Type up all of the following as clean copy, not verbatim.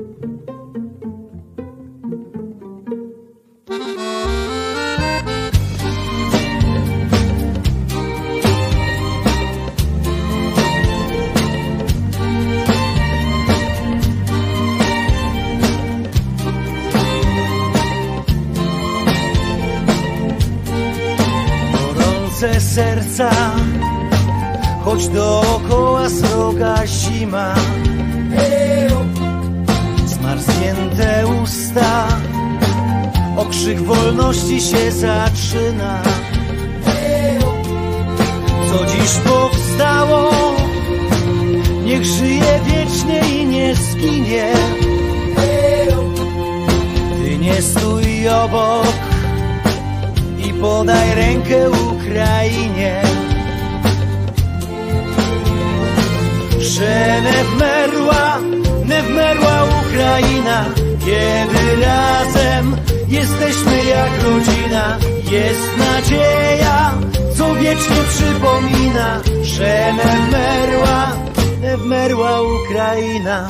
Serca, choć dookoła sroga zima, zmarznięte usta, okrzyk wolności się zaczyna. Co dziś powstało, niech żyje wiecznie i nie zginie. Ty nie stój obok i podaj rękę Ukrainie. Że nie wmerła Ukraina, kiedy razem jesteśmy jak rodzina. Jest nadzieja, co wiecznie przypomina, że nie wmerła Ukraina.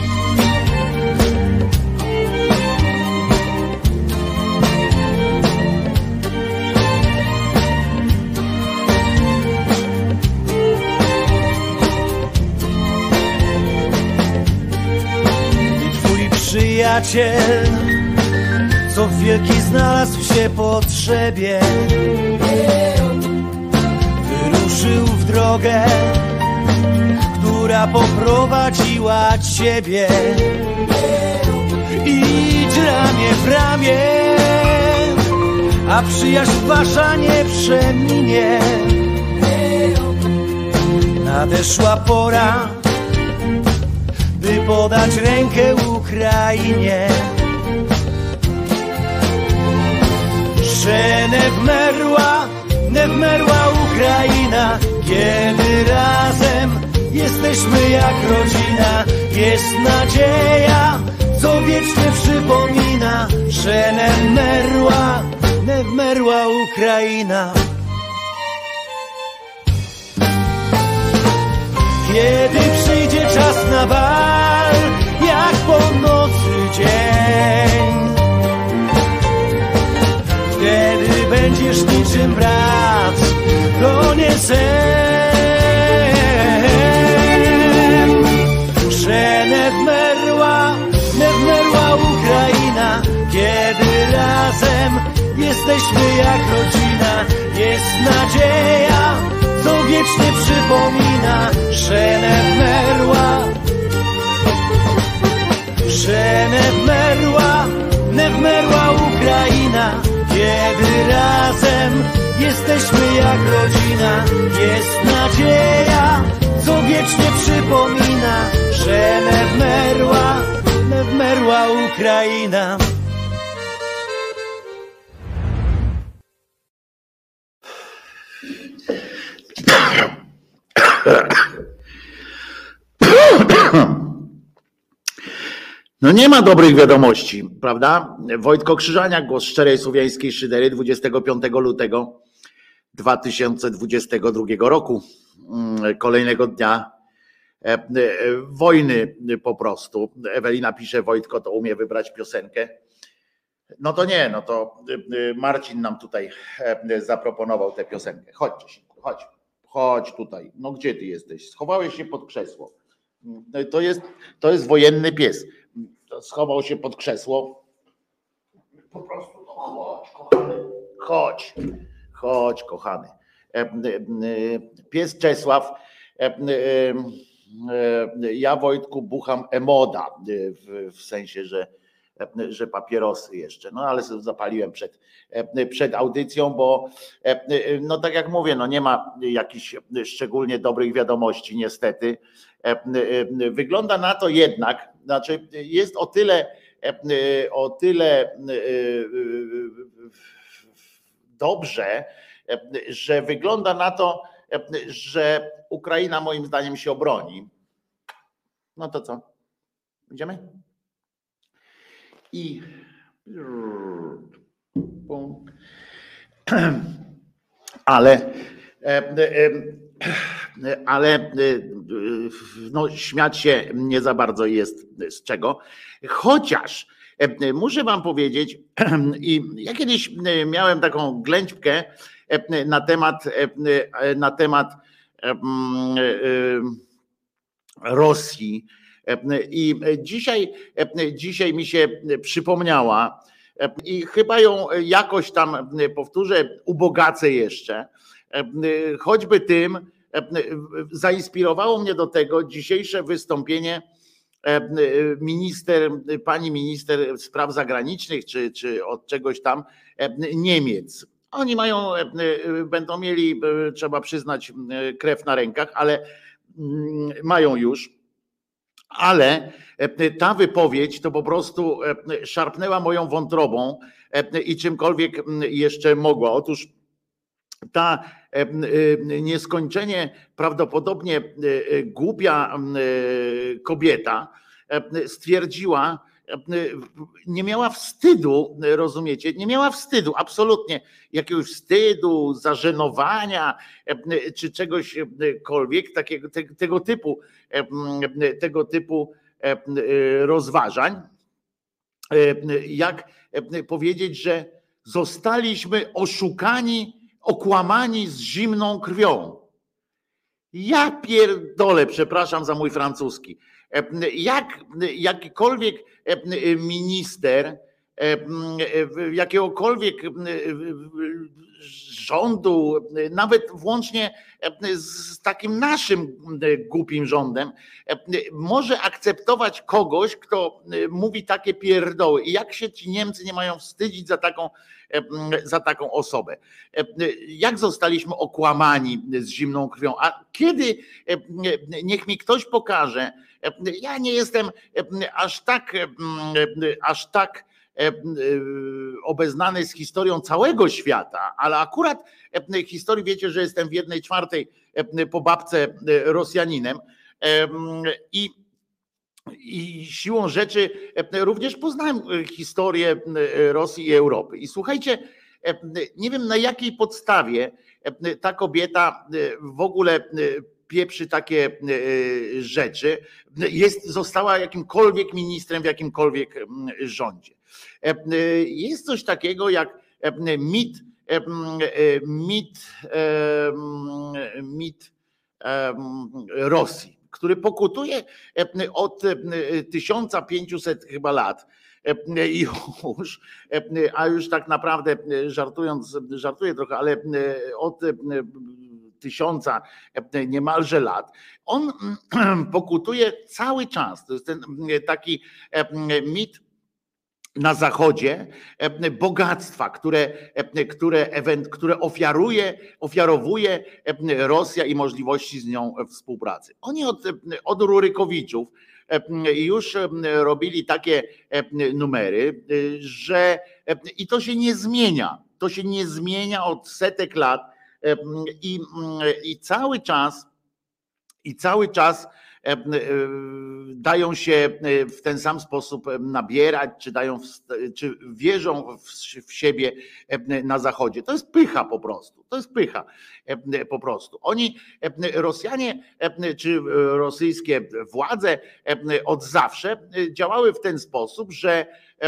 Przyjaciel, co wielki znalazł się potrzebie, wyruszył w drogę, która poprowadziła ciebie. Idź ramię w ramię, a przyjaźń wasza nie przeminie. Nadeszła pora, by podać rękę Ukrainie. Że nie wmerła Ukraina, kiedy razem jesteśmy jak rodzina. Jest nadzieja, co wiecznie przypomina, że nie wmerła Ukraina. Kiedy przyjdzie czas na bal, jak po nocy dzień, wtedy będziesz niczym brat, to nie sen. Że nie wmerła Ukraina, kiedy razem jesteśmy jak rodzina. Jest nadzieja, co wiecznie przypomina, że nie wmerła Ukraina, kiedy razem jesteśmy jak rodzina. Jest nadzieja, co wiecznie przypomina, że nie wmerła Ukraina. No nie ma dobrych wiadomości, prawda? Wojtko Krzyżaniak, głos szczerej słowiańskiej szydery, 25 lutego 2022 roku. Kolejnego dnia wojny po prostu. Ewelina pisze, Wojtko to umie wybrać piosenkę. No to nie, no to Marcin nam tutaj zaproponował tę piosenkę. Chodź tutaj. No gdzie ty jesteś? Schowałeś się pod krzesło. To jest wojenny pies. Schował się pod krzesło. Po prostu chodź, kochany. Chodź, kochany. Pies Czesław. Ja, Wojtku, bucham Emoda, w sensie, że papierosy jeszcze, no ale sobie zapaliłem przed audycją, bo no tak jak mówię, no nie ma jakichś szczególnie dobrych wiadomości niestety. Wygląda na to jednak, znaczy jest o tyle dobrze, że wygląda na to, że Ukraina moim zdaniem się obroni. No to co? Idziemy? Ale ale no, śmiać się nie za bardzo jest z czego. Chociaż muszę wam powiedzieć, i ja kiedyś miałem taką ględźbkę na temat Rosji i dzisiaj mi się przypomniała i chyba ją jakoś tam powtórzę, ubogacę jeszcze, choćby tym zainspirowało mnie do tego dzisiejsze wystąpienie pani minister spraw zagranicznych, czy od czegoś tam Niemiec. Oni będą mieli, trzeba przyznać, krew na rękach, ale mają już. Ale ta wypowiedź to po prostu szarpnęła moją wątrobą i czymkolwiek jeszcze mogła. Otóż ta nieskończenie prawdopodobnie głupia kobieta stwierdziła, nie miała wstydu, rozumiecie? Nie miała wstydu, absolutnie jakiegoś wstydu, zażenowania czy czegośkolwiek takiego, tego typu rozważań, jak powiedzieć, że zostaliśmy oszukani, okłamani z zimną krwią. Ja pierdolę, przepraszam za mój francuski. Jakikolwiek minister jakiegokolwiek rządu, nawet włącznie z takim naszym głupim rządem, może akceptować kogoś, kto mówi takie pierdoły. I jak się ci Niemcy nie mają wstydzić za taką osobę? Jak zostaliśmy okłamani z zimną krwią? A kiedy, niech mi ktoś pokaże, ja nie jestem aż tak obeznany z historią całego świata, ale akurat historii, wiecie, że jestem w 1/4 po babce Rosjaninem i siłą rzeczy również poznałem historię Rosji i Europy. I słuchajcie, nie wiem na jakiej podstawie ta kobieta w ogóle pieprzy takie rzeczy, została jakimkolwiek ministrem w jakimkolwiek rządzie. Jest coś takiego jak mit Rosji, który pokutuje od 1500 chyba lat. A już tak naprawdę żartuję trochę, ale od 1000 niemalże lat. On pokutuje cały czas. To jest ten taki mit na Zachodzie bogactwa, które ofiarowuje Rosja i możliwości z nią współpracy. Oni od Rurykowiczów już robili takie numery, że i to się nie zmienia. To się nie zmienia od setek lat i cały czas dają się w ten sam sposób nabierać, czy wierzą w siebie na Zachodzie. To jest pycha po prostu. To jest pycha po prostu. Oni, Rosjanie, czy rosyjskie władze od zawsze działały w ten sposób, że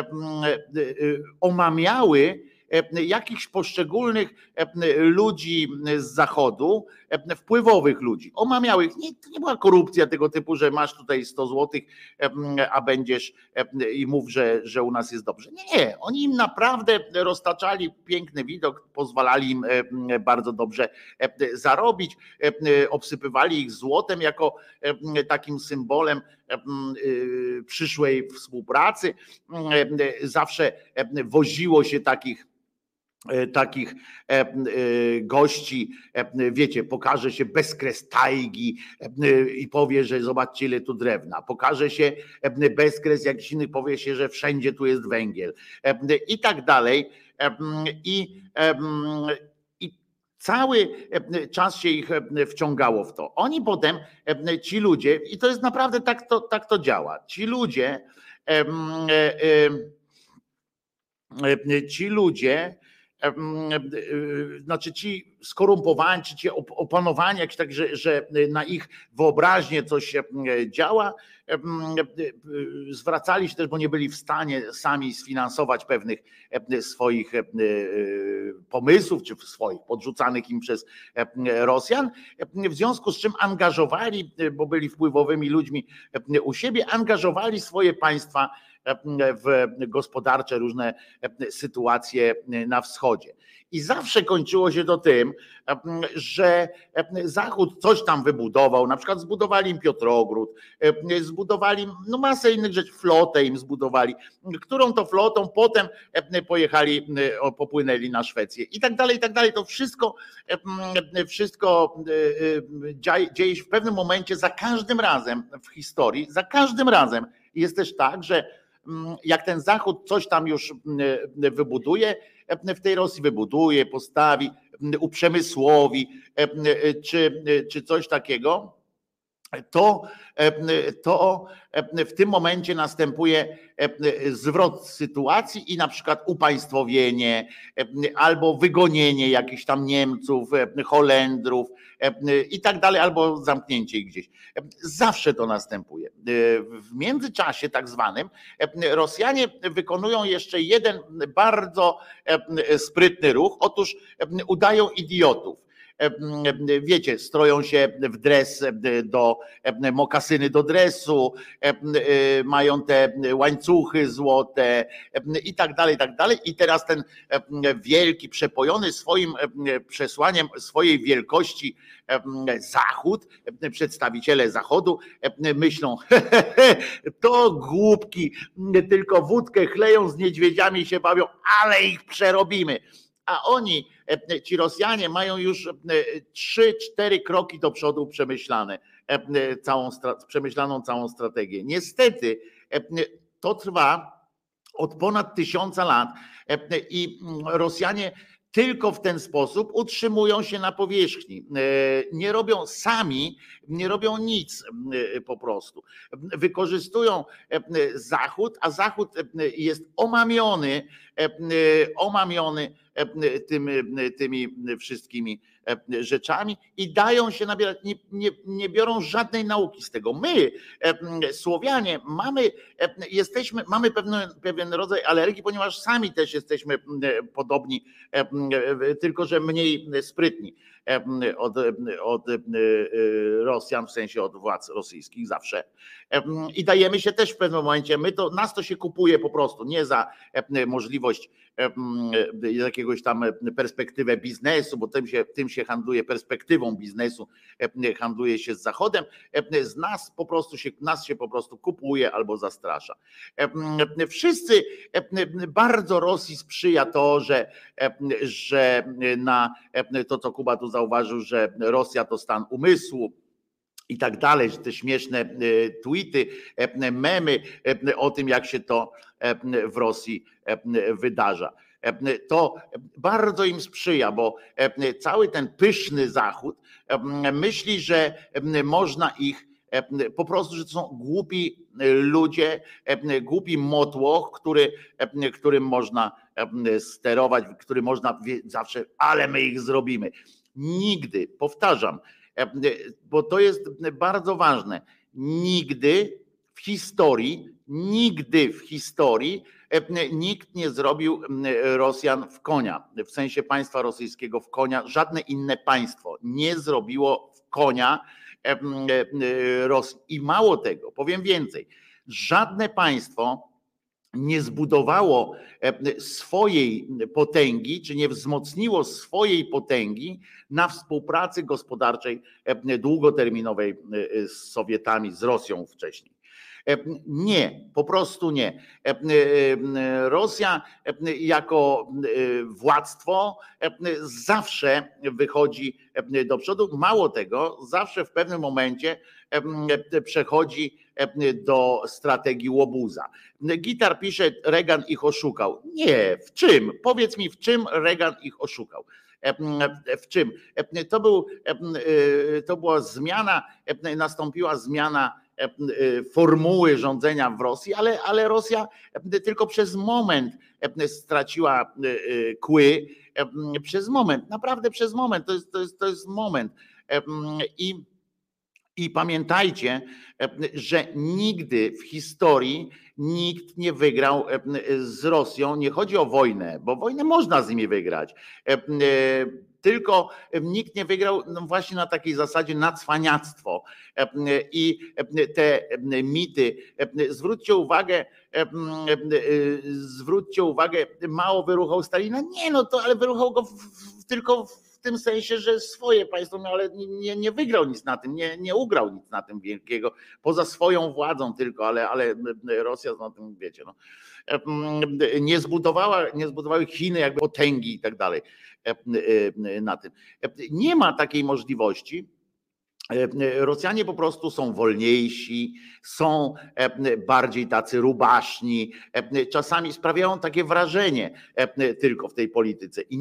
omamiały jakichś poszczególnych ludzi z Zachodu, wpływowych ludzi. Omamiały ich. To nie była korupcja tego typu, że masz tutaj 100 złotych, a będziesz i mów, że u nas jest dobrze. Nie, oni im naprawdę roztaczali piękny widok, pozwalali im bardzo dobrze zarobić, obsypywali ich złotem jako takim symbolem przyszłej współpracy. Zawsze woziło się takich gości, wiecie, pokaże się bezkres tajgi i powie, że zobaczcie ile tu drewna, pokaże się bezkres jakiś inny, powie się, że wszędzie tu jest węgiel i tak dalej i cały czas się ich wciągało w to. Oni potem, ci ludzie, i to jest naprawdę tak to działa, ci ludzie znaczy ci skorumpowani, czy ci opanowani, jak tak, że na ich wyobraźnię coś się działa, zwracali się też, bo nie byli w stanie sami sfinansować pewnych swoich pomysłów, czy swoich podrzucanych im przez Rosjan, w związku z czym angażowali, bo byli wpływowymi ludźmi u siebie, angażowali swoje państwa w gospodarcze różne sytuacje na wschodzie. I zawsze kończyło się to tym, że Zachód coś tam wybudował, na przykład zbudowali im Piotrogród, zbudowali masę innych rzeczy, flotę im zbudowali, którą to flotą potem pojechali, popłynęli na Szwecję i tak dalej, i tak dalej. To wszystko dzieje się w pewnym momencie, za każdym razem w historii, za każdym razem jest też tak, że jak ten Zachód coś tam już wybuduje, w tej Rosji wybuduje, postawi, uprzemysłowi, czy coś takiego, to w tym momencie następuje zwrot sytuacji i na przykład upaństwowienie albo wygonienie jakichś tam Niemców, Holendrów i tak dalej, albo zamknięcie ich gdzieś. Zawsze to następuje. W międzyczasie tak zwanym Rosjanie wykonują jeszcze jeden bardzo sprytny ruch. Otóż udają idiotów. Wiecie, stroją się w dres mokasyny do dresu, mają te łańcuchy złote i tak dalej, i tak dalej. I teraz ten wielki, przepojony swoim przesłaniem swojej wielkości Zachód, przedstawiciele Zachodu myślą, to głupki, tylko wódkę chleją, z niedźwiedziami się bawią, ale ich przerobimy. A oni, ci Rosjanie, mają już 3-4 kroki do przodu przemyślaną całą strategię. Niestety to trwa od ponad 1000 lat i Rosjanie tylko w ten sposób utrzymują się na powierzchni. Nie robią sami, nie robią nic po prostu. Wykorzystują Zachód, a Zachód jest omamiony tymi wszystkimi rzeczami i dają się nabierać, nie biorą żadnej nauki z tego. My, Słowianie, mamy pewien rodzaj alergii, ponieważ sami też jesteśmy podobni, tylko że mniej sprytni od Rosjan, w sensie od władz rosyjskich zawsze. I dajemy się też w pewnym momencie, nas to się kupuje po prostu, nie za możliwość jakiegoś tam perspektywę biznesu, bo tym się handluje, perspektywą biznesu handluje się z Zachodem, nas się po prostu kupuje albo zastrasza. Wszyscy, bardzo Rosji sprzyja to, że na to, co Kuba tu zauważył, że Rosja to stan umysłu i tak dalej, że te śmieszne tweety, memy o tym, jak się to w Rosji wydarza. To bardzo im sprzyja, bo cały ten pyszny Zachód myśli, że można ich po prostu, że to są głupi ludzie, głupi motłoch, którym można sterować, który można zawsze, ale my ich zrobimy. Nigdy, powtarzam, bo to jest bardzo ważne, nigdy w historii nikt nie zrobił Rosjan w konia, w sensie państwa rosyjskiego w konia, żadne inne państwo nie zrobiło w konia Rosji. I mało tego, powiem więcej, żadne państwo nie zbudowało swojej potęgi, czy nie wzmocniło swojej potęgi na współpracy gospodarczej długoterminowej z Sowietami, z Rosją wcześniej. Nie, po prostu nie. Rosja jako władztwo zawsze wychodzi do przodu. Mało tego, zawsze w pewnym momencie przechodzi do strategii łobuza. Gitar pisze, Reagan ich oszukał. Nie, w czym? Powiedz mi, w czym Reagan ich oszukał? W czym? To była zmiana, nastąpiła zmiana formuły rządzenia w Rosji, ale Rosja tylko przez moment straciła kły przez moment, naprawdę przez moment, to jest moment. I pamiętajcie, że nigdy w historii nikt nie wygrał z Rosją. Nie chodzi o wojnę, bo wojnę można z nimi wygrać. Tylko nikt nie wygrał właśnie na takiej zasadzie na cwaniactwo. I te mity, zwróćcie uwagę, mało wyruchał Stalina. Nie, no to ale wyruchał go tylko w tym sensie, że swoje państwo miało, ale nie wygrał nic na tym, nie ugrał nic na tym wielkiego, poza swoją władzą tylko, ale Rosja na tym, wiecie, no, nie zbudowały Chiny jakby potęgi i tak dalej na tym. Nie ma takiej możliwości. Rosjanie po prostu są wolniejsi, są bardziej tacy rubaszni, czasami sprawiają takie wrażenie tylko w tej polityce. I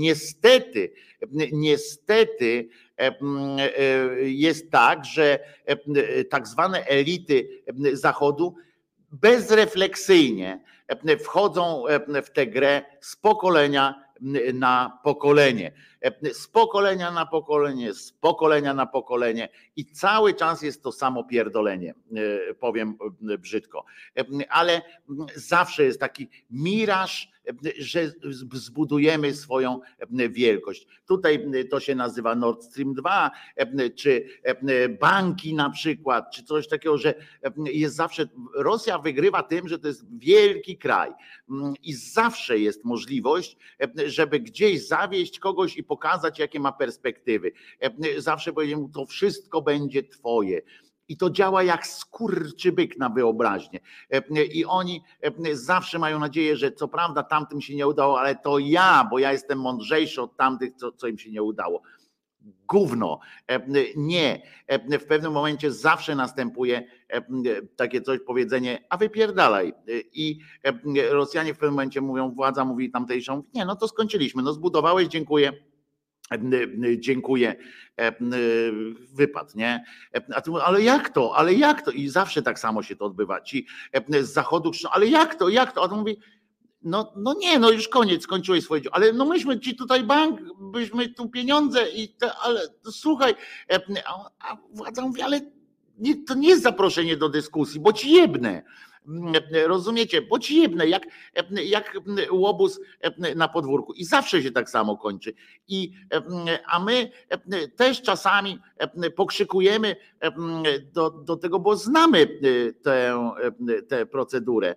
niestety jest tak, że tak zwane elity Zachodu bezrefleksyjnie wchodzą w tę grę z pokolenia na pokolenie. Z pokolenia na pokolenie, z pokolenia na pokolenie i cały czas jest to samo pierdolenie, powiem brzydko. Ale zawsze jest taki miraż, że zbudujemy swoją wielkość. Tutaj to się nazywa Nord Stream 2, czy banki na przykład, czy coś takiego, że jest zawsze, Rosja wygrywa tym, że to jest wielki kraj i zawsze jest możliwość, żeby gdzieś zawieść kogoś i pokazać, jakie ma perspektywy. Zawsze powiedziałem, to wszystko będzie twoje. I to działa jak skurczybyk na wyobraźnię. I oni zawsze mają nadzieję, że co prawda tamtym się nie udało, ale to ja, bo ja jestem mądrzejszy od tamtych, co im się nie udało. Gówno. Nie. W pewnym momencie zawsze następuje takie coś, powiedzenie, a wypierdalaj. I Rosjanie w pewnym momencie mówią, władza mówi tamtejszą, nie, no to skończyliśmy, no zbudowałeś, dziękuję, wypad, nie? A ty mówisz, ale jak to? I zawsze tak samo się to odbywa. Ci z zachodu krzyczą, ale jak to? A to mówi, no nie, no już koniec, skończyłeś swoje dzieło, ale no myśmy ci tutaj bank, byśmy tu pieniądze ale słuchaj, a władza mówi, ale to nie jest zaproszenie do dyskusji, bo ci jebnę. Rozumiecie? Bo ci jebnę, jak łobuz na podwórku. I zawsze się tak samo kończy. A my też czasami pokrzykujemy do tego, bo znamy tę procedurę,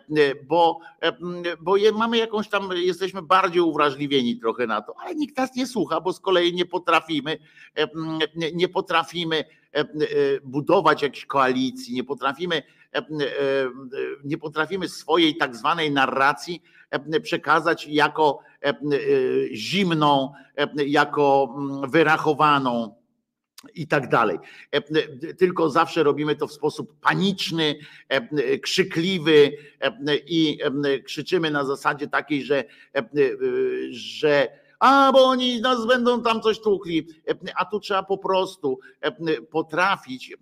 bo mamy jakąś tam, jesteśmy bardziej uwrażliwieni trochę na to, ale nikt nas nie słucha, bo z kolei nie potrafimy budować jakiejś koalicji, nie potrafimy swojej tak zwanej narracji przekazać jako zimną, jako wyrachowaną i tak dalej. Tylko zawsze robimy to w sposób paniczny, krzykliwy i krzyczymy na zasadzie takiej, że bo oni nas będą tam coś tłukli, a tu trzeba po prostu potrafić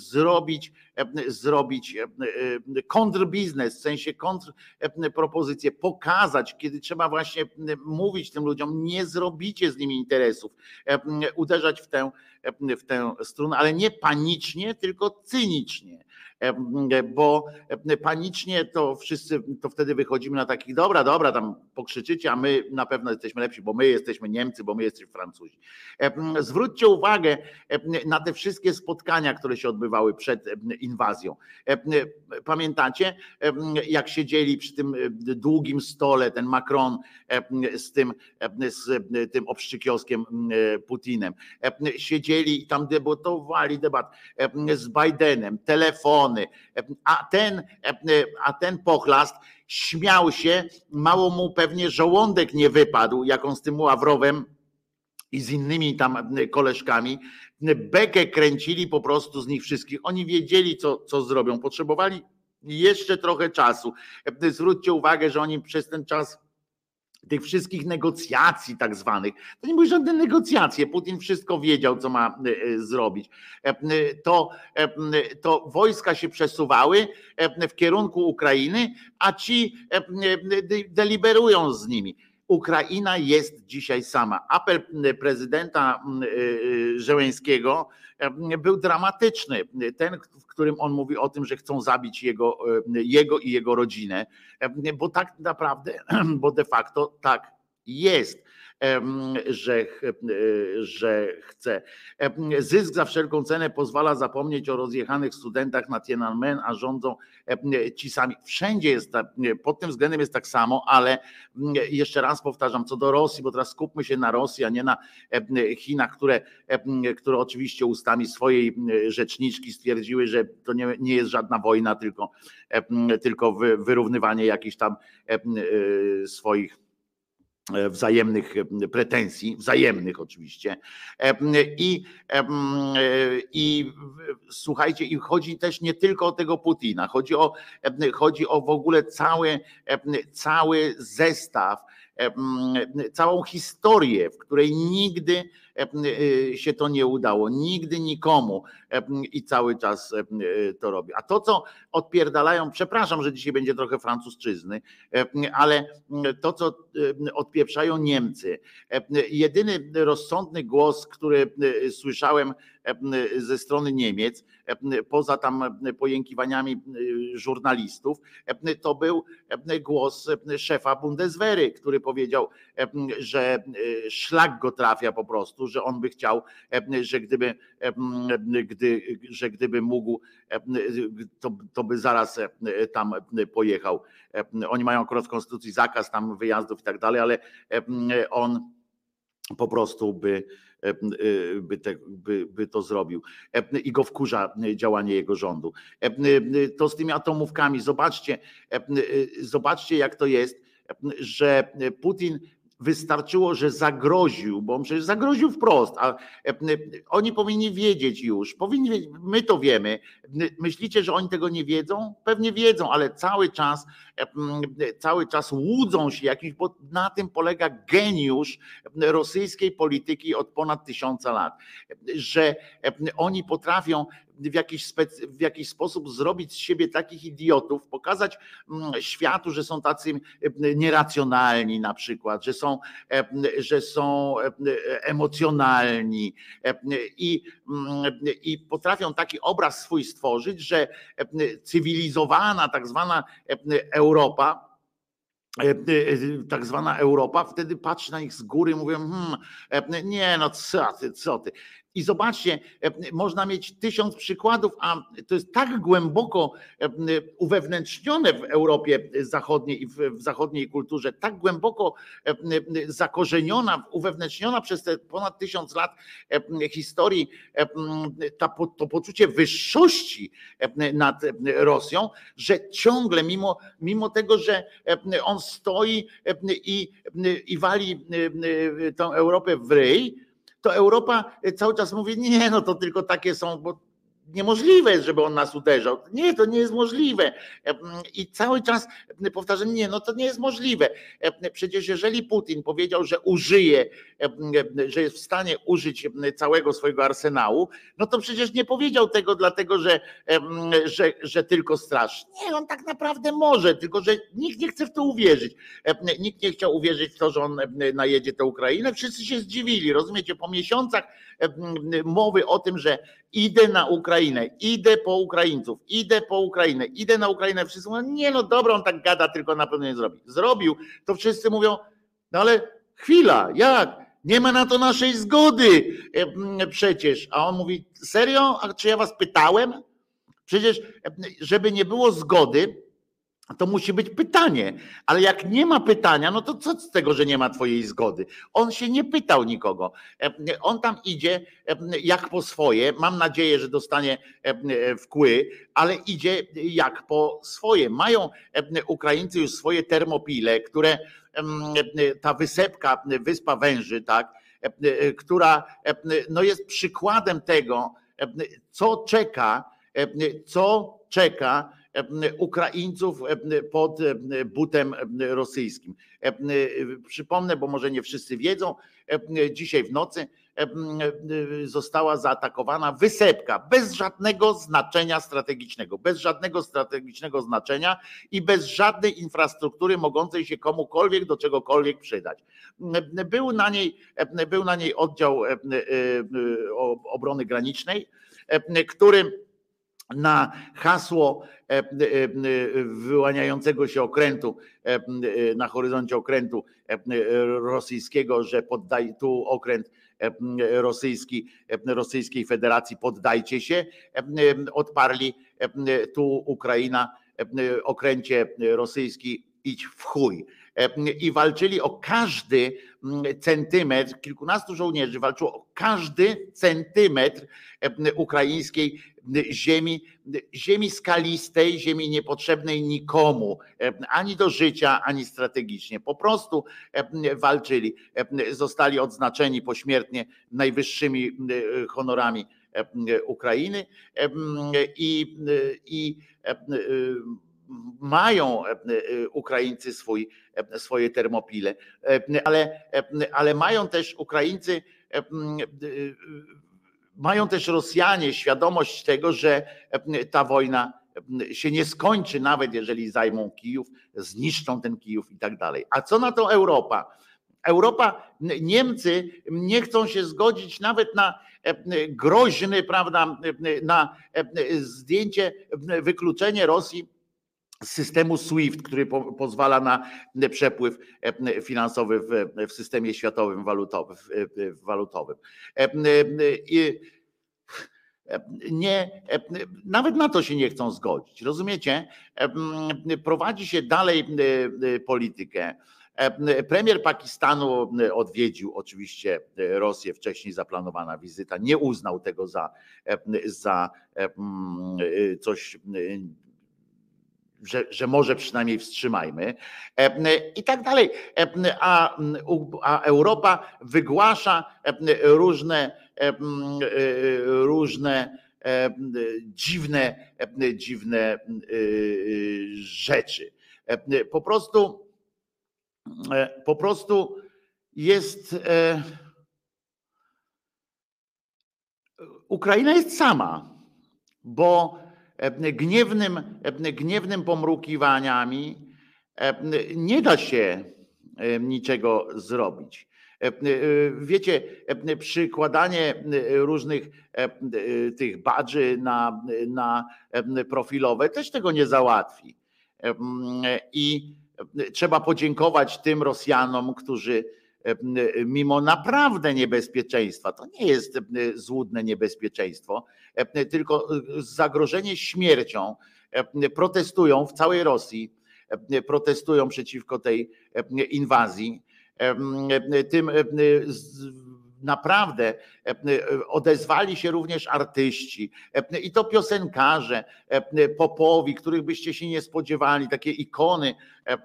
zrobić kontrbiznes, w sensie kontrpropozycję, pokazać, kiedy trzeba właśnie mówić tym ludziom, nie zrobicie z nimi interesów, uderzać w tę strunę, ale nie panicznie, tylko cynicznie. Bo panicznie to wszyscy, to wtedy wychodzimy na takich, dobra, tam pokrzyczycie, a my na pewno jesteśmy lepsi, bo my jesteśmy Niemcy, bo my jesteśmy Francuzi. Zwróćcie uwagę na te wszystkie spotkania, które się odbywały przed inwazją. Pamiętacie, jak siedzieli przy tym długim stole, ten Macron z tym obszczykioskiem Putinem. Siedzieli i tam debatowali z Bidenem, telefony, a ten pochlast śmiał się, mało mu pewnie żołądek nie wypadł, jak on z tym Ławrowem i z innymi tam koleżkami bekę kręcili po prostu z nich wszystkich. Oni wiedzieli, co zrobią, potrzebowali jeszcze trochę czasu. Zwróćcie uwagę, że oni przez ten czas tych wszystkich negocjacji tak zwanych, to nie były żadne negocjacje, Putin wszystko wiedział, co ma zrobić. To wojska się przesuwały w kierunku Ukrainy, a ci deliberują z nimi. Ukraina jest dzisiaj sama. Apel prezydenta Zełenskiego był dramatyczny. Ten, w którym on mówi o tym, że chcą zabić jego i jego rodzinę, bo tak naprawdę, bo de facto tak jest, że chce. Zysk za wszelką cenę pozwala zapomnieć o rozjechanych studentach na Tiananmen, a rządzą ci sami. Wszędzie jest, pod tym względem jest tak samo, ale jeszcze raz powtarzam, co do Rosji, bo teraz skupmy się na Rosji, a nie na Chinach, które oczywiście ustami swojej rzeczniczki stwierdziły, że to nie jest żadna wojna, tylko wyrównywanie jakichś tam swoich wzajemnych pretensji, wzajemnych oczywiście. I słuchajcie, i chodzi też nie tylko o tego Putina, chodzi o w ogóle cały zestaw, całą historię, w której nigdy się to nie udało, nigdy nikomu i cały czas to robi. A to, co odpierdalają, przepraszam, że dzisiaj będzie trochę francuszczyzny, ale to, co odpieprzają Niemcy, jedyny rozsądny głos, który słyszałem ze strony Niemiec, poza tam pojękiwaniami żurnalistów, to był głos szefa Bundeswehry, który powiedział, że szlak go trafia po prostu, że on by chciał, że gdyby mógł, to by zaraz tam pojechał. Oni mają akurat w konstytucji zakaz tam wyjazdów i tak dalej, ale on po prostu by to zrobił i go wkurza działanie jego rządu. To z tymi atomówkami, zobaczcie jak to jest, że Putin wystarczyło, że zagroził, bo on przecież zagroził wprost, a oni powinni wiedzieć już, my to wiemy. Myślicie, że oni tego nie wiedzą? Pewnie wiedzą, ale cały czas łudzą się jakimś, bo na tym polega geniusz rosyjskiej polityki od ponad 1000 lat, że oni potrafią w jakiś sposób zrobić z siebie takich idiotów, pokazać światu, że są tacy nieracjonalni na przykład, że są emocjonalni i potrafią taki obraz swój stworzyć, że cywilizowana tak zwana Europa wtedy patrzy na nich z góry i mówią, nie no co ty. I zobaczcie, można mieć 1000 przykładów, a to jest tak głęboko uwewnętrznione w Europie Zachodniej i w zachodniej kulturze, tak głęboko zakorzeniona, uwewnętrzniona przez te ponad 1000 lat historii, to poczucie wyższości nad Rosją, że ciągle mimo tego, że on stoi i wali tę Europę w ryj, to Europa cały czas mówi, nie, no to tylko takie są, bo niemożliwe jest, żeby on nas uderzał. Nie, to nie jest możliwe. I cały czas powtarzam, nie, no to nie jest możliwe. Przecież jeżeli Putin powiedział, że że jest w stanie użyć całego swojego arsenału, no to przecież nie powiedział tego dlatego, że tylko straszy. Nie, on tak naprawdę może, tylko że nikt nie chce w to uwierzyć. Nikt nie chciał uwierzyć w to, że on najedzie tę Ukrainę. Wszyscy się zdziwili, rozumiecie, po miesiącach mowy o tym, że idę na Ukrainę, idę po Ukraińców, idę po Ukrainę, idę na Ukrainę. Wszyscy mówią, nie no dobra, on tak gada, tylko na pewno nie zrobi. Zrobił, to wszyscy mówią, no ale chwila, jak? Nie ma na to naszej zgody przecież. A on mówi, serio? A czy ja was pytałem? Przecież, żeby nie było zgody, to musi być pytanie, ale jak nie ma pytania, no to co z tego, że nie ma twojej zgody? On się nie pytał nikogo. On tam idzie jak po swoje. Mam nadzieję, że dostanie wkły, ale idzie jak po swoje. Mają Ukraińcy już swoje termopile, które ta wysepka, Wyspa Węży, tak, która no jest przykładem tego, co czeka Ukraińców pod butem rosyjskim. Przypomnę, bo może nie wszyscy wiedzą, dzisiaj w nocy została zaatakowana wysepka bez żadnego znaczenia strategicznego i bez żadnej infrastruktury mogącej się komukolwiek do czegokolwiek przydać. Był na niej oddział obrony granicznej, który na hasło wyłaniającego się okrętu na horyzoncie okrętu rosyjskiego, że tu okręt Rosyjskiej Federacji, poddajcie się, odparli tu Ukraina, okręcie rosyjski, idź w chuj. I walczyli o każdy centymetr, kilkunastu żołnierzy walczyło o każdy centymetr ukraińskiej ziemi skalistej, ziemi niepotrzebnej nikomu, ani do życia, ani strategicznie. Po prostu walczyli. Zostali odznaczeni pośmiertnie najwyższymi honorami Ukrainy i mają Ukraińcy swoje termopile, ale mają też Ukraińcy, mają też Rosjanie świadomość tego, że ta wojna się nie skończy, nawet jeżeli zajmą Kijów, zniszczą ten Kijów i tak dalej. A co na to Europa? Niemcy nie chcą się zgodzić nawet na groźny, prawda, na zdjęcie, wykluczenie Rosji z systemu SWIFT, który pozwala na przepływ finansowy w systemie światowym walutowym. Nawet na to się nie chcą zgodzić. Rozumiecie? Prowadzi się dalej politykę. Premier Pakistanu odwiedził oczywiście Rosję, wcześniej zaplanowana wizyta, nie uznał tego za coś, że może przynajmniej wstrzymajmy i tak dalej. A Europa wygłasza różne dziwne rzeczy. Po prostu jest Ukraina jest sama, bo gniewnym pomrukiwaniami nie da się niczego zrobić. Wiecie, przykładanie różnych tych badży na profilowe też tego nie załatwi. I trzeba podziękować tym Rosjanom, którzy mimo naprawdę niebezpieczeństwa, to nie jest złudne niebezpieczeństwo, tylko zagrożenie śmiercią, protestują w całej Rosji, protestują przeciwko tej inwazji. Tym naprawdę odezwali się również artyści i to piosenkarze, popowi, których byście się nie spodziewali, takie ikony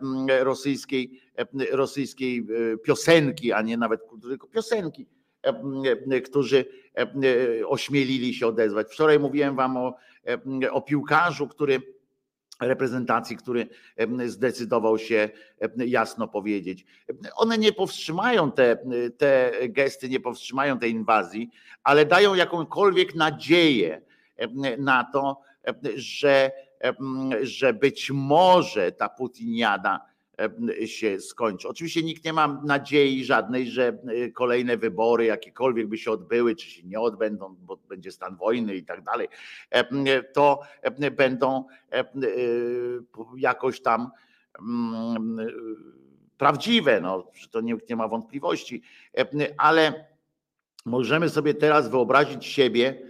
rosyjskiej piosenki, a nie nawet tylko piosenki, którzy ośmielili się odezwać. Wczoraj mówiłem wam o piłkarzu, reprezentacji, który zdecydował się jasno powiedzieć. One nie powstrzymają, te gesty nie powstrzymają tej inwazji, ale dają jakąkolwiek nadzieję na to, że być może ta putiniada się skończy. Oczywiście nikt nie ma nadziei żadnej, że kolejne wybory, jakiekolwiek by się odbyły, czy się nie odbędą, bo będzie stan wojny i tak dalej, to będą jakoś tam prawdziwe, no, to nikt nie ma wątpliwości, ale możemy sobie teraz wyobrazić siebie,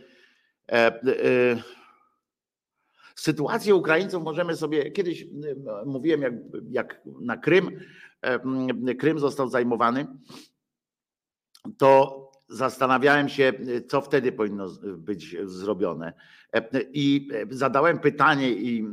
sytuację Ukraińców możemy sobie, kiedyś mówiłem, jak na Krym został zajmowany, to zastanawiałem się, co wtedy powinno być zrobione. I zadałem pytanie,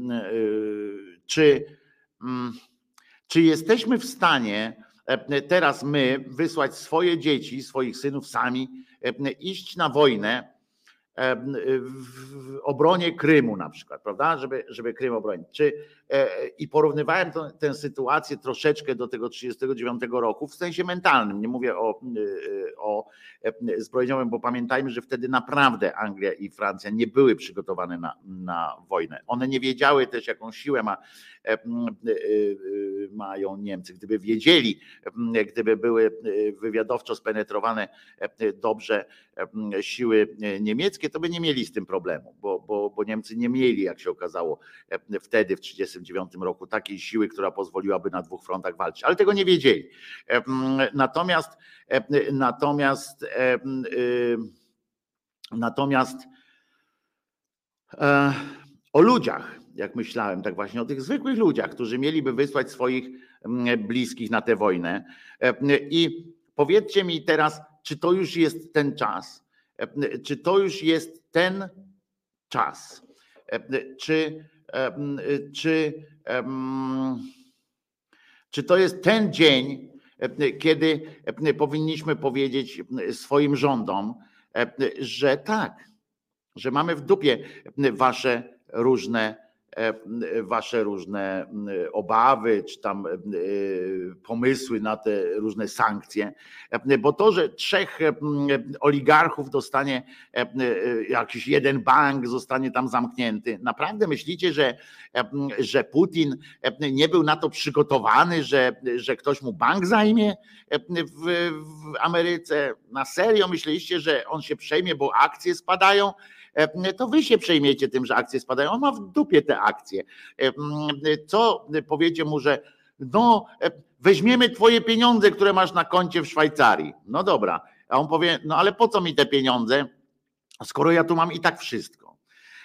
czy jesteśmy w stanie teraz my wysłać swoje dzieci, swoich synów sami, iść na wojnę w obronie Krymu na przykład, prawda, żeby Krym obronić. I porównywałem tę sytuację troszeczkę do tego 1939 roku w sensie mentalnym, nie mówię o zbrojeniowym, bo pamiętajmy, że wtedy naprawdę Anglia i Francja nie były przygotowane na wojnę. One nie wiedziały też, jaką siłę mają Niemcy. Gdyby wiedzieli, gdyby były wywiadowczo spenetrowane dobrze siły niemieckie, to by nie mieli z tym problemu, bo Niemcy nie mieli, jak się okazało, wtedy w 1939 roku takiej siły, która pozwoliłaby na dwóch frontach walczyć, ale tego nie wiedzieli. Natomiast o ludziach, jak myślałem, tak właśnie o tych zwykłych ludziach, którzy mieliby wysłać swoich bliskich na tę wojnę. I powiedzcie mi teraz, czy to już jest ten czas? Czy to już jest ten czas? Czy to jest ten dzień, kiedy powinniśmy powiedzieć swoim rządom, że tak, że mamy w dupie wasze różne obawy, czy tam pomysły na te różne sankcje, bo to, że 3 oligarchów dostanie, jakiś jeden bank zostanie tam zamknięty, naprawdę myślicie, że Putin nie był na to przygotowany, że ktoś mu bank zajmie w Ameryce? Na serio myśleliście, że on się przejmie, bo akcje spadają? To wy się przejmiecie tym, że akcje spadają. On ma w dupie te akcje. Co powiecie mu, że no weźmiemy twoje pieniądze, które masz na koncie w Szwajcarii. No dobra. A on powie, no ale po co mi te pieniądze, skoro ja tu mam i tak wszystko.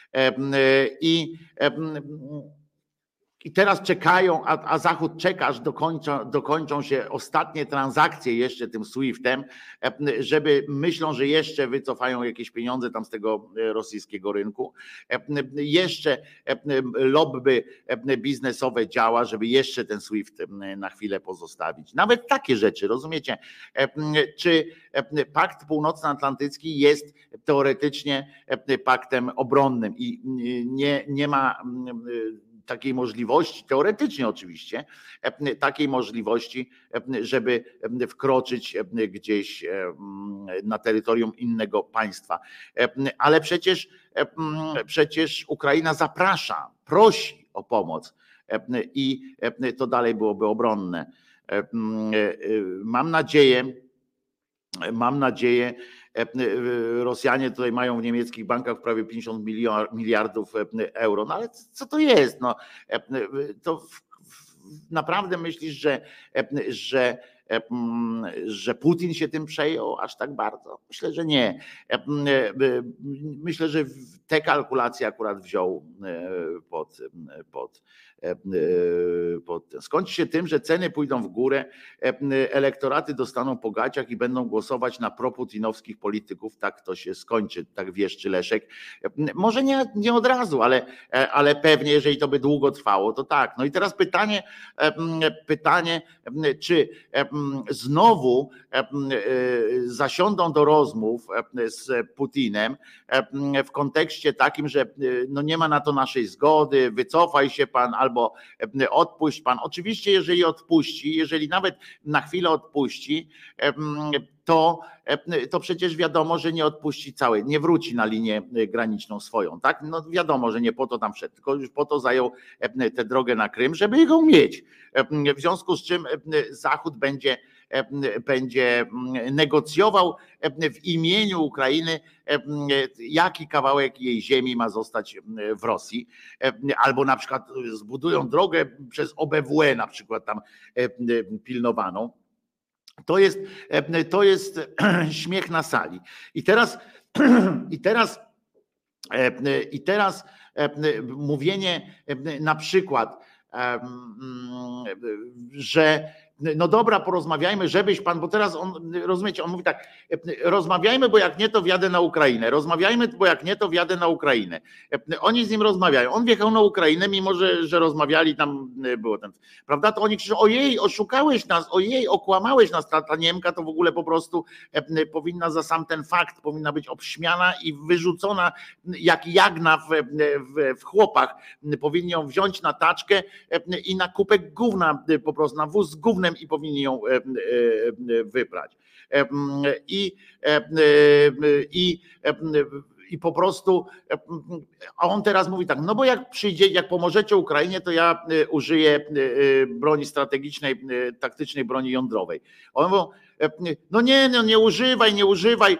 I teraz czekają, a Zachód czeka, aż dokończą się ostatnie transakcje jeszcze tym SWIFT-em, żeby myślą, że jeszcze wycofają jakieś pieniądze tam z tego rosyjskiego rynku. Jeszcze lobby biznesowe działa, żeby jeszcze ten SWIFT na chwilę pozostawić. Nawet takie rzeczy, rozumiecie? Czy Pakt Północnoatlantycki jest teoretycznie paktem obronnym i nie ma takiej możliwości, teoretycznie oczywiście, takiej możliwości, żeby wkroczyć gdzieś na terytorium innego państwa. Ale przecież Ukraina zaprasza, prosi o pomoc i to dalej byłoby obronne. Mam nadzieję, Rosjanie tutaj mają w niemieckich bankach prawie 50 miliardów euro. No ale co to jest? No, to naprawdę myślisz, że Putin się tym przejął aż tak bardzo? Myślę, że nie. Myślę, że te kalkulacje akurat wziął pod skończy się tym, że ceny pójdą w górę, elektoraty dostaną po gaciach i będą głosować na proputinowskich polityków. Tak to się skończy, tak wieszczy Leszek. Może nie od razu, ale pewnie, jeżeli to by długo trwało, to tak. No i teraz pytanie, czy znowu zasiądą do rozmów z Putinem w kontekście takim, że no nie ma na to naszej zgody, wycofaj się pan albo odpuść pan. Oczywiście, jeżeli odpuści, jeżeli nawet na chwilę odpuści, to przecież wiadomo, że nie odpuści całej, nie wróci na linię graniczną swoją, tak? No wiadomo, że nie po to tam wszedł, tylko już po to zajął tę drogę na Krym, żeby ją mieć. W związku z czym Zachód będzie negocjował w imieniu Ukrainy, jaki kawałek jej ziemi ma zostać w Rosji, albo na przykład zbudują drogę przez OBWE na przykład tam pilnowaną. To jest śmiech na sali. I teraz mówienie na przykład, że No dobra, porozmawiajmy, żebyś pan, bo teraz on, rozumiecie, on mówi tak, rozmawiajmy, bo jak nie, to wjadę na Ukrainę. Rozmawiajmy, bo jak nie, to wjadę na Ukrainę. Oni z nim rozmawiają. On wjechał na Ukrainę, mimo że rozmawiali, tam było ten, prawda? To oni krzyczą, ojej, oszukałeś nas, ojej, okłamałeś nas. Ta Niemka to w ogóle po prostu powinna za sam ten fakt, powinna być obśmiana i wyrzucona jak jagna w chłopach. Powinni ją wziąć na taczkę i na kubek gówna, po prostu na wóz z gównem i powinni ją wybrać. I po prostu, a on teraz mówi tak, no bo jak przyjdzie, jak pomożecie Ukrainie, to ja użyję broni strategicznej, taktycznej broni jądrowej. On mówi, no nie używaj,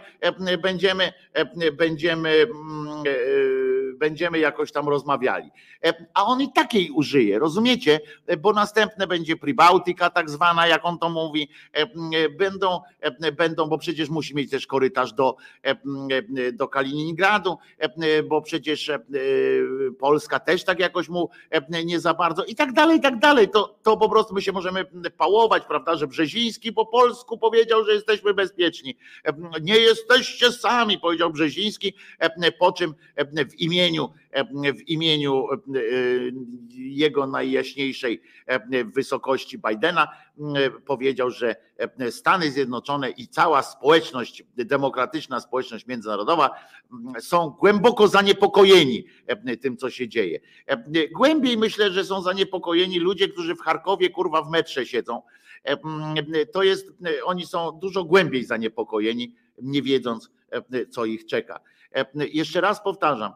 będziemy jakoś tam rozmawiali. A on i takiej użyje, rozumiecie? Bo następne będzie Pribałtyka tak zwana, jak on to mówi, będą, bo przecież musi mieć też korytarz do Kaliningradu, bo przecież Polska też tak jakoś mu nie za bardzo i tak dalej, i tak dalej. To po prostu my się możemy pałować, prawda, że Brzeziński po polsku powiedział, że jesteśmy bezpieczni. Nie jesteście sami, powiedział Brzeziński, po czym w imieniu jego najjaśniejszej wysokości Bidena powiedział, że Stany Zjednoczone i cała społeczność, demokratyczna społeczność międzynarodowa są głęboko zaniepokojeni tym, co się dzieje. Głębiej myślę, że są zaniepokojeni ludzie, którzy w Charkowie, kurwa, w metrze siedzą. To jest, oni są dużo głębiej zaniepokojeni, nie wiedząc, co ich czeka. Jeszcze raz powtarzam,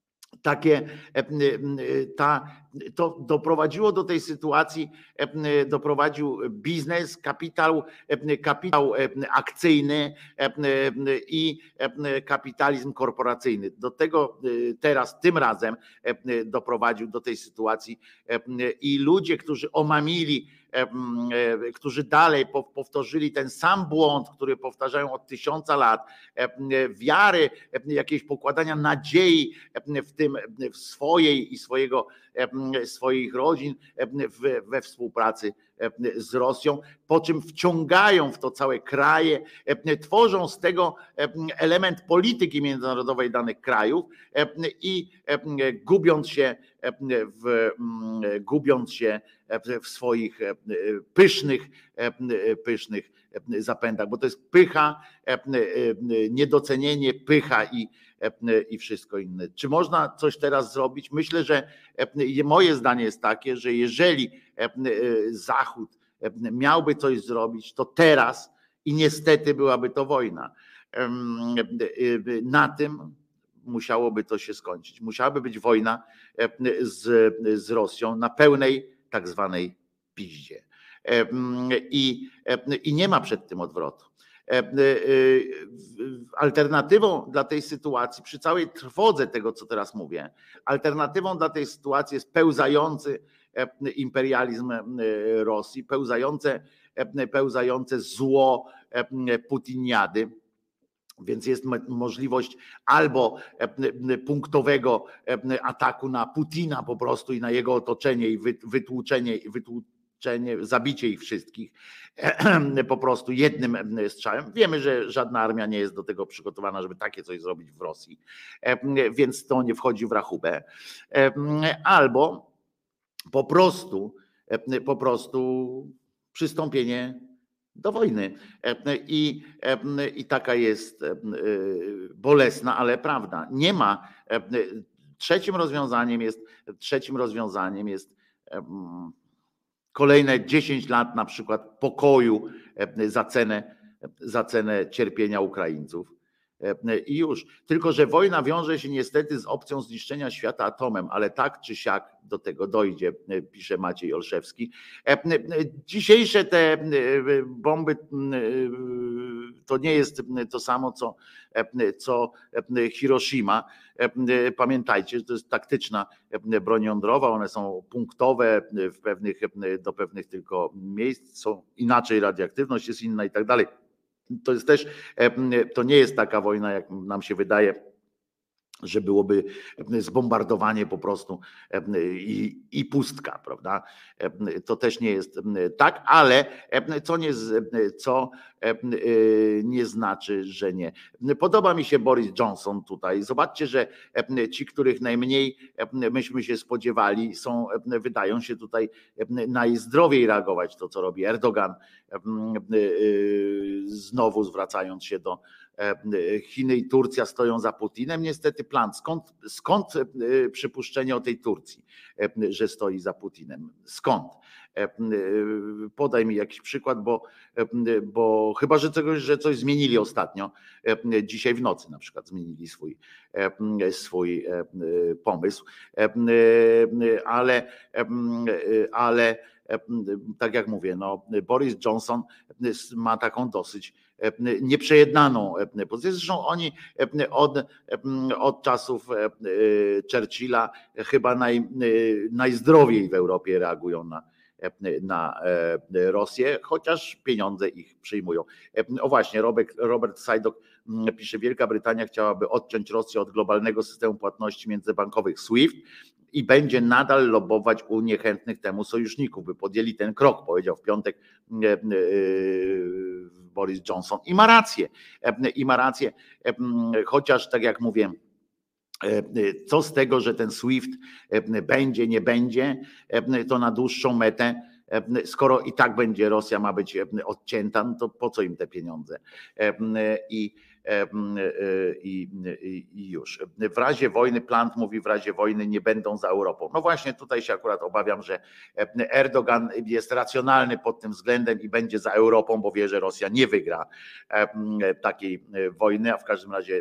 to doprowadziło do tej sytuacji, doprowadził biznes, kapitał akcyjny i kapitalizm korporacyjny. Do tego teraz, tym razem doprowadził do tej sytuacji i ludzie, którzy omamili, którzy dalej powtórzyli ten sam błąd, który powtarzają od 1000 lat, wiary, jakieś pokładania nadziei w tym, w swojej i swoich rodzin we współpracy z Rosją, po czym wciągają w to całe kraje, tworzą z tego element polityki międzynarodowej danych krajów i gubiąc się w swoich pysznych zapędach, bo to jest pycha, niedocenienie, pycha i wszystko inne. Czy można coś teraz zrobić? Myślę, że moje zdanie jest takie, że jeżeli Zachód miałby coś zrobić, to teraz i niestety byłaby to wojna. Na tym musiałoby to się skończyć. Musiałaby być wojna z Rosją na pełnej tak zwanej piździe. I nie ma przed tym odwrotu. Alternatywą dla tej sytuacji, przy całej trwodze tego, co teraz mówię, alternatywą dla tej sytuacji jest pełzający imperializm Rosji, pełzające zło putiniady. Więc jest możliwość albo punktowego ataku na Putina po prostu i na jego otoczenie i wytłuczenie, zabicie ich wszystkich po prostu jednym strzałem. Wiemy, że żadna armia nie jest do tego przygotowana, żeby takie coś zrobić w Rosji, więc to nie wchodzi w rachubę. Albo po prostu przystąpienie do wojny. I taka jest bolesna, ale prawda. Nie ma. Trzecim rozwiązaniem jest kolejne 10 lat na przykład pokoju za cenę cierpienia Ukraińców. I już. Tylko że wojna wiąże się niestety z opcją zniszczenia świata atomem, ale tak czy siak do tego dojdzie, pisze Maciej Olszewski. Dzisiejsze te bomby to nie jest to samo, co Hiroshima. Pamiętajcie, że to jest taktyczna broń jądrowa, one są punktowe do pewnych tylko miejsc, są inaczej, radioaktywność jest inna i tak dalej. To jest też, to nie jest taka wojna, jak nam się wydaje, że byłoby zbombardowanie po prostu i pustka, prawda? To też nie jest tak, ale co nie znaczy, że nie. Podoba mi się Boris Johnson tutaj. Zobaczcie, że ci, których najmniej myśmy się spodziewali, wydają się tutaj najzdrowiej reagować to, co robi Erdogan, znowu zwracając się do Chiny i Turcja stoją za Putinem. Niestety plan. Skąd przypuszczenie o tej Turcji, że stoi za Putinem? Skąd? Podaj mi jakiś przykład, bo chyba, że coś zmienili ostatnio. Dzisiaj w nocy na przykład zmienili swój pomysł. Ale tak jak mówię, no Boris Johnson ma taką dosyć nieprzejednaną pozycję. Zresztą oni od czasów Churchilla chyba najzdrowiej w Europie reagują na Rosję, chociaż pieniądze ich przyjmują. O właśnie, Robert Sajdok pisze, Wielka Brytania chciałaby odciąć Rosję od globalnego systemu płatności międzybankowych SWIFT i będzie nadal lobbować u niechętnych temu sojuszników, by podjęli ten krok, powiedział w piątek Boris Johnson. I ma rację, chociaż tak jak mówię, co z tego, że ten SWIFT będzie, nie będzie, to na dłuższą metę, skoro i tak będzie Rosja ma być odcięta, no to po co im te pieniądze? I już. W razie wojny, Plant mówi, w razie wojny nie będą za Europą. No właśnie tutaj się akurat obawiam, że Erdogan jest racjonalny pod tym względem i będzie za Europą, bo wie, że Rosja nie wygra takiej wojny, a w każdym razie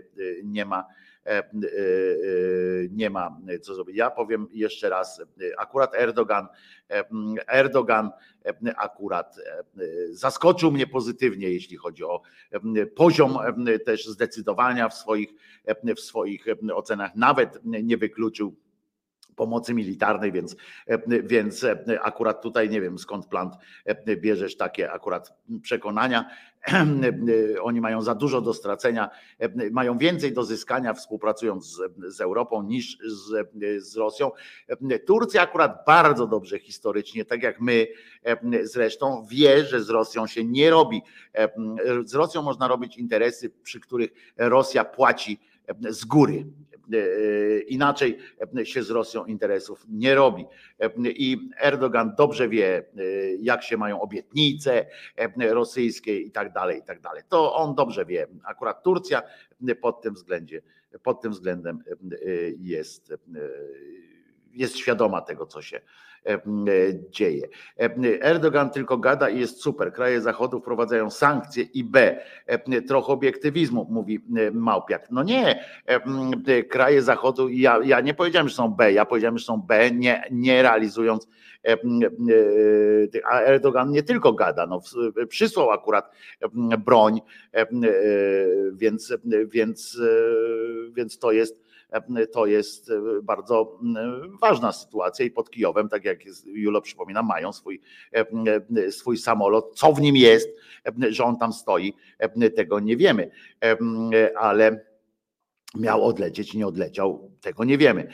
nie ma co zrobić. Ja powiem jeszcze raz, akurat Erdogan akurat zaskoczył mnie pozytywnie, jeśli chodzi o poziom też zdecydowania w swoich ocenach. Nawet nie wykluczył pomocy militarnej, więc akurat tutaj nie wiem, skąd Plant bierzesz takie akurat przekonania. Oni mają za dużo do stracenia, mają więcej do zyskania współpracując z Europą niż z Rosją. Turcja akurat bardzo dobrze historycznie, tak jak my zresztą, wie, że z Rosją się nie robi. Z Rosją można robić interesy, przy których Rosja płaci z góry. Inaczej się z Rosją interesów nie robi. I Erdogan dobrze wie, jak się mają obietnice rosyjskie i tak dalej, i tak dalej. To on dobrze wie. Akurat Turcja pod tym względem jest świadoma tego, co się dzieje. Erdogan tylko gada i jest super. Kraje Zachodu wprowadzają sankcje i trochę obiektywizmu, mówi Małpiak. No nie, kraje Zachodu, ja nie powiedziałem, że są ja powiedziałem, że są nie realizując, a Erdogan nie tylko gada, no, przysłał akurat broń, więc to jest bardzo ważna sytuacja i pod Kijowem, tak jak Julo przypomina, mają swój samolot. Co w nim jest, że on tam stoi, tego nie wiemy, ale miał odlecieć, nie odleciał, tego nie wiemy.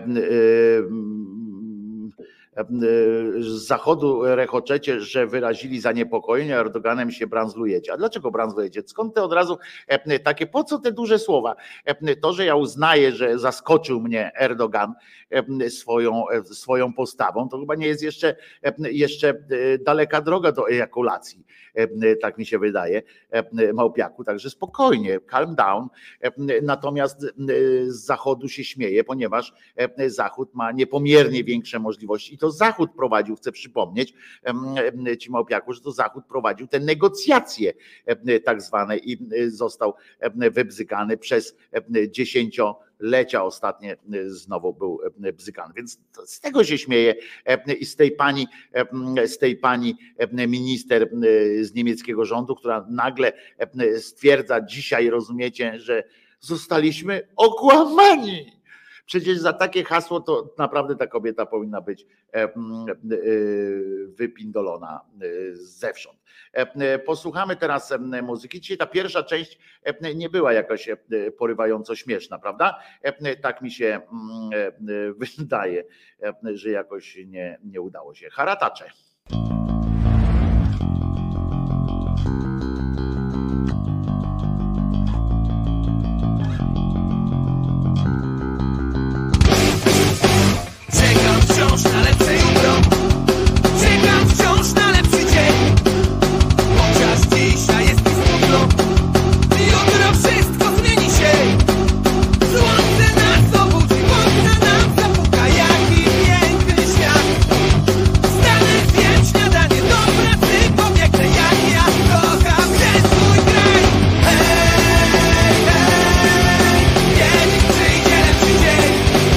Z Zachodu rechoczecie, że wyrazili zaniepokojenie, Erdoganem się branzlujecie. A dlaczego branzlujecie? Skąd te od razu takie, po co te duże słowa? To, że ja uznaję, że zaskoczył mnie Erdogan swoją postawą, to chyba nie jest jeszcze daleka droga do ejakulacji. Tak mi się wydaje, Małpiaku. Także spokojnie, calm down. Natomiast z Zachodu się śmieje, ponieważ Zachód ma niepomiernie większe możliwości. I to Zachód prowadził, chcę przypomnieć ci Małpiaku, że to Zachód prowadził te negocjacje tak zwane i został wybzykany przez dziesięciolecia ostatnie znowu był bzykany. Więc z tego się śmieje i z tej pani minister z niemieckiego rządu, która nagle stwierdza dzisiaj, rozumiecie, że zostaliśmy okłamani Przecież za takie hasło to naprawdę ta kobieta powinna być wypindolona zewsząd. Posłuchamy teraz muzyki. Dzisiaj ta pierwsza część nie była jakoś porywająco śmieszna, prawda? Tak mi się wydaje, że jakoś nie udało się. Haratacze. Czekam wciąż na lepsze jutro. Czekam wciąż na lepszy dzień. Chociaż dzisiaj jest mi smutno, jutro wszystko zmieni się. Słońce nas obudzi, okna nam zapuka. Jaki piękny świat. Wstanę, zjem śniadanie, do pracy pobiegnę. Jak ja kocham ten swój kraj. Hej, hej, kiedyś przyjdzie lepszy dzień.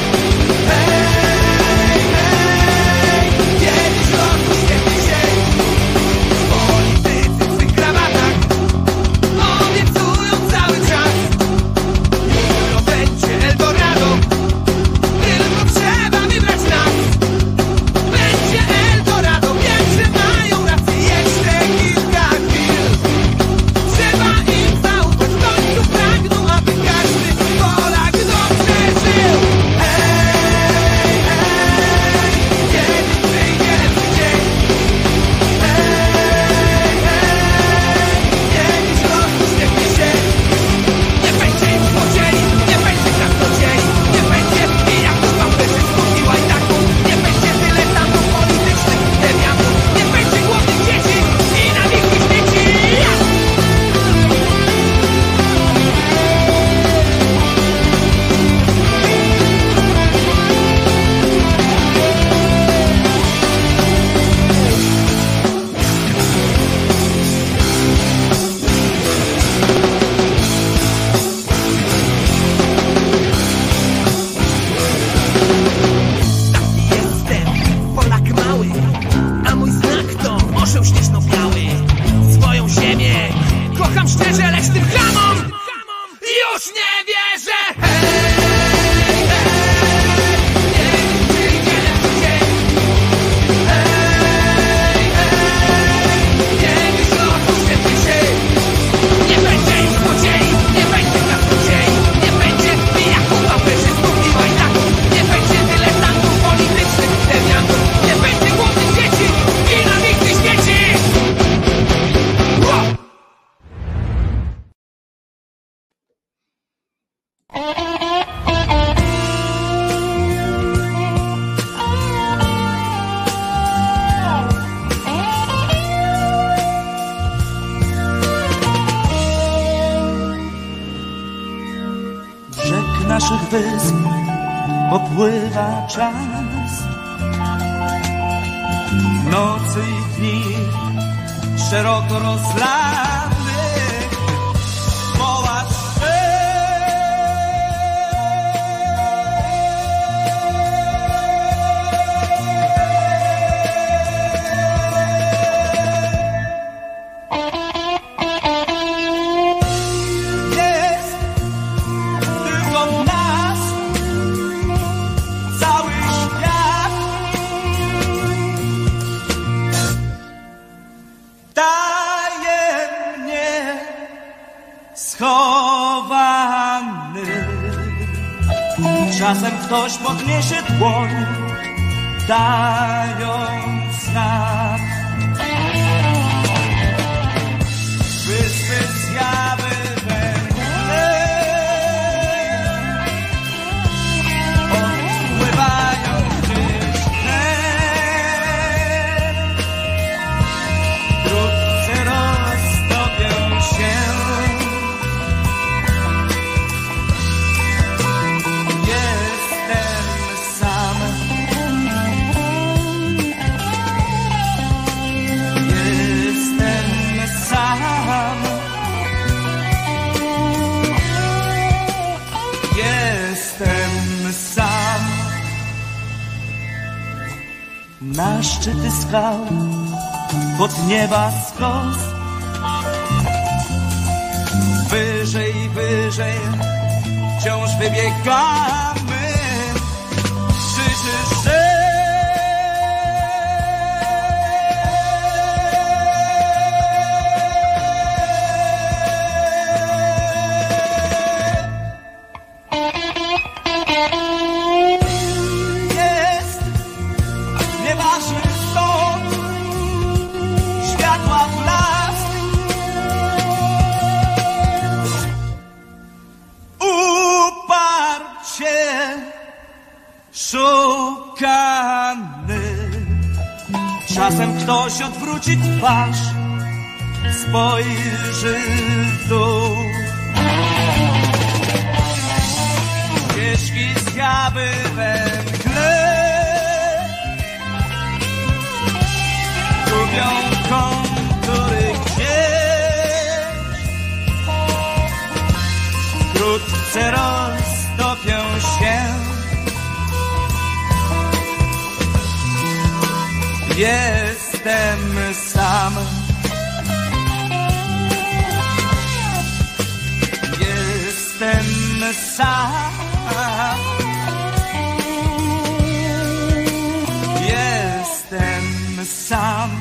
Politycy w swych krawatach obiecują cały czas. Jutro będzie Eldorado, tylko trzeba wybrać nas. Będzie Eldorado, wiem, że mają rację. Jeszcze kilka chwil trzeba im zaufać. W końcu pragną, aby każdy Polak dobrze żył. Kiedyś przyjdzie lepszy dzień. Kiedyś los uśmiechnie się. Nie będzie im złodziei, nie będzie kradkodziei, nie będzie pijaków, pamperzystów i łajdaków, nie będzie dyletantów politycznych, dewiantów, nie będzie głodnych dzieci i namiętnych śmieci. Jestem Polak mały, a mój znak to orzeł śnieżno-biały. Swoją ziemię kocham szczerze, lecz tym chamom już nie wierzę. Kiedyś przyjdzie lepszy dzień. Kiedyś los uśmiechnie się. Nie będzie już złodziei, nie będzie kradkodziei, nie będzie pijaków, pamperzystów i łajdaków, nie będzie dyletantów politycznych, dewiantów, nie będzie głodnych dzieci i namiętnych śmieci. Wow! Brzeg naszych wysp opływa czas. Nocy i dni szeroko rozlany woła jest tylko nas cały świat. Tajemnie schowany. Czasem ktoś podniesie dłoń, dając znak. Wyspy zjawy węgle odpływają gdzieś wnet. Wkrótce roztopią się. Jestem sam. Jestem sam. Jestem sam. Na szczyty skał, pod nieba skos. Wyżej, wyżej wciąż wybiegamy. ci twarz spojrzy w dół. Ścieżki zjawy we mgle gubią kontury gdzieś, wkrótce roztopią się. Jestem sam. Jestem sam. Jestem sam.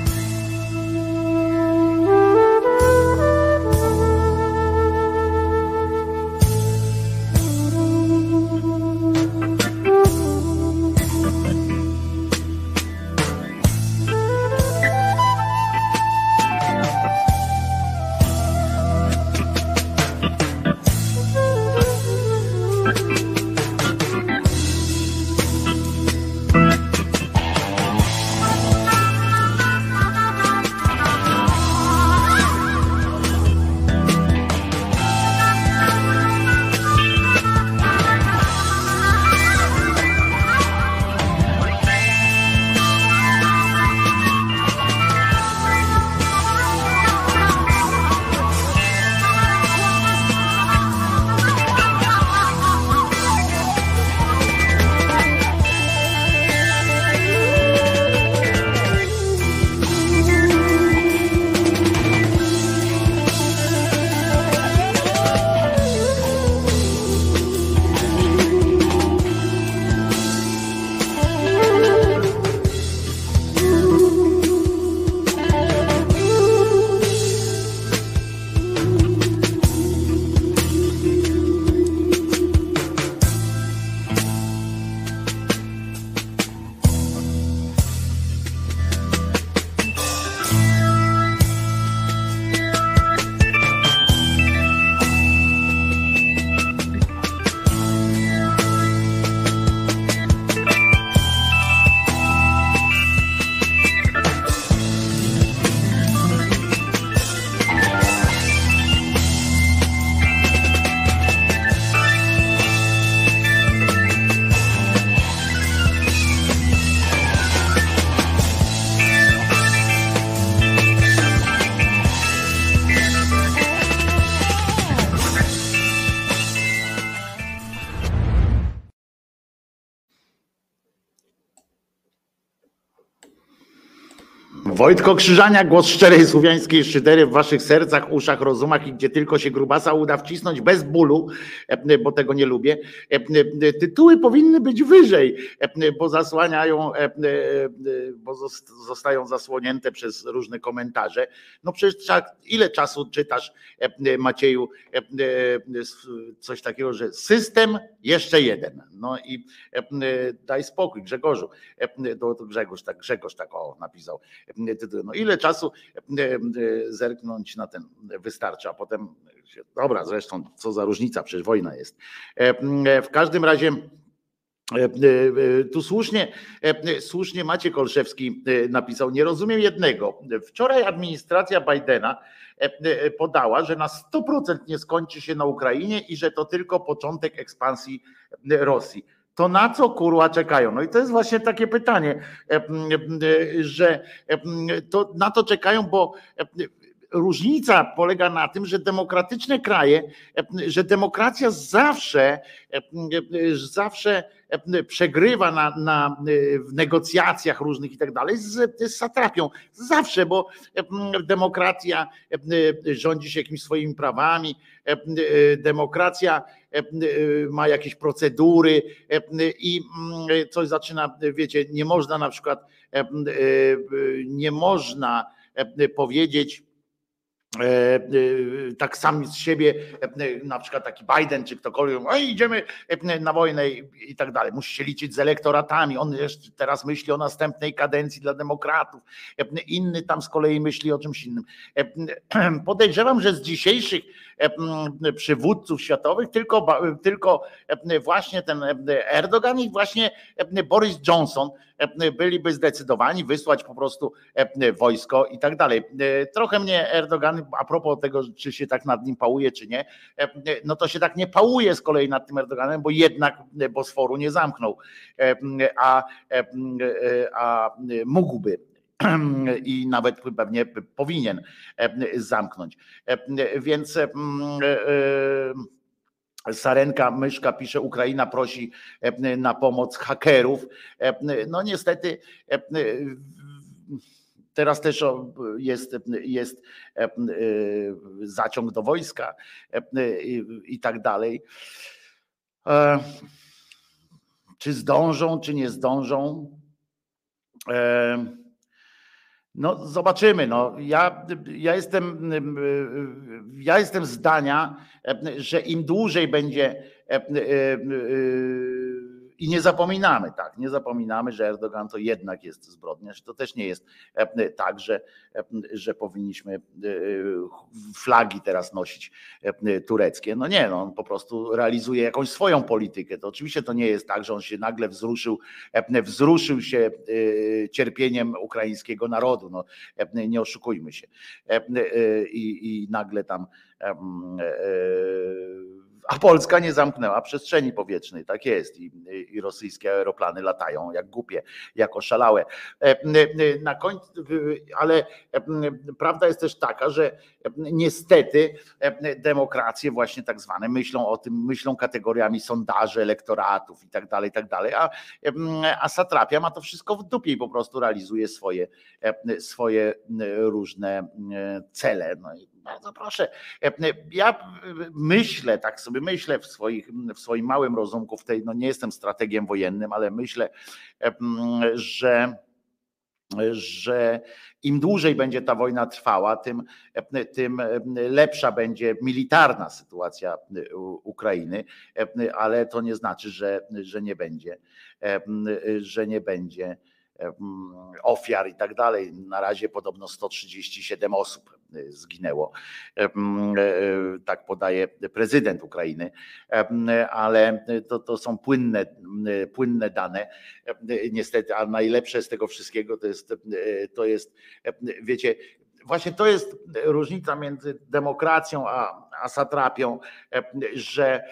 Wojtko Krzyżania, głos szczerej słowiańskiej szydery w waszych sercach, uszach, rozumach i gdzie tylko się grubasa uda wcisnąć bez bólu, bo tego nie lubię. Tytuły powinny być wyżej, bo zasłaniają, bo zostają zasłonięte przez różne komentarze. No przecież ile czasu czytasz, Macieju, coś takiego, że system jeszcze jeden. No i daj spokój, Grzegorzu. To Grzegorz tak napisał. No ile czasu zerknąć na ten wystarczy, a potem dobra, zresztą co za różnica, przecież wojna jest. W każdym razie tu słusznie Maciek Olszewski napisał, nie rozumiem jednego. Wczoraj administracja Bidena podała, że na 100% nie skończy się na Ukrainie i że to tylko początek ekspansji Rosji. To na co kurwa czekają? No i to jest właśnie takie pytanie, że to na to czekają, bo różnica polega na tym, że demokratyczne kraje, że demokracja zawsze przegrywa w negocjacjach różnych i tak dalej z satrapią. Zawsze, bo demokracja rządzi się jakimiś swoimi prawami, demokracja ma jakieś procedury i coś zaczyna, wiecie, nie można na przykład, nie można powiedzieć tak sami z siebie, na przykład taki Biden czy ktokolwiek, idziemy na wojnę i tak dalej. Musi się liczyć z elektoratami. On jeszcze teraz myśli o następnej kadencji dla demokratów. Inny tam z kolei myśli o czymś innym. Podejrzewam, że z dzisiejszych przywódców światowych tylko właśnie ten Erdogan i właśnie Boris Johnson byliby zdecydowani wysłać po prostu wojsko i tak dalej. Trochę mnie Erdogan, a propos tego, czy się tak nad nim pałuje, czy nie, no to się tak nie pałuje z kolei nad tym Erdoganem, bo jednak Bosforu nie zamknął, a mógłby. I nawet pewnie powinien zamknąć. Więc Sarenka Myszka pisze, Ukraina prosi na pomoc hakerów. No niestety teraz też jest zaciąg do wojska i tak dalej. Czy zdążą, czy nie zdążą? No zobaczymy. No, ja jestem zdania, że im dłużej będzie i nie zapominamy, że Erdogan to jednak jest zbrodniarz. To też nie jest tak, że powinniśmy flagi teraz nosić tureckie. No nie, no on po prostu realizuje jakąś swoją politykę. To oczywiście to nie jest tak, że on się nagle wzruszył się cierpieniem ukraińskiego narodu. No, nie oszukujmy się. I nagle tam a Polska nie zamknęła przestrzeni powietrznej, tak jest. I rosyjskie aeroplany latają jak głupie, jak oszalałe. Na końcu, ale prawda jest też taka, że niestety demokracje właśnie tak zwane myślą o tym, myślą kategoriami sondaży, elektoratów i tak dalej, a satrapia ma to wszystko w dupie i po prostu realizuje swoje różne cele. No i bardzo proszę. Ja myślę, tak sobie myślę w swoim małym rozumku, no nie jestem strategiem wojennym, ale myślę, że im dłużej będzie ta wojna trwała, tym lepsza będzie militarna sytuacja Ukrainy, ale to nie znaczy, że nie będzie ofiar i tak dalej. Na razie podobno 137 osób zginęło. Tak podaje prezydent Ukrainy, ale to są płynne dane. Niestety, a najlepsze z tego wszystkiego to jest, wiecie, właśnie to jest różnica między demokracją a satrapią, że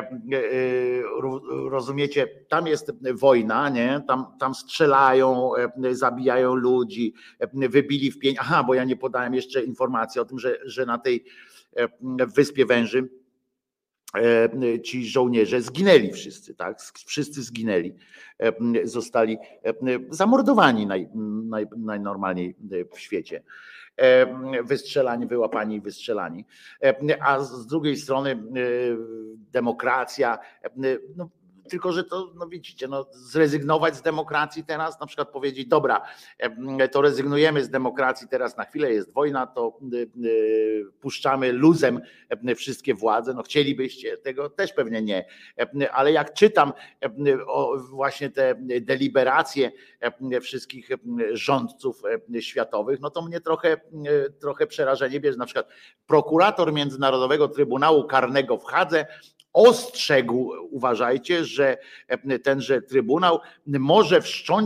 rozumiecie, tam jest wojna, nie? Tam strzelają, zabijają ludzi, wybili w pień. Aha, bo ja nie podałem jeszcze informacji o tym, że na tej Wyspie Węży ci żołnierze zginęli wszyscy, tak? Wszyscy zginęli, zostali zamordowani najnormalniej w świecie. Wystrzelani, wyłapani i wystrzelani. A z drugiej strony demokracja, no, tylko że to, no widzicie, no, zrezygnować z demokracji teraz, na przykład powiedzieć, dobra, to rezygnujemy z demokracji teraz na chwilę, jest wojna, to puszczamy luzem wszystkie władze, no chcielibyście tego? Też pewnie nie, ale jak czytam właśnie te deliberacje wszystkich rządców światowych, no to mnie trochę przerażenie bierze. Na przykład prokurator Międzynarodowego Trybunału Karnego w Hadze ostrzegł, uważajcie, że tenże Trybunał może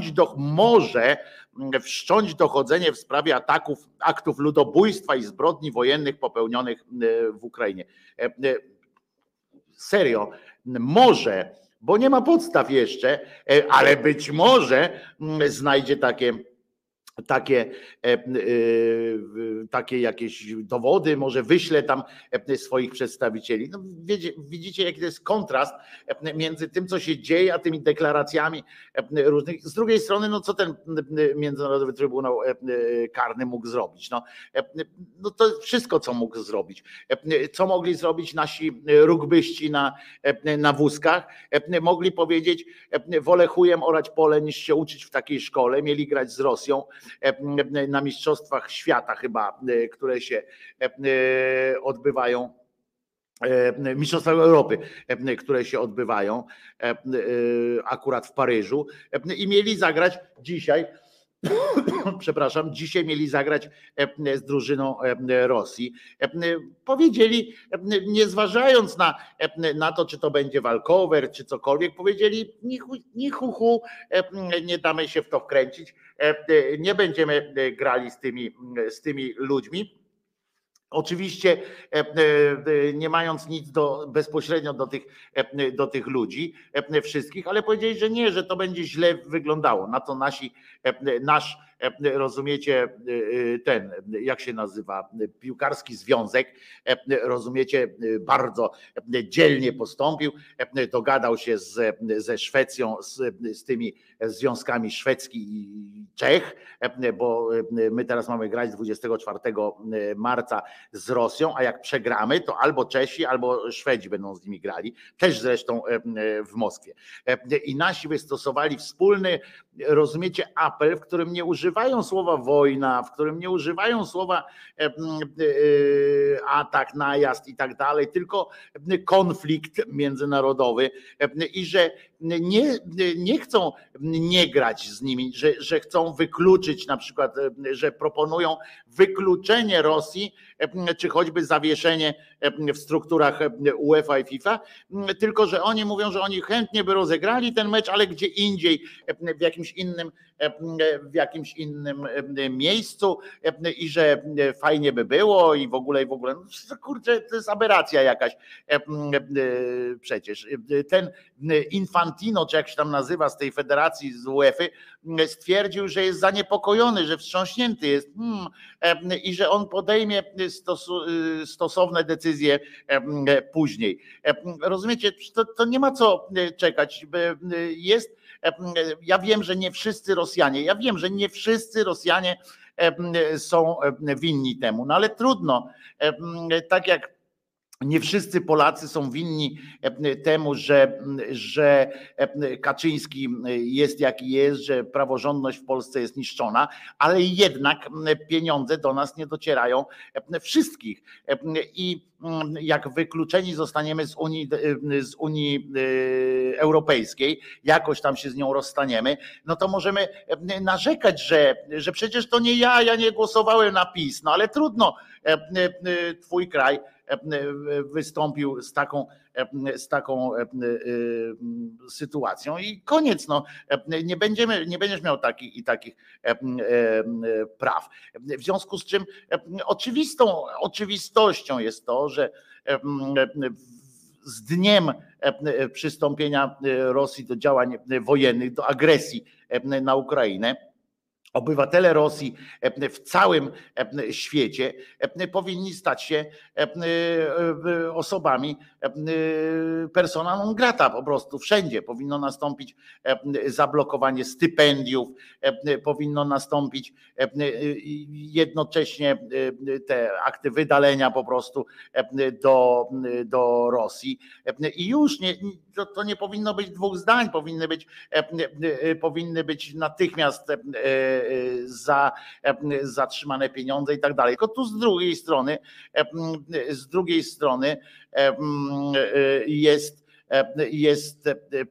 wszcząć dochodzenie w sprawie aktów ludobójstwa i zbrodni wojennych popełnionych w Ukrainie. Serio, może, bo nie ma podstaw jeszcze, ale być może znajdzie takie jakieś dowody, może wyśle tam swoich przedstawicieli. No, widzicie, jaki to jest kontrast między tym, co się dzieje, a tymi deklaracjami różnych. Z drugiej strony, no co ten Międzynarodowy Trybunał Karny mógł zrobić? No to wszystko, co mógł zrobić. Co mogli zrobić nasi rugbyści na wózkach? Mogli powiedzieć, wolę chujem orać pole, niż się uczyć w takiej szkole. Mieli grać z Rosją na mistrzostwach świata chyba, które się odbywają, mistrzostwa Europy, które się odbywają akurat w Paryżu, i mieli zagrać dzisiaj przepraszam, dzisiaj mieli zagrać z drużyną Rosji. Powiedzieli, nie zważając na to, czy to będzie walkover, czy cokolwiek, powiedzieli, ni hu hu, nie damy się w to wkręcić, nie będziemy grali z tymi ludźmi. Oczywiście nie mając nic bezpośrednio do tych ludzi wszystkich, ale powiedzieli, że nie, że to będzie źle wyglądało. Na to nasz, rozumiecie, ten, jak się nazywa, piłkarski związek, rozumiecie, bardzo dzielnie postąpił, dogadał się ze Szwecją, z tymi związkami szwedzki i Czech, bo my teraz mamy grać 24 marca z Rosją, a jak przegramy, to albo Czesi, albo Szwedzi będą z nimi grali, też zresztą w Moskwie. I nasi wystosowali wspólny, rozumiecie, apel, w którym nie używają słowa wojna, w którym nie używają słowa atak, najazd i tak dalej, tylko konflikt międzynarodowy i że nie chcą nie grać z nimi, że chcą wykluczyć, na przykład, że proponują wykluczenie Rosji, czy choćby zawieszenie w strukturach UEFA i FIFA, tylko że oni mówią, że oni chętnie by rozegrali ten mecz, ale gdzie indziej, w jakimś innym miejscu i że fajnie by było i w ogóle. No, kurczę, to jest aberracja jakaś przecież. Ten Infantino, czy jak się tam nazywa z tej federacji z UEFA, stwierdził, że jest zaniepokojony, że wstrząśnięty jest i że on podejmie stosowne decyzje później. Rozumiecie, to nie ma co czekać. Ja wiem, że nie wszyscy Rosjanie są winni temu, no ale trudno, tak jak nie wszyscy Polacy są winni temu, że Kaczyński jest jaki jest, że praworządność w Polsce jest niszczona, ale jednak pieniądze do nas nie docierają wszystkich. I jak wykluczeni zostaniemy z Unii Europejskiej, jakoś tam się z nią rozstaniemy, no to możemy narzekać, że przecież to nie ja nie głosowałem na PiS, no ale trudno, twój kraj wystąpił z taką sytuacją i koniec, no, nie będziesz miał takich i takich praw. W związku z czym oczywistością jest to, że z dniem przystąpienia Rosji do działań wojennych, do agresji na Ukrainę, obywatele Rosji w całym świecie powinni stać się osobami persona non grata, po prostu wszędzie. Powinno nastąpić zablokowanie stypendiów, powinno nastąpić jednocześnie te akty wydalenia po prostu do Rosji. I już to nie powinno być dwóch zdań, powinny być natychmiast zatrzymane pieniądze i tak dalej. Tylko tu z drugiej strony jest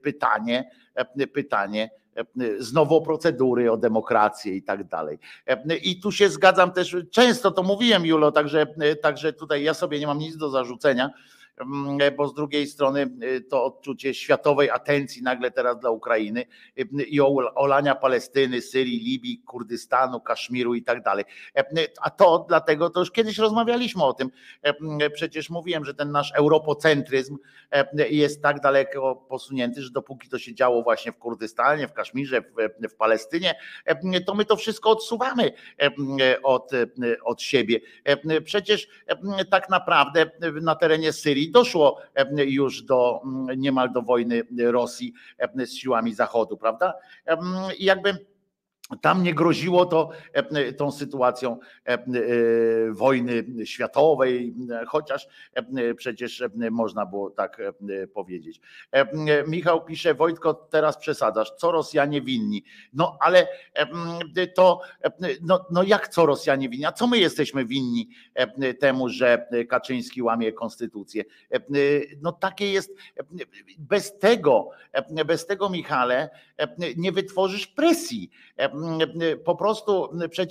pytanie znowu o procedury, o demokrację i tak dalej. I tu się zgadzam też, często to mówiłem, Julo, także tutaj ja sobie nie mam nic do zarzucenia, bo z drugiej strony to odczucie światowej atencji nagle teraz dla Ukrainy i olania Palestyny, Syrii, Libii, Kurdystanu, Kaszmiru i tak dalej. A to dlatego, to już kiedyś rozmawialiśmy o tym, przecież mówiłem, że ten nasz europocentryzm jest tak daleko posunięty, że dopóki to się działo właśnie w Kurdystanie, w Kaszmirze, w Palestynie, to my to wszystko odsuwamy od siebie. Przecież tak naprawdę na terenie Syrii doszło już niemal do wojny Rosji z siłami Zachodu, prawda? I jakby tam nie groziło to tą sytuacją wojny światowej, chociaż przecież można było tak powiedzieć. Michał pisze, Wojtko, teraz przesadzasz, co Rosjanie winni? No ale to, no jak co Rosjanie winni? A co my jesteśmy winni temu, że Kaczyński łamie konstytucję? No takie jest, bez tego Michale, nie wytworzysz presji. Po prostu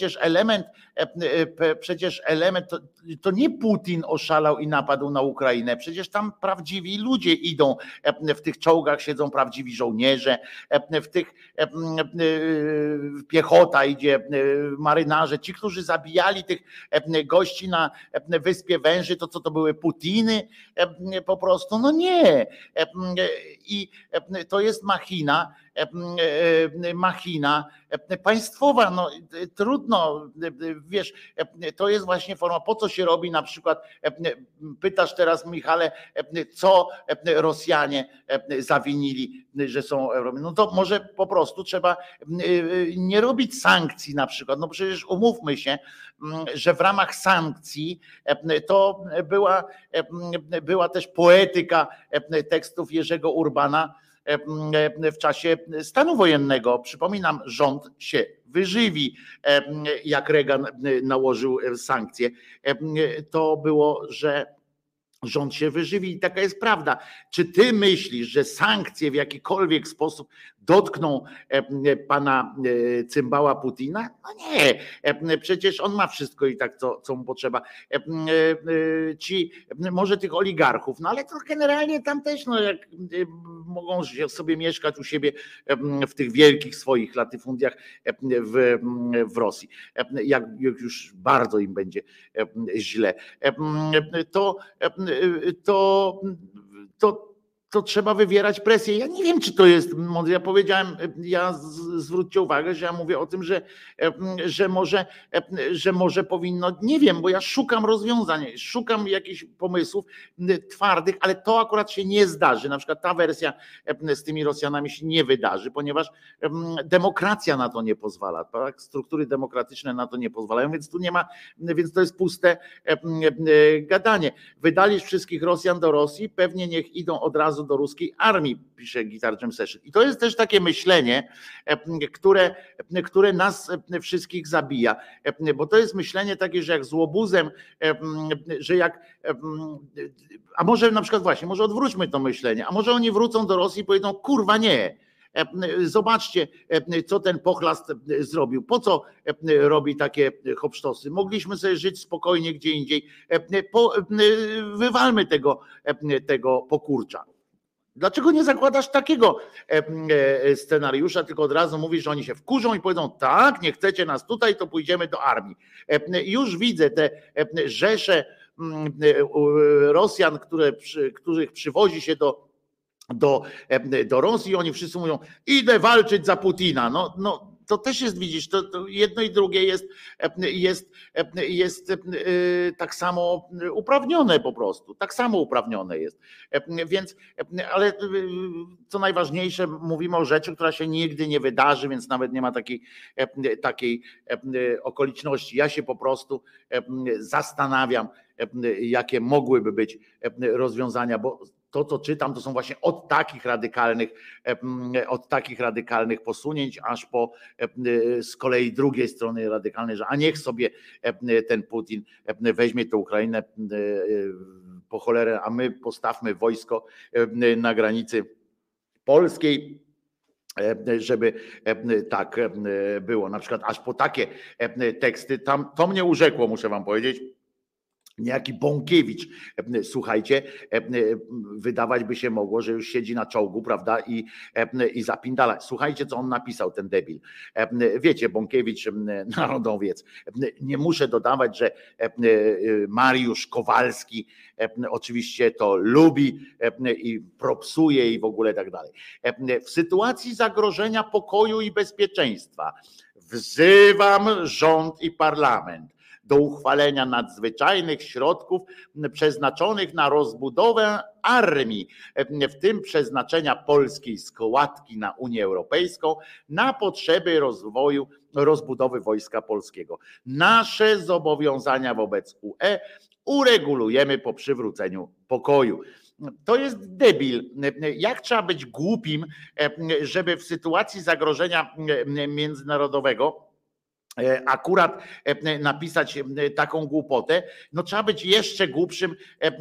przecież element to nie Putin oszalał i napadł na Ukrainę, przecież tam prawdziwi ludzie idą, w tych czołgach siedzą prawdziwi żołnierze, w tych piechota idzie, marynarze, ci, którzy zabijali tych gości na Wyspie Węży, to co to były Putiny po prostu, no nie. I to jest machina państwowa, no trudno, wiesz, to jest właśnie forma, po co się robi na przykład, pytasz teraz Michale, co Rosjanie zawinili, że są Europejczycy, no to może po prostu trzeba nie robić sankcji na przykład, no przecież umówmy się, że w ramach sankcji to była też poetyka tekstów Jerzego Urbana w czasie stanu wojennego. Przypominam, rząd się wyżywi, jak Reagan nałożył sankcje. To było, że rząd się wyżywi i taka jest prawda. Czy ty myślisz, że sankcje w jakikolwiek sposób dotkną pana cymbała Putina? No nie, przecież on ma wszystko i tak, co mu potrzeba. Może tych oligarchów, no ale to generalnie tam też, no jak mogą sobie mieszkać u siebie w tych wielkich swoich latyfundiach w Rosji. Jak już bardzo im będzie źle, to trzeba wywierać presję. Ja nie wiem, czy to jest mądre. Ja powiedziałem, zwróćcie uwagę, że ja mówię o tym, że może powinno, nie wiem, bo ja szukam rozwiązań, szukam jakichś pomysłów twardych, ale to akurat się nie zdarzy. Na przykład ta wersja z tymi Rosjanami się nie wydarzy, ponieważ demokracja na to nie pozwala, tak? Struktury demokratyczne na to nie pozwalają, więc tu nie ma, więc to jest puste gadanie. Wydalisz wszystkich Rosjan do Rosji, pewnie niech idą od razu do ruskiej armii, pisze Guitar Jam Session. I to jest też takie myślenie, które nas wszystkich zabija, bo to jest myślenie takie, że jak z łobuzem, że jak, a może na przykład właśnie, może odwróćmy to myślenie, a może oni wrócą do Rosji i powiedzą, kurwa nie, zobaczcie, co ten pochlast zrobił, po co robi takie hopsztosy, mogliśmy sobie żyć spokojnie gdzie indziej, wywalmy tego pokurcza. Dlaczego nie zakładasz takiego scenariusza, tylko od razu mówisz, że oni się wkurzą i powiedzą, tak, nie chcecie nas tutaj, to pójdziemy do armii. Już widzę te rzesze Rosjan, których przywozi się do Rosji, oni wszyscy mówią, idę walczyć za Putina. No to też jest, widzisz, to jedno i drugie jest tak samo uprawnione po prostu, tak samo uprawnione jest. Więc, ale co najważniejsze, mówimy o rzeczy, która się nigdy nie wydarzy, więc nawet nie ma takiej okoliczności. Ja się po prostu zastanawiam, jakie mogłyby być rozwiązania, bo to, co czytam, to są właśnie od takich radykalnych posunięć, aż po z kolei drugiej strony radykalnej, że a niech sobie ten Putin weźmie tę Ukrainę po cholerę, a my postawmy wojsko na granicy polskiej, żeby tak było. Na przykład aż po takie teksty, to mnie urzekło, muszę wam powiedzieć. Niejaki Bąkiewicz, słuchajcie, wydawać by się mogło, że już siedzi na czołgu, prawda, i zapindala. Słuchajcie, co on napisał, ten debil. Wiecie, Bąkiewicz, narodowiec. Nie muszę dodawać, że Mariusz Kowalski oczywiście to lubi i propsuje i w ogóle tak dalej. W sytuacji zagrożenia pokoju i bezpieczeństwa wzywam rząd i parlament do uchwalenia nadzwyczajnych środków przeznaczonych na rozbudowę armii, w tym przeznaczenia polskiej składki na Unię Europejską na potrzeby rozbudowy Wojska Polskiego. Nasze zobowiązania wobec UE uregulujemy po przywróceniu pokoju. To jest debil. Jak trzeba być głupim, żeby w sytuacji zagrożenia międzynarodowego akurat napisać taką głupotę, no trzeba być jeszcze głupszym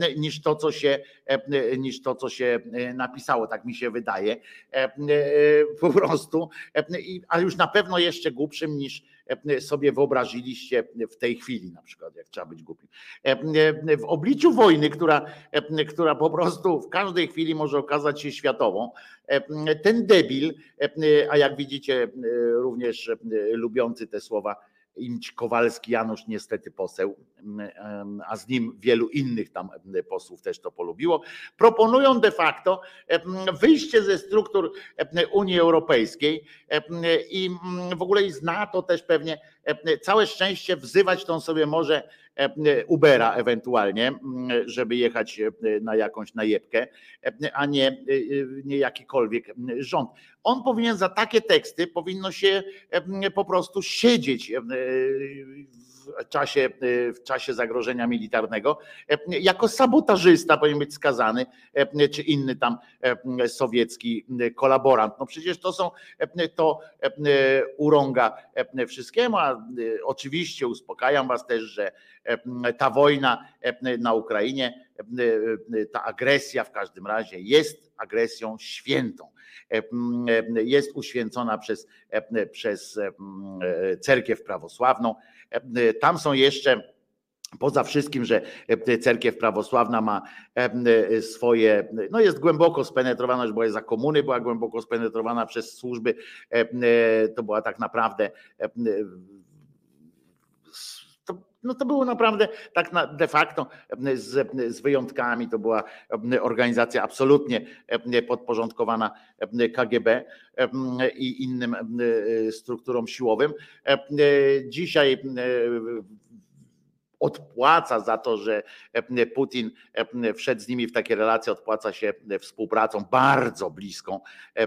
niż to, co się napisało, tak mi się wydaje. Po prostu, a już na pewno jeszcze głupszym niż sobie wyobraziliście w tej chwili, na przykład, jak trzeba być głupim. W obliczu wojny, która po prostu w każdej chwili może okazać się światową, ten debil, a jak widzicie również lubiący te słowa Imć Kowalski Janusz, niestety poseł, a z nim wielu innych tam posłów też to polubiło, proponują de facto wyjście ze struktur Unii Europejskiej i w ogóle z NATO też pewnie całe szczęście wzywać tą sobie może Ubera ewentualnie, żeby jechać na jakąś najebkę, a nie jakikolwiek rząd. On powinien za takie teksty, powinno się po prostu siedzieć w czasie zagrożenia militarnego. Jako sabotażysta powinien być skazany, czy inny tam sowiecki kolaborant. No przecież to urąga wszystkiemu, a oczywiście uspokajam was też, że ta wojna na Ukrainie, ta agresja w każdym razie jest agresją świętą. Jest uświęcona przez cerkiew prawosławną. Tam są jeszcze, poza wszystkim, że cerkiew prawosławna ma swoje, no jest głęboko spenetrowana, bo jest za komuny, była głęboko spenetrowana przez służby, to była tak naprawdę to było naprawdę tak de facto z wyjątkami, to była organizacja absolutnie podporządkowana KGB i innym strukturom siłowym. Dzisiaj odpłaca za to, że Putin wszedł z nimi w takie relacje, odpłaca się współpracą bardzo bliską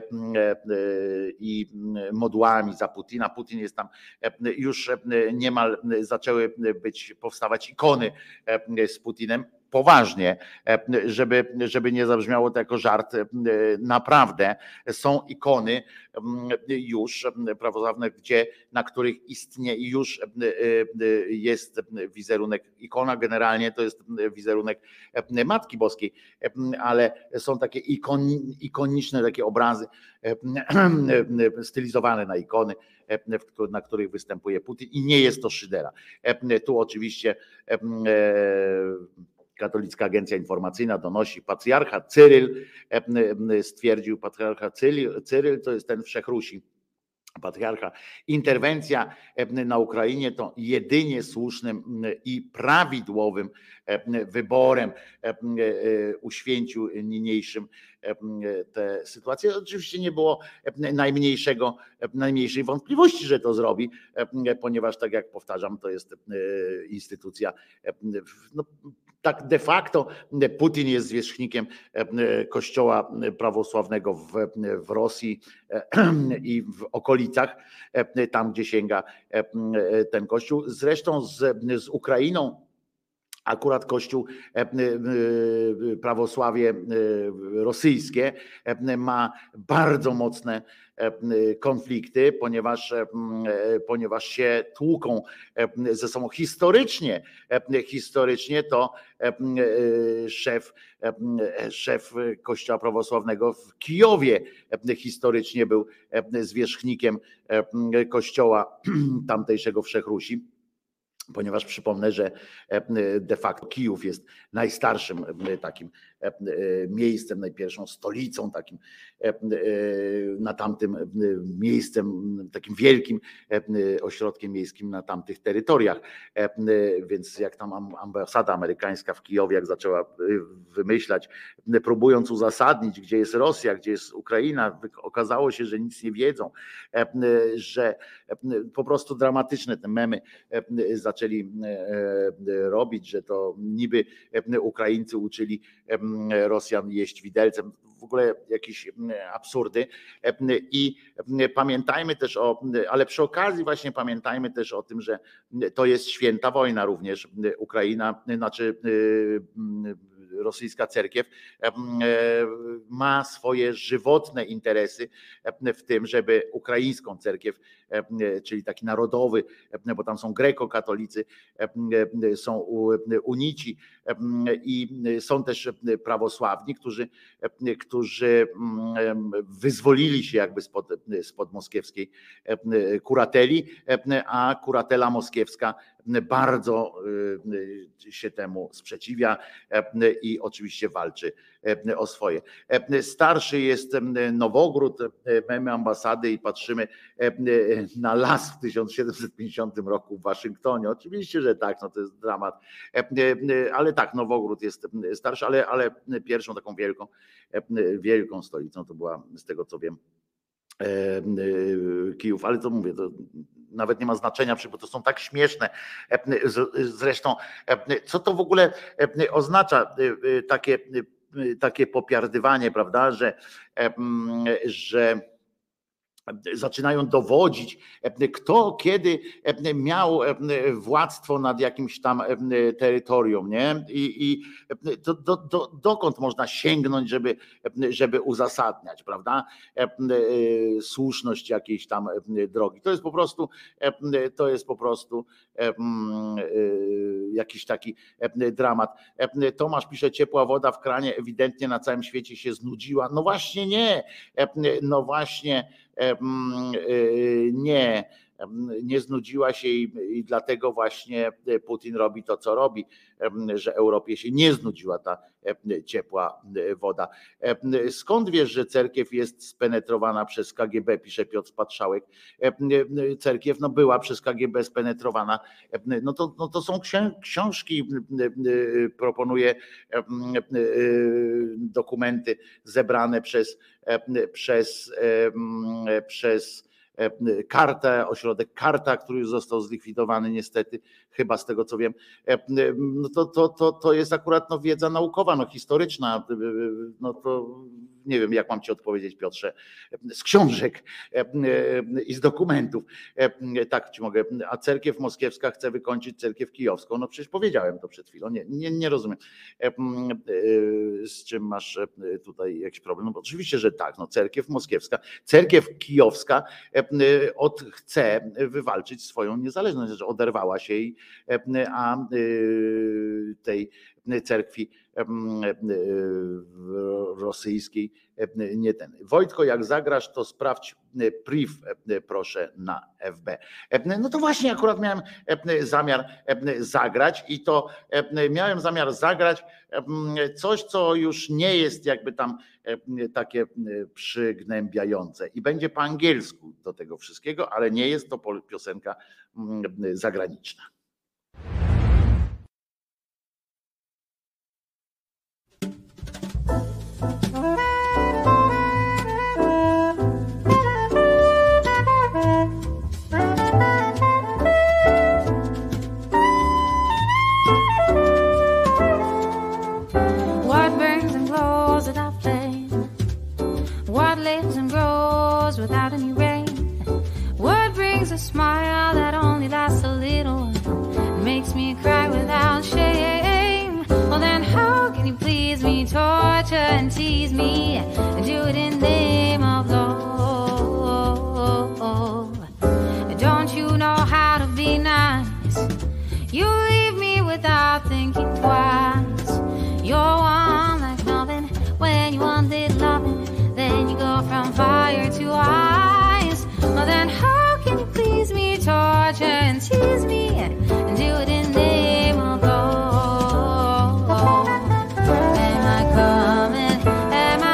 i modłami za Putina. Putin jest tam już niemal powstawać ikony z Putinem. Poważnie, żeby nie zabrzmiało to jako żart, naprawdę są ikony już prawosławne, na których istnieje już jest wizerunek, ikona generalnie to jest wizerunek Matki Boskiej, ale są takie ikoniczne takie obrazy stylizowane na ikony, na których występuje Putin i nie jest to szydera. Tu oczywiście Katolicka Agencja Informacyjna donosi, patriarcha Cyryl stwierdził, patriarcha Cyryl to jest ten Wszechrusi, patriarcha, interwencja na Ukrainie to jedynie słusznym i prawidłowym wyborem, uświęcił niniejszym tę sytuację. Oczywiście nie było najmniejszej wątpliwości, że to zrobi, ponieważ tak jak powtarzam, to jest instytucja, no, tak de facto Putin jest zwierzchnikiem Kościoła prawosławnego w Rosji i w okolicach, tam gdzie sięga ten kościół. Zresztą z Ukrainą akurat Kościół, prawosławie rosyjskie ma bardzo mocne konflikty, ponieważ się tłuką ze sobą historycznie to szef Kościoła prawosławnego w Kijowie historycznie był zwierzchnikiem Kościoła tamtejszego Wszechrusi. Ponieważ przypomnę, że de facto Kijów jest najstarszym takim miejscem, najpierwszą stolicą, takim na tamtym miejscem, takim wielkim ośrodkiem miejskim na tamtych terytoriach. Więc jak tam ambasada amerykańska w Kijowie, jak zaczęła wymyślać, próbując uzasadnić, gdzie jest Rosja, gdzie jest Ukraina, okazało się, że nic nie wiedzą, że po prostu dramatyczne te memy zaczęli robić, że to niby Ukraińcy uczyli Rosjan jeść widelcem. W ogóle jakieś absurdy. I pamiętajmy też ale przy okazji właśnie pamiętajmy też o tym, że to jest święta wojna również. Ukraina, znaczy rosyjska cerkiew ma swoje żywotne interesy w tym, żeby ukraińską cerkiew czyli taki narodowy, bo tam są grekokatolicy, są unici i są też prawosławni, którzy wyzwolili się jakby spod moskiewskiej kurateli, a kuratela moskiewska bardzo się temu sprzeciwia i oczywiście walczy o swoje. Starszy jest Nowogród, mamy ambasady i patrzymy na las w 1750 roku w Waszyngtonie. Oczywiście, że tak, no to jest dramat, ale tak, Nowogród jest starszy, ale pierwszą taką wielką stolicą to była, z tego co wiem, Kijów, ale to mówię, to nawet nie ma znaczenia, bo to są tak śmieszne. Zresztą, co to w ogóle oznacza takie popiardywanie, prawda, że zaczynają dowodzić, kto kiedy miał władztwo nad jakimś tam terytorium, nie? I dokąd można sięgnąć, żeby uzasadniać, prawda? Słuszność jakiejś tam drogi. To jest po prostu jakiś taki dramat. Tomasz pisze, ciepła woda w kranie ewidentnie na całym świecie się znudziła. No właśnie nie. No właśnie nie znudziła się i dlatego właśnie Putin robi to, co robi, że Europie się nie znudziła ta ciepła woda. Skąd wiesz, że cerkiew jest spenetrowana przez KGB, pisze Piotr Patrzałek. Cerkiew była przez KGB spenetrowana. No to są książki, proponuję dokumenty zebrane przez Kartę, ośrodek Karta, który już został zlikwidowany niestety, chyba z tego co wiem. To jest akurat wiedza naukowa, historyczna. To nie wiem, jak mam ci odpowiedzieć, Piotrze, z książek i z dokumentów. Tak ci mogę. A cerkiew moskiewska chce wykończyć cerkiew kijowską. No przecież powiedziałem to przed chwilą. Nie rozumiem, z czym masz tutaj jakiś problem. No bo oczywiście, że tak. Cerkiew moskiewska, cerkiew kijowska chce wywalczyć swoją niezależność, że oderwała się jej, a tej cerkwi rosyjskiej nie ten. Wojtko, jak zagrasz, to sprawdź priv, proszę, na FB. No to właśnie akurat miałem zamiar zagrać i to miałem zamiar zagrać coś, co już nie jest jakby tam takie przygnębiające i będzie po angielsku do tego wszystkiego, ale nie jest to piosenka zagraniczna. Without any rain, what brings a smile that only lasts a little, makes me cry without shame? Well then how can you please me, torture and tease me, and do it in the name of love? Don't you know how to be nice? You leave me without thinking twice. You're one like nothing when you wanted loving, then you go from fire to ice. Well then how can you please me, torture and tease me, and do it in the name of love? Am I coming? Am I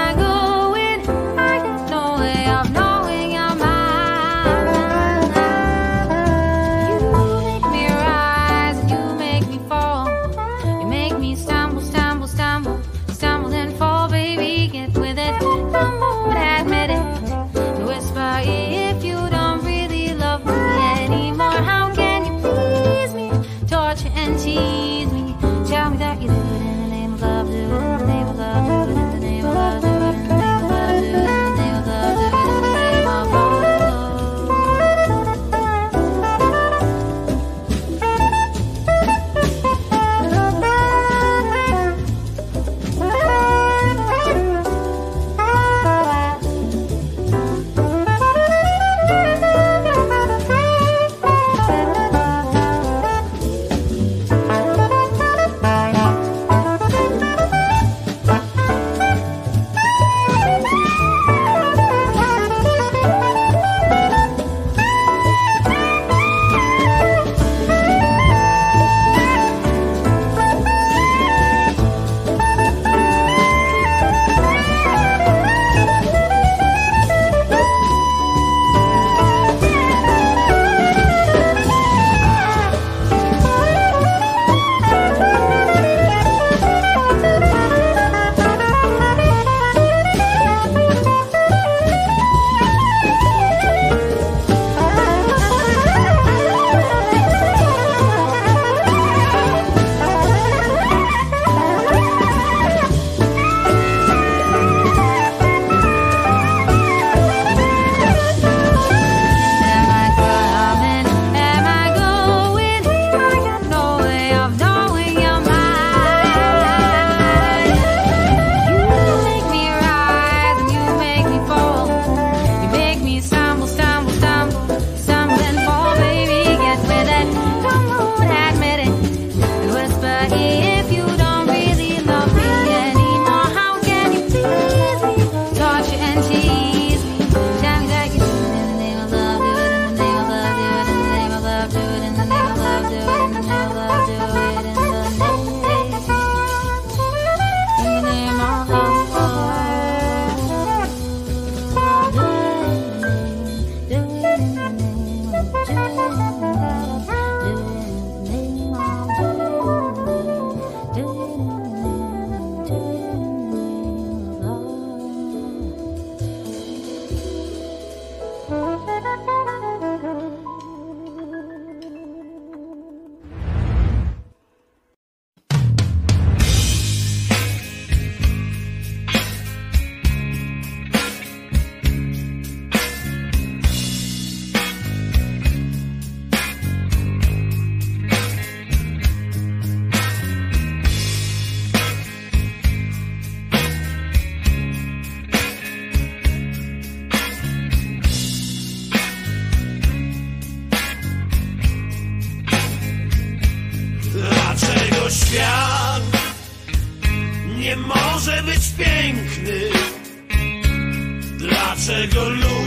Dlaczego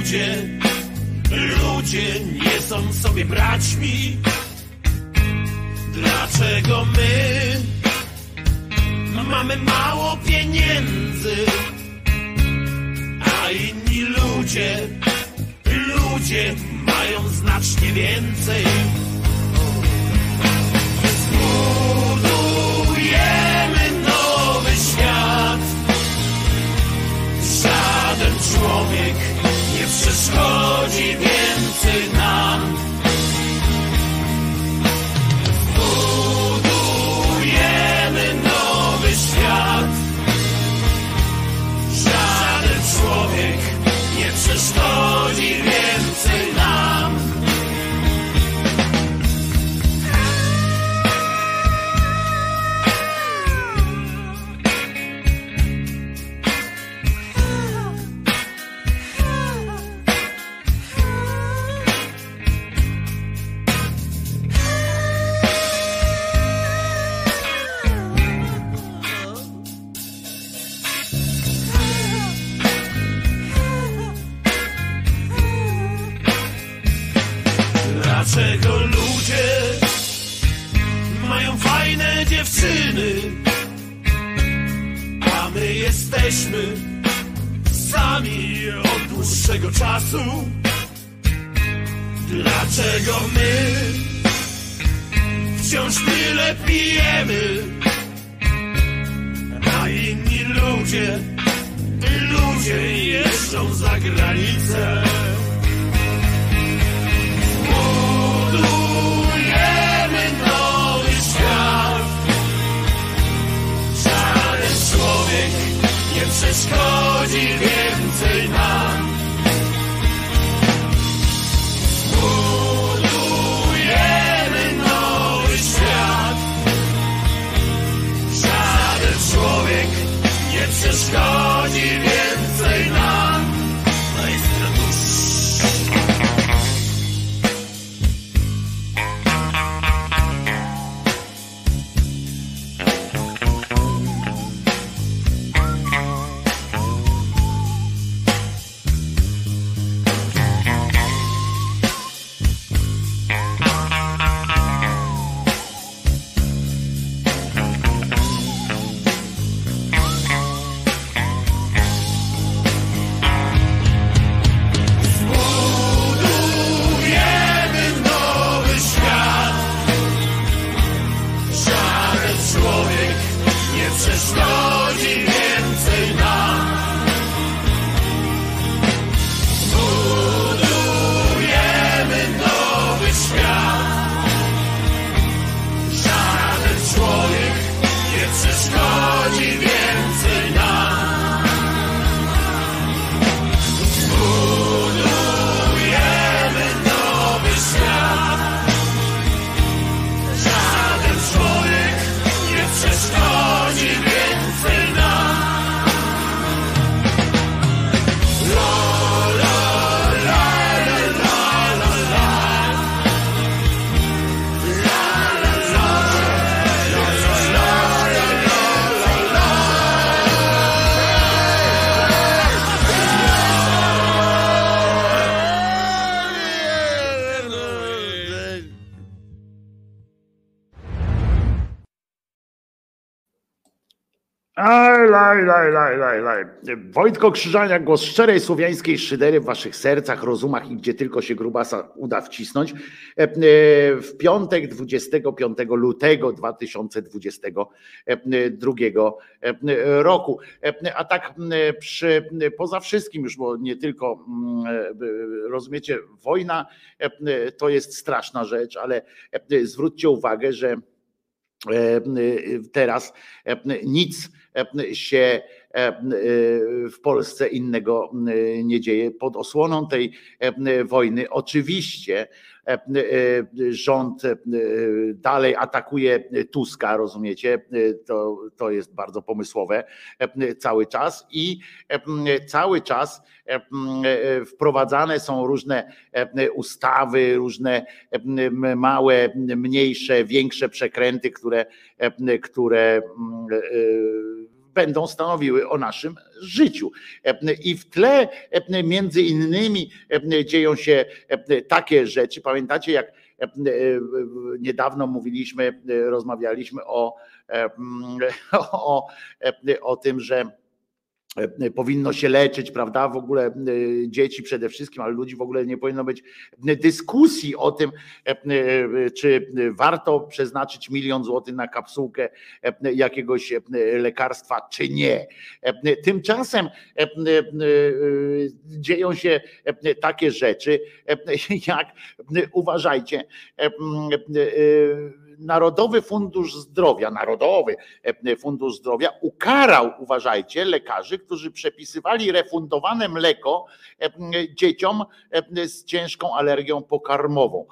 ludzie nie są sobie braćmi? Dlaczego my mamy mało pieniędzy, a inni ludzie mają znacznie więcej? Zbudujemy nowy świat. Żaden człowiek nie przeszkodzi więcej nam. Zbudujemy nowy świat. Żaden człowiek nie przeszkodzi więcej nam. Dlaczego ludzie mają fajne dziewczyny, a my jesteśmy sami od dłuższego czasu? Dlaczego my wciąż tyle pijemy, a inni ludzie jeżdżą za granicę? Budujemy nowy świat. Żaden człowiek nie przeszkodzi więcej nam. Budujemy nowy świat. Żaden człowiek nie przeszkodzi więcej nam. Wojtko Krzyżaniak, głos szczerej słowiańskiej szydery w waszych sercach, rozumach i gdzie tylko się grubasa uda wcisnąć. W piątek 25 lutego 2022 roku. A tak poza wszystkim już, bo nie tylko, rozumiecie, wojna to jest straszna rzecz, ale zwróćcie uwagę, że teraz nic się w Polsce innego nie dzieje. Pod osłoną tej wojny oczywiście rząd dalej atakuje Tuska, rozumiecie? To jest bardzo pomysłowe cały czas i cały czas wprowadzane są różne ustawy, różne małe, mniejsze, większe przekręty, które będą stanowiły o naszym życiu. I w tle między innymi dzieją się takie rzeczy. Pamiętacie, jak niedawno rozmawialiśmy o tym, że powinno się leczyć, prawda? W ogóle dzieci przede wszystkim, ale ludzi w ogóle nie powinno być dyskusji o tym, czy warto przeznaczyć 1 000 000 złotych na kapsułkę jakiegoś lekarstwa, czy nie. Tymczasem dzieją się takie rzeczy, jak uważajcie, Narodowy Fundusz Zdrowia ukarał, uważajcie, lekarzy, którzy przepisywali refundowane mleko dzieciom z ciężką alergią pokarmową.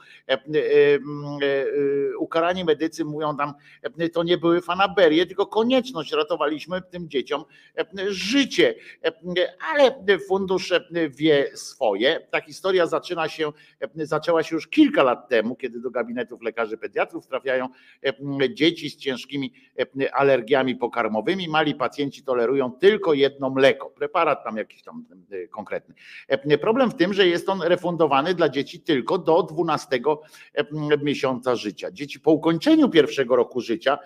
Ukarani medycy mówią tam, to nie były fanaberie, tylko konieczność, ratowaliśmy tym dzieciom życie. Ale fundusz wie swoje. Ta historia zaczęła się już kilka lat temu, kiedy do gabinetów lekarzy pediatrów trafiają dzieci z ciężkimi alergiami pokarmowymi. Mali pacjenci tolerują tylko jedno mleko, preparat tam jakiś tam konkretny. Problem w tym, że jest on refundowany dla dzieci tylko do 12 miesiąca życia. Dzieci po ukończeniu 1 roku życia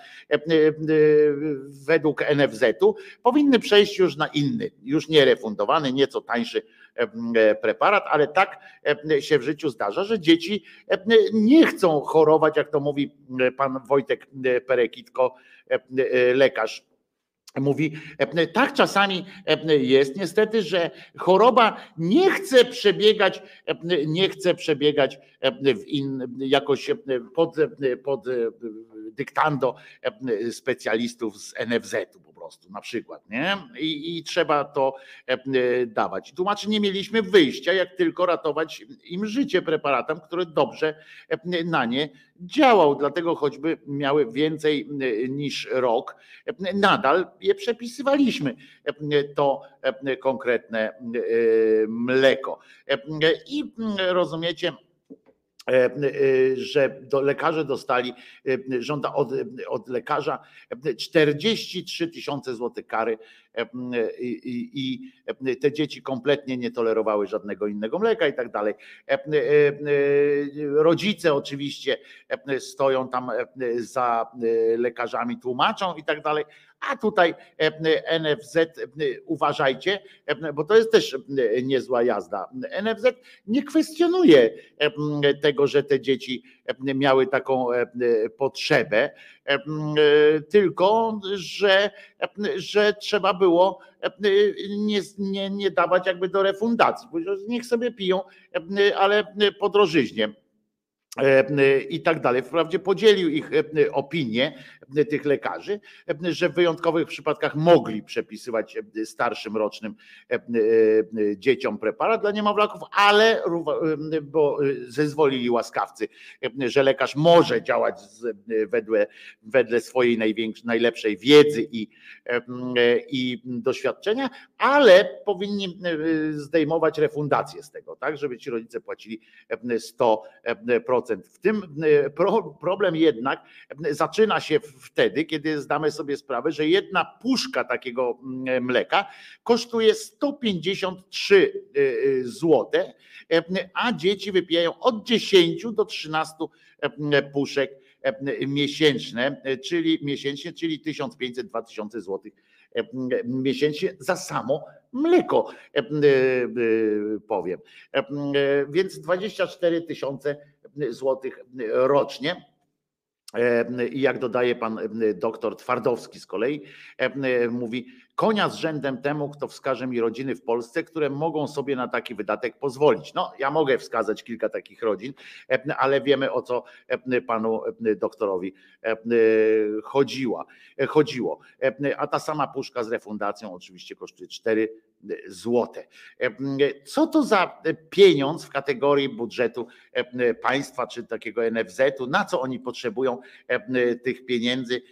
według NFZ-u powinny przejść już na inny, już nie refundowany, nieco tańszy preparat, ale tak się w życiu zdarza, że dzieci nie chcą chorować, jak to mówi pan Wojtek Perekitko, lekarz. Mówi, tak czasami jest niestety, że choroba nie chce przebiegać jakoś pod dyktando specjalistów z NFZ-u po prostu na przykład, nie? I trzeba to dawać. Tłumaczy, nie mieliśmy wyjścia, jak tylko ratować im życie preparatem, który dobrze na nie działał, dlatego choćby miały więcej niż rok, nadal je przepisywaliśmy, to konkretne mleko. I rozumiecie, że lekarze dostali, żąda od lekarza 43 000 złotych kary i te dzieci kompletnie nie tolerowały żadnego innego mleka i tak dalej. Rodzice oczywiście stoją tam za lekarzami, tłumaczą i tak dalej, a tutaj NFZ, uważajcie, bo to jest też niezła jazda. NFZ nie kwestionuje tego, że te dzieci miały taką potrzebę, tylko że trzeba było nie dawać jakby do refundacji. Niech sobie piją, ale po drożyźnie i tak dalej. Wprawdzie podzielił ich opinię, tych lekarzy, że w wyjątkowych przypadkach mogli przepisywać starszym rocznym dzieciom preparat dla niemowlaków, ale bo zezwolili łaskawcy, że lekarz może działać wedle swojej najlepszej wiedzy i doświadczenia, ale powinni zdejmować refundację z tego, tak, żeby ci rodzice płacili 100%. W tym problem jednak zaczyna się wtedy, kiedy zdamy sobie sprawę, że jedna puszka takiego mleka kosztuje 153 zł, a dzieci wypijają od 10 do 13 puszek miesięcznie, czyli 1500-2000 zł miesięcznie za samo mleko, powiem. Więc 24 000 złotych rocznie. I jak dodaje pan doktor Twardowski z kolei, mówi, konia z rzędem temu, kto wskaże mi rodziny w Polsce, które mogą sobie na taki wydatek pozwolić. No, ja mogę wskazać kilka takich rodzin, ale wiemy, o co panu doktorowi chodziło. A ta sama puszka z refundacją oczywiście kosztuje 4 złote. Co to za pieniądz w kategorii budżetu państwa czy takiego NFZ-u? Na co oni potrzebują tych pieniędzy,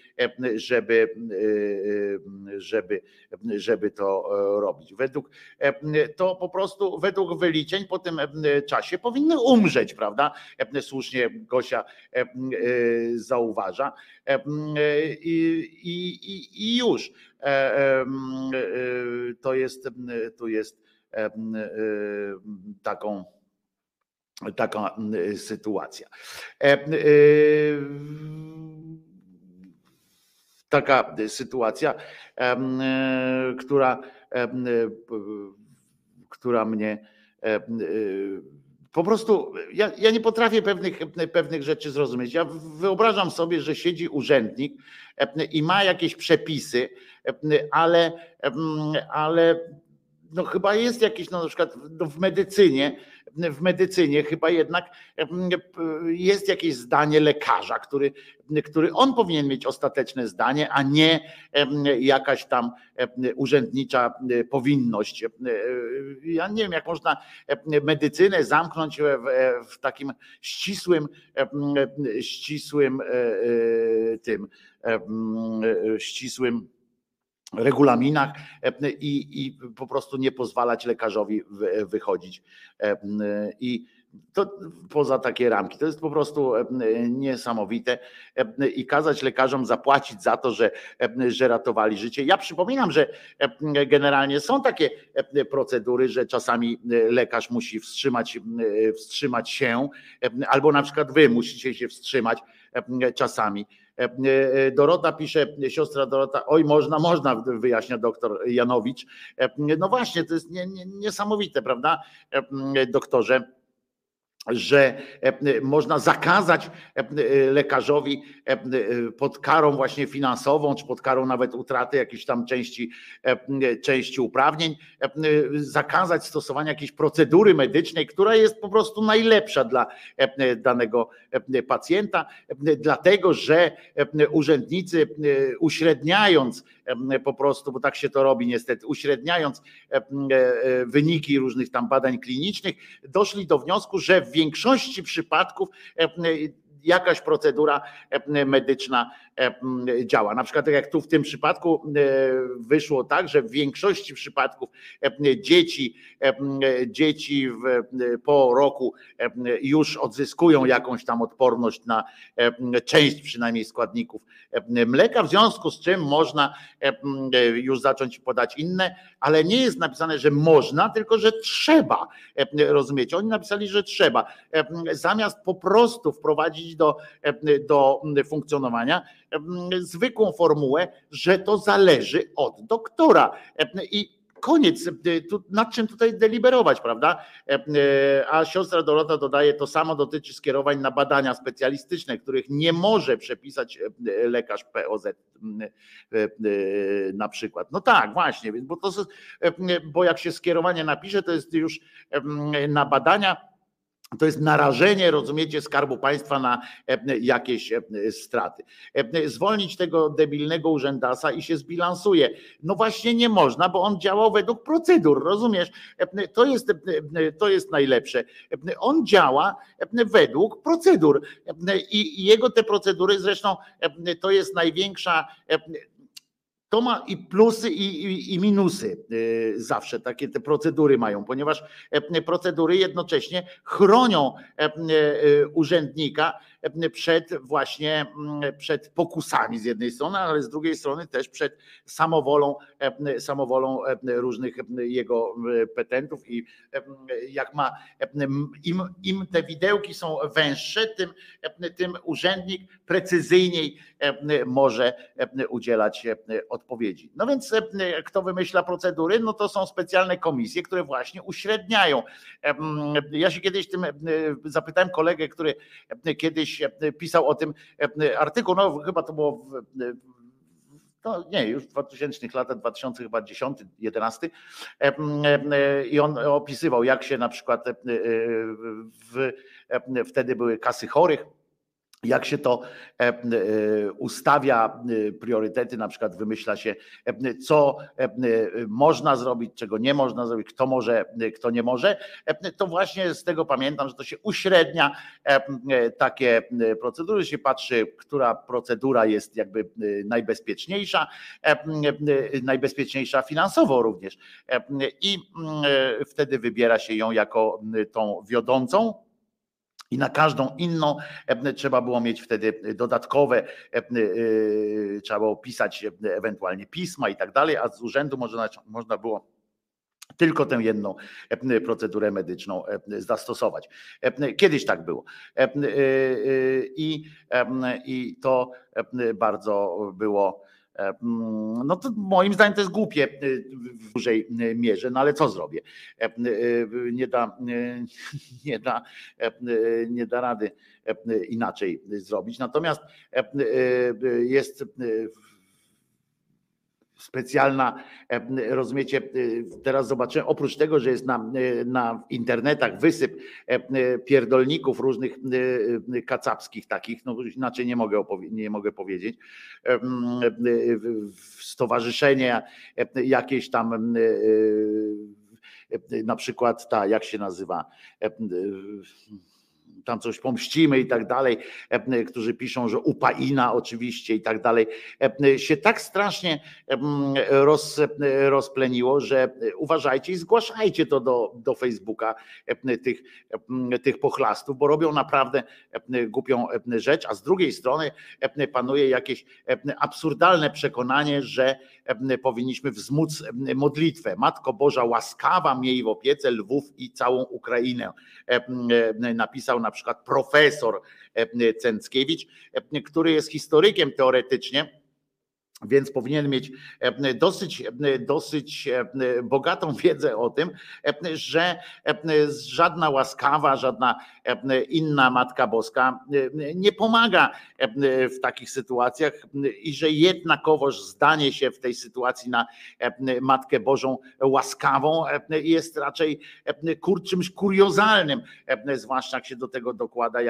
żeby to robić? To po prostu według wyliczeń po tym czasie powinny umrzeć, prawda? Słusznie Gosia zauważa. I już. tu jest taka sytuacja. Taka sytuacja, która mnie po prostu, ja nie potrafię pewnych rzeczy zrozumieć. Ja wyobrażam sobie, że siedzi urzędnik i ma jakieś przepisy, ale no chyba jest jakieś, no na przykład w medycynie chyba jednak jest jakieś zdanie lekarza, który on powinien mieć ostateczne zdanie, a nie jakaś tam urzędnicza powinność. Ja nie wiem, jak można medycynę zamknąć w takim ścisłym regulaminach i po prostu nie pozwalać lekarzowi wychodzić. I to poza takie ramki. To jest po prostu niesamowite i kazać lekarzom zapłacić za to, że ratowali życie. Ja przypominam, że generalnie są takie procedury, że czasami lekarz musi wstrzymać się, albo na przykład wy musicie się wstrzymać czasami. Dorota pisze, siostra Dorota, oj można, wyjaśnia doktor Janowicz. No właśnie, to jest niesamowite, prawda, doktorze, że można zakazać lekarzowi pod karą właśnie finansową, czy pod karą nawet utraty jakiejś tam części uprawnień, zakazać stosowania jakiejś procedury medycznej, która jest po prostu najlepsza dla danego pacjenta, dlatego że urzędnicy uśredniając po prostu, bo tak się to robi niestety, uśredniając wyniki różnych tam badań klinicznych, doszli do wniosku, że w większości przypadków jakaś procedura medyczna działa. Na przykład tak jak tu w tym przypadku wyszło tak, że w większości przypadków dzieci po roku już odzyskują jakąś tam odporność na część przynajmniej składników mleka, w związku z czym można już zacząć podać inne, ale nie jest napisane, że można, tylko że trzeba. Rozumiecie? Oni napisali, że trzeba. Zamiast po prostu wprowadzić do funkcjonowania zwykłą formułę, że to zależy od doktora. I koniec, nad czym tutaj deliberować, prawda? A siostra Dorota dodaje, to samo dotyczy skierowań na badania specjalistyczne, których nie może przepisać lekarz POZ na przykład. No tak, właśnie, bo jak się skierowanie napisze, to jest już na badania, to jest narażenie, rozumiecie, Skarbu Państwa na jakieś straty. Zwolnić tego debilnego urzędasa i się zbilansuje. No właśnie nie można, bo on działał według procedur, rozumiesz? To jest najlepsze. On działa według procedur i jego te procedury, zresztą to jest największa... To ma i plusy, i minusy zawsze, takie te procedury mają, ponieważ procedury jednocześnie chronią urzędnika przed pokusami z jednej strony, ale z drugiej strony też przed samowolą różnych jego petentów i jak ma, im te widełki są węższe, tym urzędnik precyzyjniej może udzielać odpowiedzi. No więc kto wymyśla procedury? No to są specjalne komisje, które właśnie uśredniają. Ja się kiedyś tym zapytałem kolegę, który kiedyś pisał o tym artykuł, no chyba to było już w 2000 latach, 2010, 11 i on opisywał, jak się na przykład wtedy były kasy chorych, jak się to ustawia priorytety, na przykład wymyśla się, co można zrobić, czego nie można zrobić, kto może, kto nie może, to właśnie z tego pamiętam, że to się uśrednia takie procedury, się patrzy, która procedura jest jakby najbezpieczniejsza finansowo również i wtedy wybiera się ją jako tą wiodącą. I na każdą inną trzeba było mieć wtedy dodatkowe, trzeba było pisać ewentualnie pisma i tak dalej, a z urzędu można było tylko tę jedną procedurę medyczną zastosować. Kiedyś tak było. I to bardzo było. No to moim zdaniem to jest głupie w dużej mierze, no ale co zrobię? Nie da rady inaczej zrobić. Natomiast jest specjalna, rozumiecie, teraz zobaczyłem, oprócz tego, że jest na internetach wysyp pierdolników różnych kacapskich takich, no inaczej nie mogę powiedzieć, stowarzyszenie jakieś tam, na przykład jak się nazywa, tam coś pomścimy i tak dalej, którzy piszą, że Upaina oczywiście i tak dalej, się tak strasznie rozpleniło, że uważajcie i zgłaszajcie to do Facebooka tych pochlastów, bo robią naprawdę głupią rzecz, a z drugiej strony panuje jakieś absurdalne przekonanie, że powinniśmy wzmóc modlitwę. Matko Boża łaskawa, miej w opiece Lwów i całą Ukrainę. Napisał na przykład profesor Cęckiewicz, który jest historykiem teoretycznie, więc powinien mieć dosyć bogatą wiedzę o tym, że żadna łaskawa, żadna inna Matka Boska nie pomaga w takich sytuacjach i że jednakowoż zdanie się w tej sytuacji na Matkę Bożą łaskawą jest raczej czymś kuriozalnym, zwłaszcza jak się do tego dokłada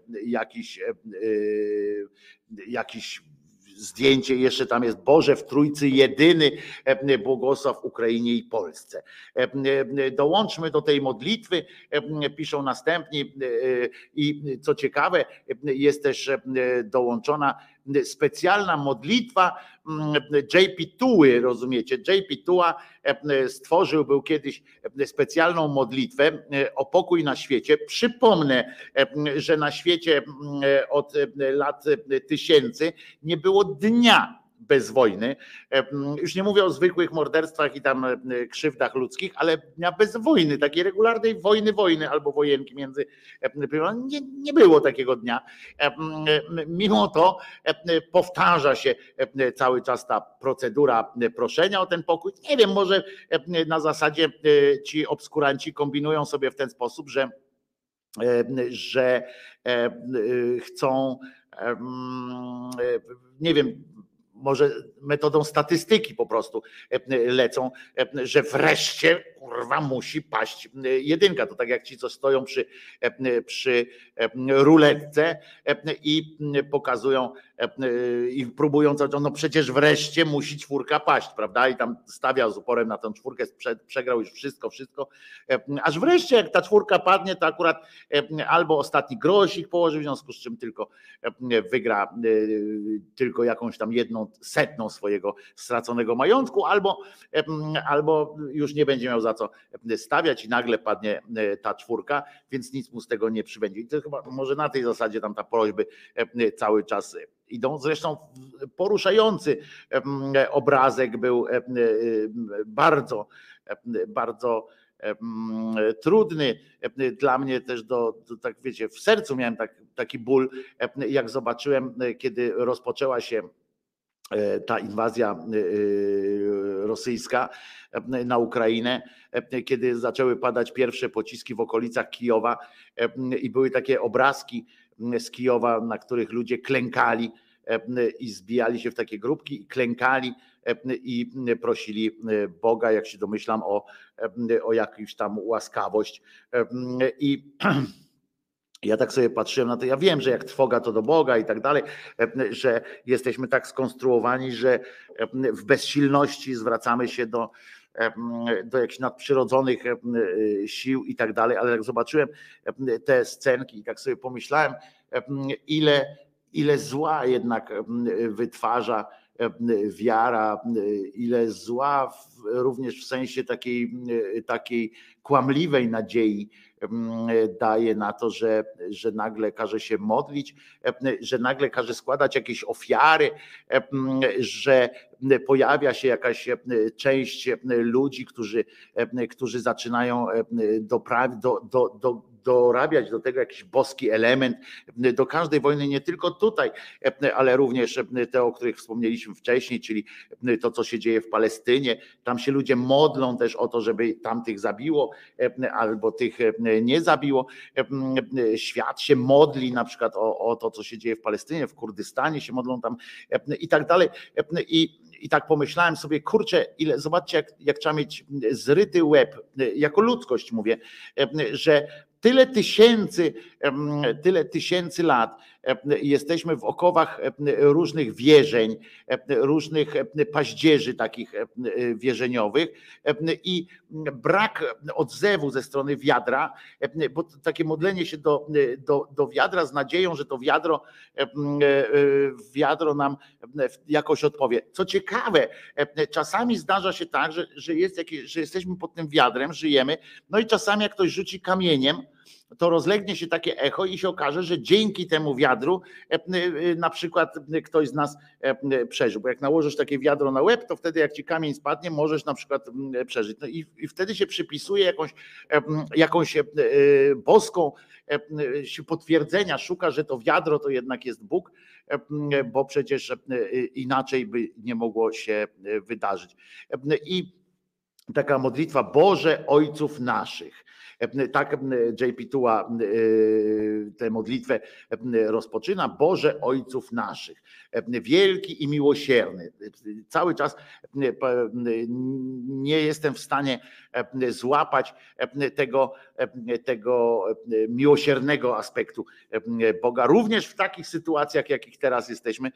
jakiś zdjęcie, jeszcze tam jest Boże w Trójcy jedyny błogosław Ukrainie i Polsce. Dołączmy do tej modlitwy, piszą następni, i co ciekawe, jest też dołączona specjalna modlitwa JP Tuły, rozumiecie? JP Tuła był kiedyś specjalną modlitwę o pokój na świecie. Przypomnę, że na świecie od lat tysięcy nie było dnia bez wojny. Już nie mówię o zwykłych morderstwach i tam krzywdach ludzkich, ale dnia bez wojny, takiej regularnej wojny albo wojenki między. Nie było takiego dnia. Mimo to powtarza się cały czas ta procedura proszenia o ten pokój. Nie wiem, może na zasadzie ci obskuranci kombinują sobie w ten sposób, że chcą, nie wiem, może metodą statystyki po prostu lecą, że wreszcie kurwa musi paść jedynka. To tak jak ci, co stoją przy ruletce i pokazują i próbują, no przecież wreszcie musi czwórka paść, prawda? I tam stawia z uporem na tę czwórkę, przegrał już wszystko, aż wreszcie jak ta czwórka padnie, to akurat albo ostatni grosik położy, w związku z czym tylko wygra tylko jakąś tam 1/100 swojego straconego majątku, albo już nie będzie miał za co stawiać i nagle padnie ta czwórka, więc nic mu z tego nie przybędzie. I to chyba może na tej zasadzie tam ta prośby cały czas idą. Zresztą poruszający obrazek był bardzo, bardzo trudny dla mnie też tak wiecie, w sercu miałem taki ból, jak zobaczyłem, kiedy rozpoczęła się ta inwazja rosyjska na Ukrainę, kiedy zaczęły padać pierwsze pociski w okolicach Kijowa i były takie obrazki z Kijowa, na których ludzie klękali i zbijali się w takie grupki i klękali i prosili Boga, jak się domyślam, o jakąś tam łaskawość. I ja tak sobie patrzyłem na to, ja wiem, że jak trwoga to do Boga i tak dalej, że jesteśmy tak skonstruowani, że w bezsilności zwracamy się do jakichś nadprzyrodzonych sił i tak dalej, ale jak zobaczyłem te scenki i tak sobie pomyślałem, ile zła jednak wytwarza wiara, ile zła również w sensie takiej kłamliwej nadziei daje na to, że nagle każe się modlić, że nagle każe składać jakieś ofiary, że pojawia się jakaś część ludzi, którzy zaczynają dorabiać do tego jakiś boski element. Do każdej wojny, nie tylko tutaj, ale również te, o których wspomnieliśmy wcześniej, czyli to, co się dzieje w Palestynie. Tam się ludzie modlą też o to, żeby tamtych zabiło albo tych nie zabiło. Świat się modli na przykład o to, co się dzieje w Palestynie, w Kurdystanie się modlą tam i tak dalej. I tak pomyślałem sobie, kurczę, zobaczcie, jak trzeba mieć zryty łeb, jako ludzkość mówię, że tyle tysięcy lat jesteśmy w okowach różnych wierzeń, różnych paździerzy takich wierzeniowych i brak odzewu ze strony wiadra, bo takie modlenie się do wiadra z nadzieją, że to wiadro nam jakoś odpowie. Co ciekawe, czasami zdarza się tak, że jesteśmy pod tym wiadrem, żyjemy, no i czasami jak ktoś rzuci kamieniem, to rozlegnie się takie echo i się okaże, że dzięki temu wiadru na przykład ktoś z nas przeżył. Bo jak nałożysz takie wiadro na łeb, to wtedy jak ci kamień spadnie, możesz na przykład przeżyć. No i wtedy się przypisuje jakąś boską potwierdzenia, szuka, że to wiadro to jednak jest Bóg, bo przecież inaczej by nie mogło się wydarzyć. I taka modlitwa: Boże Ojców naszych. Tak JP Tuła tę modlitwę rozpoczyna: Boże Ojców naszych, wielki i miłosierny. Cały czas nie jestem w stanie złapać tego miłosiernego aspektu Boga, również w takich sytuacjach, jakich teraz jesteśmy,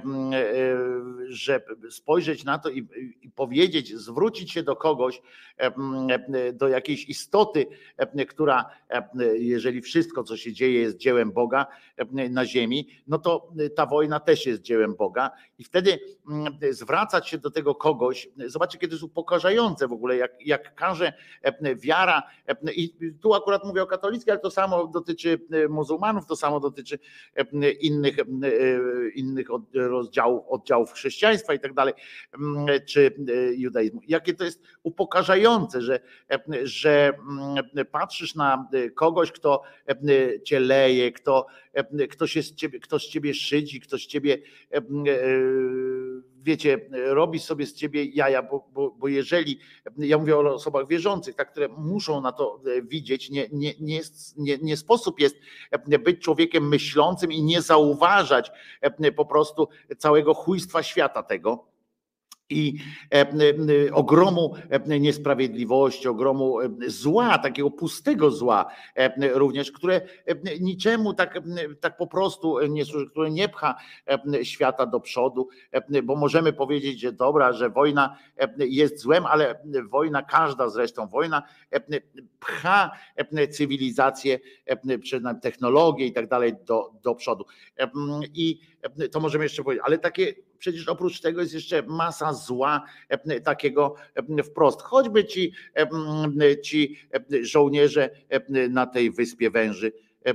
że spojrzeć na to i powiedzieć, zwrócić się do kogoś, do jakiejś istoty, która, jeżeli wszystko, co się dzieje, jest dziełem Boga na ziemi, no to ta wojna też jest dziełem Boga i wtedy zwracać się do tego kogoś. Zobaczcie, kiedy jest upokarzające w ogóle, jak każe wiara, i tu akurat mówię o katolickiej, ale to samo dotyczy muzułmanów, to samo dotyczy innych oddziałów chrześcijaństwa i tak dalej, czy judaizmu. Jakie to jest upokarzające, że patrzysz na kogoś, kto cię leje, kto z ciebie szydzi, kto z ciebie, wiecie, robi sobie z ciebie jaja, bo jeżeli, ja mówię o osobach wierzących, tak, które muszą na to widzieć, nie sposób jest być człowiekiem myślącym i nie zauważać po prostu całego chujstwa świata tego i ogromu niesprawiedliwości, ogromu zła, takiego pustego zła również, które niczemu tak po prostu nie służy, które nie pcha świata do przodu, bo możemy powiedzieć, że dobra, że wojna jest złem, ale wojna, każda zresztą wojna pcha cywilizację, technologię i tak dalej do przodu. I to możemy jeszcze powiedzieć, ale takie przecież oprócz tego jest jeszcze masa zła takiego wprost. Choćby ci żołnierze na tej Wyspie Węży.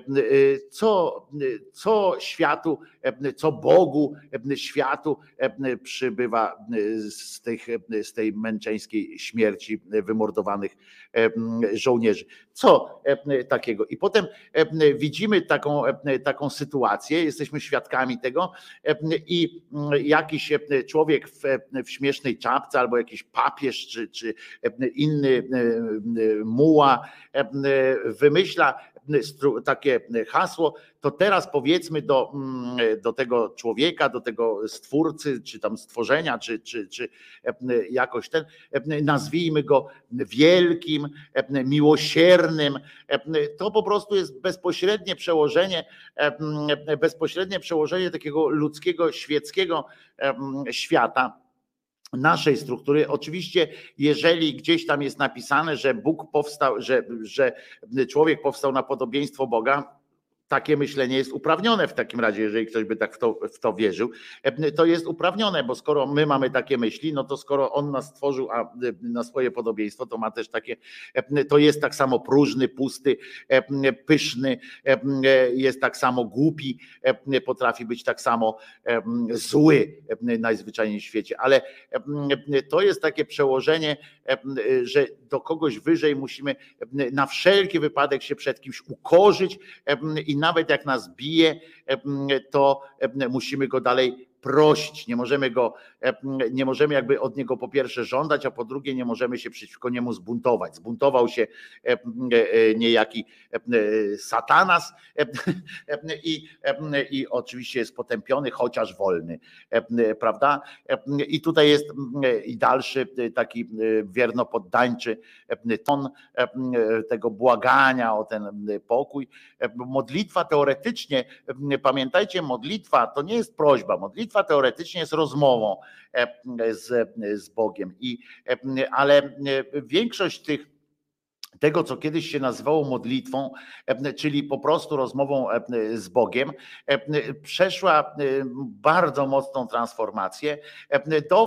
Co światu, co Bogu, światu przybywa z tej męczeńskiej śmierci wymordowanych żołnierzy. Co takiego? I potem widzimy taką sytuację, jesteśmy świadkami tego i jakiś człowiek w śmiesznej czapce albo jakiś papież czy inny muła wymyśla takie hasło, to teraz powiedzmy do tego człowieka, do tego stwórcy, czy tam stworzenia, czy jakoś nazwijmy go wielkim, miłosiernym. To po prostu jest bezpośrednie przełożenie takiego ludzkiego, świeckiego świata, naszej struktury. Oczywiście, jeżeli gdzieś tam jest napisane, że Bóg powstał, że człowiek powstał na podobieństwo Boga, takie myślenie jest uprawnione w takim razie, jeżeli ktoś by tak w to wierzył, to jest uprawnione, bo skoro my mamy takie myśli, no to skoro on nas stworzył na swoje podobieństwo, to ma też takie, to jest tak samo próżny, pusty, pyszny, jest tak samo głupi, potrafi być tak samo zły najzwyczajniej w świecie, ale to jest takie przełożenie, że do kogoś wyżej musimy na wszelki wypadek się przed kimś ukorzyć i nawet jak nas bije, to musimy go dalej prosić. Nie możemy jakby od niego po pierwsze żądać, a po drugie nie możemy się przeciwko niemu zbuntować. Zbuntował się niejaki Satanas i oczywiście jest potępiony, chociaż wolny, prawda? I tutaj jest i dalszy taki wiernopoddańczy ton tego błagania o ten pokój. Modlitwa teoretycznie, pamiętajcie, modlitwa to nie jest prośba, modlitwa teoretycznie jest rozmową z Bogiem, ale większość tego, co kiedyś się nazywało modlitwą, czyli po prostu rozmową z Bogiem, przeszła bardzo mocną transformację do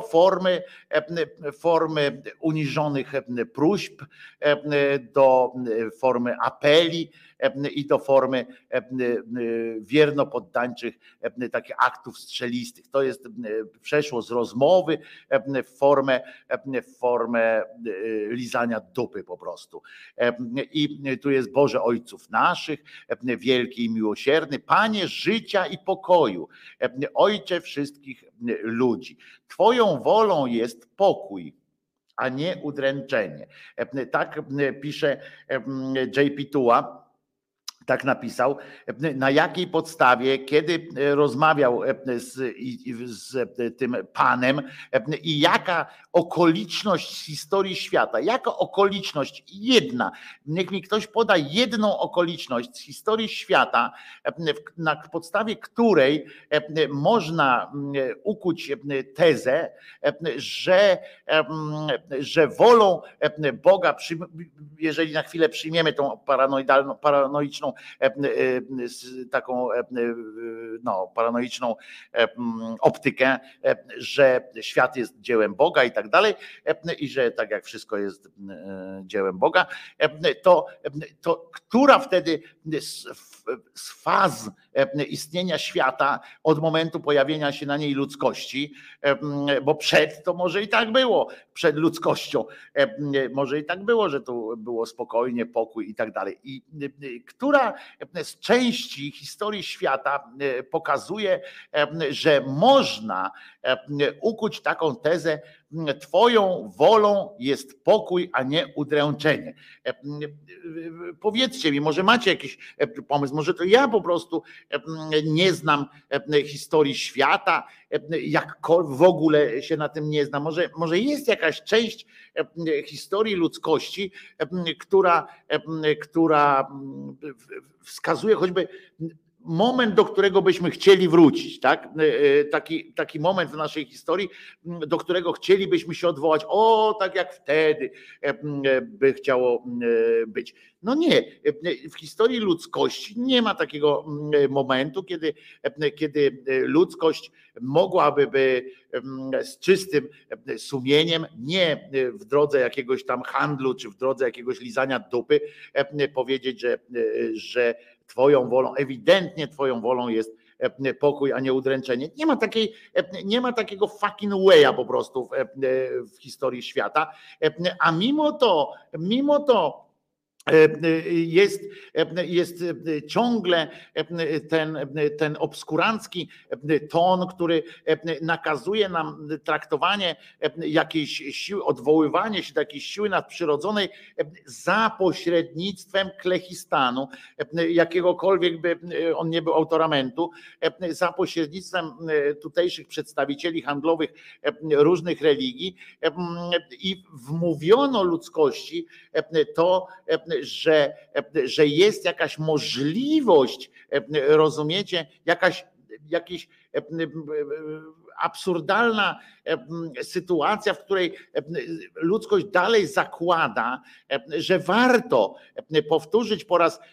formy uniżonych próśb, do formy apeli i do formy wiernopoddańczych takich aktów strzelistych. To jest przeszło z rozmowy w formę lizania dupy po prostu. I tu jest Boże Ojców naszych, wielki i miłosierny, Panie życia i pokoju, Ojcze wszystkich ludzi. Twoją wolą jest pokój, a nie udręczenie. Tak pisze J.P. Tuła. Tak napisał, na jakiej podstawie, kiedy rozmawiał z tym panem i jaka okoliczność z historii świata, jaka okoliczność jedna, niech mi ktoś poda jedną okoliczność z historii świata, na podstawie której można ukuć tezę, że wolą Boga, jeżeli na chwilę przyjmiemy tą paranoiczną taką paranoiczną optykę, że świat jest dziełem Boga i tak dalej, i że tak jak wszystko jest dziełem Boga, to która wtedy z faz istnienia świata od momentu pojawienia się na niej ludzkości, bo przed to może i tak było, przed ludzkością może i tak było, że tu było spokojnie, pokój i tak dalej. I która z części historii świata pokazuje, że można ukuć taką tezę, Twoją wolą jest pokój, a nie udręczenie. Powiedzcie mi, może macie jakiś pomysł, może to ja po prostu nie znam historii świata, jakkolwiek w ogóle się na tym nie znam. Może jest jakaś część historii ludzkości, która wskazuje choćby moment, do którego byśmy chcieli wrócić, tak? Taki moment w naszej historii, do którego chcielibyśmy się odwołać, tak jak wtedy by chciało być. No nie, w historii ludzkości nie ma takiego momentu, kiedy ludzkość mogłaby z czystym sumieniem, nie w drodze jakiegoś tam handlu, czy w drodze jakiegoś lizania dupy, powiedzieć, że Twoją wolą, ewidentnie Twoją wolą jest pokój, a nie udręczenie. Nie ma takiego fucking way'a po prostu w historii świata, a mimo to jest ciągle ten obskurancki ton, który nakazuje nam traktowanie jakiejś siły, odwoływanie się do jakiejś siły nadprzyrodzonej za pośrednictwem klechistanu, jakiegokolwiek by on nie był autoramentu, za pośrednictwem tutejszych przedstawicieli handlowych różnych religii, i wmówiono ludzkości to, że jest jakaś możliwość, rozumiecie, jakiś absurdalna sytuacja, w której ludzkość dalej zakłada, że warto powtórzyć po raz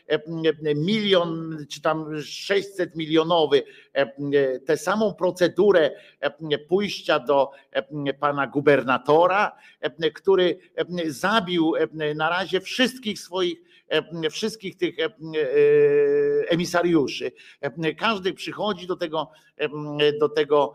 1 czy tam 600 milionowy tę samą procedurę pójścia do pana gubernatora, który zabił na razie wszystkich tych emisariuszy. Każdy przychodzi do tego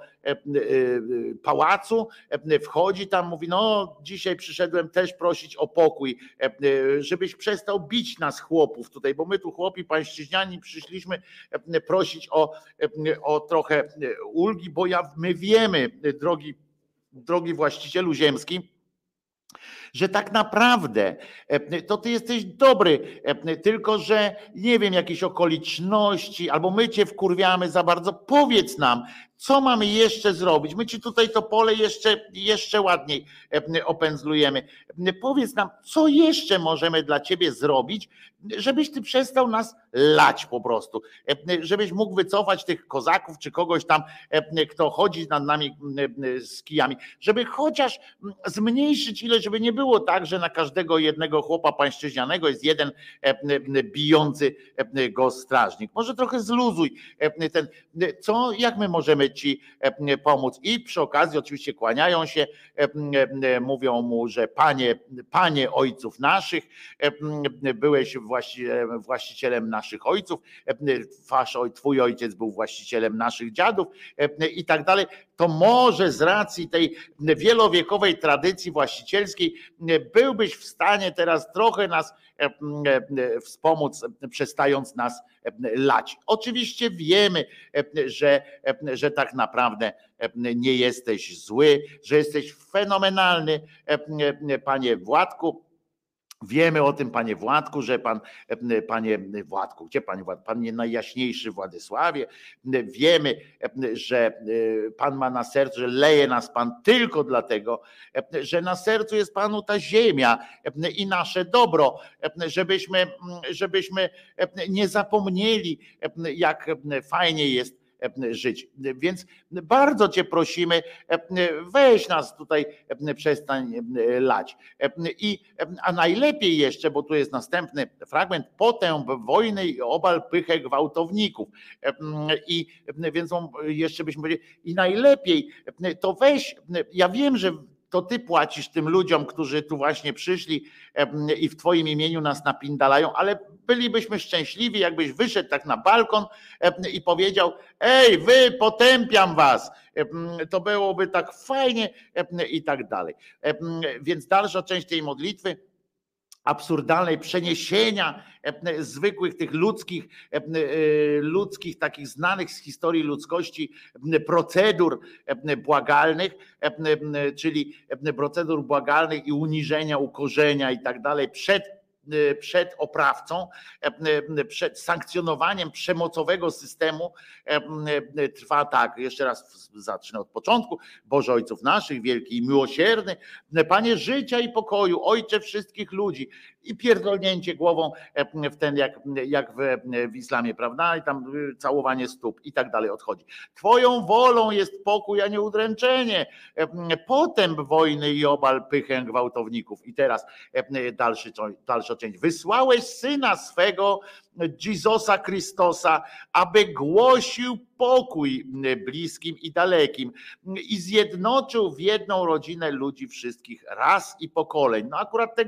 pałacu, wchodzi tam, mówi, no dzisiaj przyszedłem też prosić o pokój, żebyś przestał bić nas chłopów tutaj, bo my tu chłopi pańszczyźniani przyszliśmy prosić o trochę ulgi, bo my wiemy, drogi właścicielu ziemski, że tak naprawdę to ty jesteś dobry, tylko że nie wiem, jakieś okoliczności, albo my cię wkurwiamy za bardzo, powiedz nam, co mamy jeszcze zrobić? My ci tutaj to pole jeszcze ładniej opędzlujemy. Powiedz nam, co jeszcze możemy dla ciebie zrobić, żebyś ty przestał nas lać po prostu. Żebyś mógł wycofać tych kozaków czy kogoś tam, kto chodzi nad nami z kijami. Żeby chociaż zmniejszyć ile, żeby nie było tak, że na każdego jednego chłopa pańszczyźnianego jest jeden bijący go strażnik. Może trochę zluzuj jak my możemy ci pomóc. I przy okazji oczywiście kłaniają się, mówią mu, że panie ojców naszych, byłeś właścicielem naszych ojców, twój ojciec był właścicielem naszych dziadów i tak dalej. To może z racji tej wielowiekowej tradycji właścicielskiej byłbyś w stanie teraz trochę nas wspomóc, przestając nas lać. Oczywiście wiemy, że tak naprawdę nie jesteś zły, że jesteś fenomenalny, panie Władku. Wiemy o tym, panie Władku, że panie Władku, gdzie panie Władku? Panie najjaśniejszy Władysławie, wiemy, że pan ma na sercu, że leje nas pan tylko dlatego, że na sercu jest panu ta ziemia i nasze dobro, żebyśmy nie zapomnieli, jak fajnie jest żyć. Więc bardzo cię prosimy, weź nas tutaj, przestań lać. A najlepiej jeszcze, bo tu jest następny fragment, potęp wojny i obal pychę gwałtowników. I więc jeszcze byśmy powiedzieli, i najlepiej to weź, ja wiem, że to ty płacisz tym ludziom, którzy tu właśnie przyszli i w twoim imieniu nas napindalają, ale bylibyśmy szczęśliwi, jakbyś wyszedł tak na balkon i powiedział, ej, wy, potępiam was, to byłoby tak fajnie i tak dalej. Więc dalsza część tej modlitwy, absurdalnej, przeniesienia zwykłych tych ludzkich takich znanych z historii ludzkości procedur błagalnych, czyli procedur błagalnych i uniżenia, ukorzenia i tak dalej przed oprawcą, przed sankcjonowaniem przemocowego systemu trwa tak, jeszcze raz zacznę od początku. Boże ojców naszych, wielki i miłosierny, Panie życia i pokoju, Ojcze wszystkich ludzi, i pierdolnięcie głową w ten jak w islamie, prawda? I tam całowanie stóp i tak dalej odchodzi. Twoją wolą jest pokój, a nie udręczenie. Potęp wojny i obal pychę gwałtowników. I teraz dalsza część. Wysłałeś Syna swego, Jezusa Chrystosa, aby głosił pokój bliskim i dalekim i zjednoczył w jedną rodzinę ludzi wszystkich ras i pokoleń. No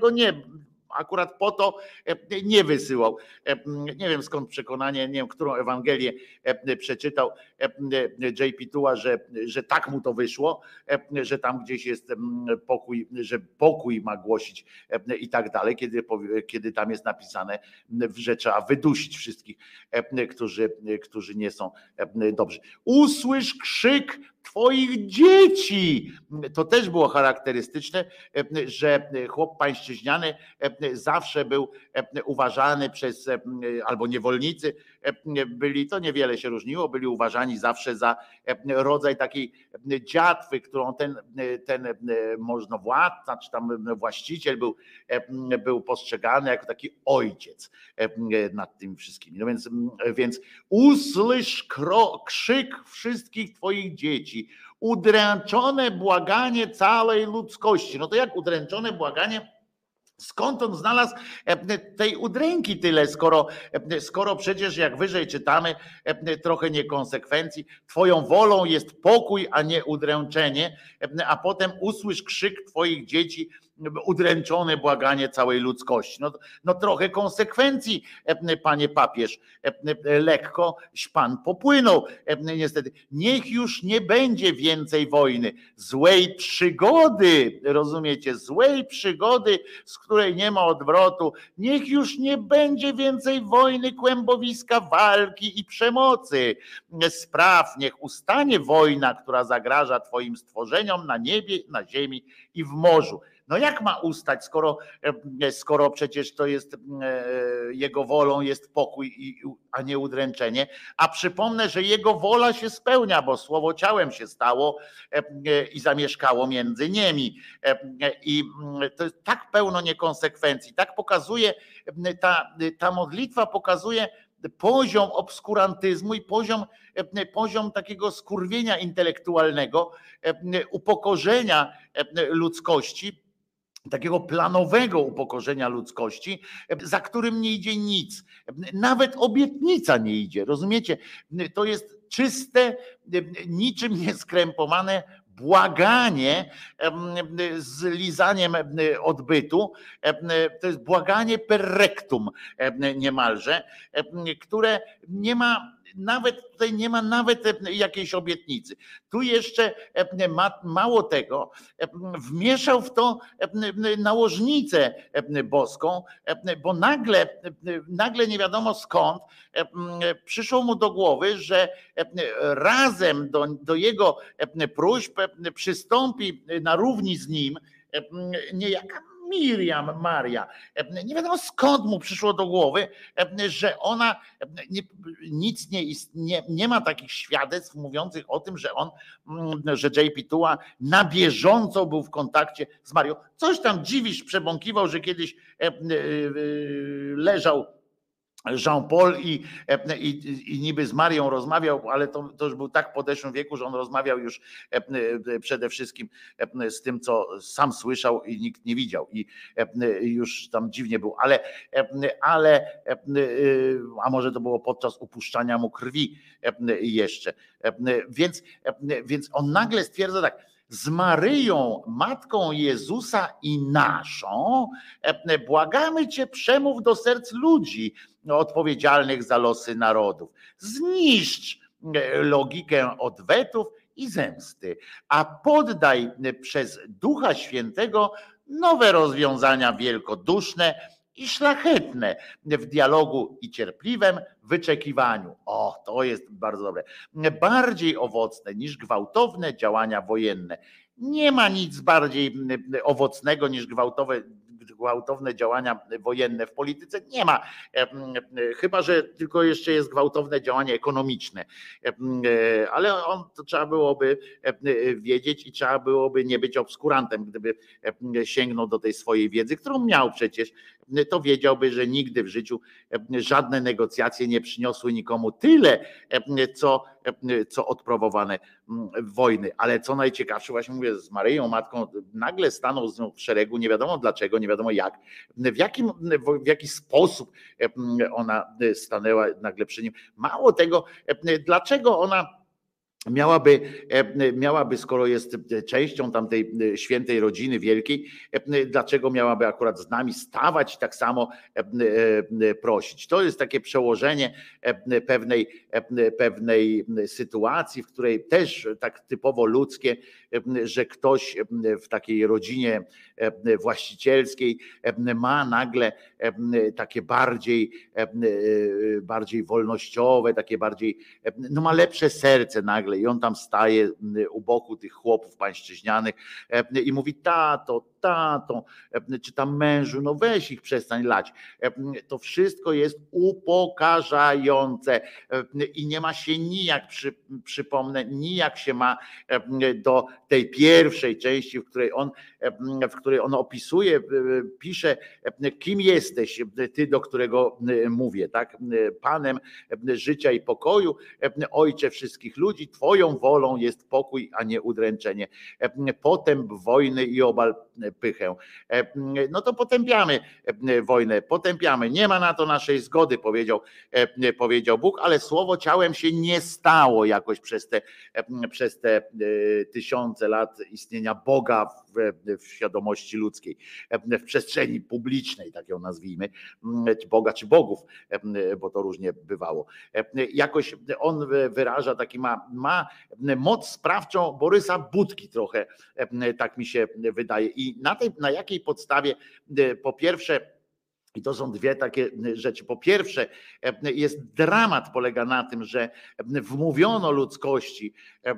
akurat po to nie wysyłał. Nie wiem skąd przekonanie, nie wiem, którą Ewangelię przeczytał J.P. Tuła, że tak mu to wyszło, że tam gdzieś jest pokój, że pokój ma głosić i tak dalej, kiedy tam jest napisane, że trzeba wydusić wszystkich, którzy nie są dobrzy. Usłysz krzyk twoich dzieci. To też było charakterystyczne, że chłop pańszczyźniany zawsze był uważany albo niewolnicy byli, to niewiele się różniło, byli uważani zawsze za rodzaj takiej dziatwy, którą ten możnowładca, czy tam właściciel był postrzegany jako taki ojciec nad tymi wszystkimi. No więc usłysz krzyk wszystkich twoich dzieci dzieci. Udręczone błaganie całej ludzkości. No to jak udręczone błaganie? Skąd on znalazł tej udręki tyle, skoro przecież jak wyżej czytamy trochę niekonsekwencji, twoją wolą jest pokój, a nie udręczenie, a potem usłysz krzyk twoich dzieci, udręczone błaganie całej ludzkości. No trochę konsekwencji, panie papież, lekko pan popłynął. Niestety, niech już nie będzie więcej wojny, złej przygody, rozumiecie, złej przygody, z której nie ma odwrotu. Niech już nie będzie więcej wojny, kłębowiska walki i przemocy. Spraw, niech ustanie wojna, która zagraża twoim stworzeniom na niebie, na ziemi i w morzu. No jak ma ustać, skoro przecież to jest jego wolą jest pokój, a nie udręczenie. A przypomnę, że jego wola się spełnia, bo słowo ciałem się stało i zamieszkało między nimi. I to jest tak pełno niekonsekwencji. Tak pokazuje, ta modlitwa pokazuje poziom obskurantyzmu i poziom takiego skurwienia intelektualnego, upokorzenia ludzkości, takiego planowego upokorzenia ludzkości, za którym nie idzie nic. Nawet obietnica nie idzie, rozumiecie? To jest czyste, niczym nieskrępowane błaganie z lizaniem odbytu. To jest błaganie per rectum niemalże, które nie ma tutaj nie ma nawet jakiejś obietnicy. Tu jeszcze mało tego, wmieszał w to nałożnicę boską, bo nagle nie wiadomo skąd przyszło mu do głowy, że razem do jego próśb przystąpi na równi z nim niejaka Miriam, Maria. Nie wiadomo skąd mu przyszło do głowy, że ona nic nie ma takich świadectw mówiących o tym, że JP Tuła na bieżąco był w kontakcie z Marią. Coś tam dziwisz, przebąkiwał, że kiedyś leżał Jean-Paul i niby z Marią rozmawiał, ale to już był tak w podeszłym wieku, że on rozmawiał już przede wszystkim z tym, co sam słyszał i nikt nie widział i już tam dziwnie był, a może to było podczas upuszczania mu krwi jeszcze, więc on nagle stwierdza tak: z Maryją, Matką Jezusa i naszą, błagamy Cię, przemów do serc ludzi odpowiedzialnych za losy narodów. Zniszcz logikę odwetów i zemsty, a poddaj przez Ducha Świętego nowe rozwiązania wielkoduszne i szlachetne w dialogu i cierpliwym wyczekiwaniu. O, to jest bardzo dobre. Bardziej owocne niż gwałtowne działania wojenne. Nie ma nic bardziej owocnego niż gwałtowne działania wojenne w polityce. Nie ma. Chyba że tylko jeszcze jest gwałtowne działanie ekonomiczne. Ale to trzeba byłoby wiedzieć i trzeba byłoby nie być obskurantem, gdyby sięgnął do tej swojej wiedzy, którą miał przecież, to wiedziałby, że nigdy w życiu żadne negocjacje nie przyniosły nikomu tyle, co odprowowane wojny. Ale co najciekawsze, właśnie mówię, z Maryją Matką nagle stanął z nią w szeregu, nie wiadomo dlaczego, nie wiadomo jak, w jaki sposób ona stanęła nagle przy nim. Mało tego, dlaczego ona miałaby, skoro jest częścią tamtej świętej rodziny wielkiej, dlaczego miałaby akurat z nami stawać i tak samo prosić? To jest takie przełożenie pewnej sytuacji, w której też tak typowo ludzkie, że ktoś w takiej rodzinie właścicielskiej ma nagle takie bardziej wolnościowe, takie bardziej, no ma lepsze serce nagle i on tam staje u boku tych chłopów pańszczyźnianych i mówi: tato, czy tam mężu, no weź ich, przestań lać. To wszystko jest upokarzające i nie ma się nijak, przypomnę, nijak się ma do tej pierwszej części, w której on opisuje, pisze, kim jesteś, ty, do którego mówię, tak? Panem życia i pokoju, Ojcze wszystkich ludzi, twoją wolą jest pokój, a nie udręczenie, potęp wojny i obal pychę. No to potępiamy wojnę, potępiamy, nie ma na to naszej zgody, powiedział Bóg, ale słowo ciałem się nie stało jakoś przez te tysiące lat istnienia Boga w świadomości ludzkiej, w przestrzeni publicznej, tak ją nazwijmy, Boga czy bogów, bo to różnie bywało. Jakoś on wyraża taki, ma moc sprawczą Borysa Budki trochę, tak mi się wydaje. I na jakiej podstawie, po pierwsze, i to są dwie takie rzeczy. Po pierwsze, jest dramat, polega na tym, że wmówiono ludzkości,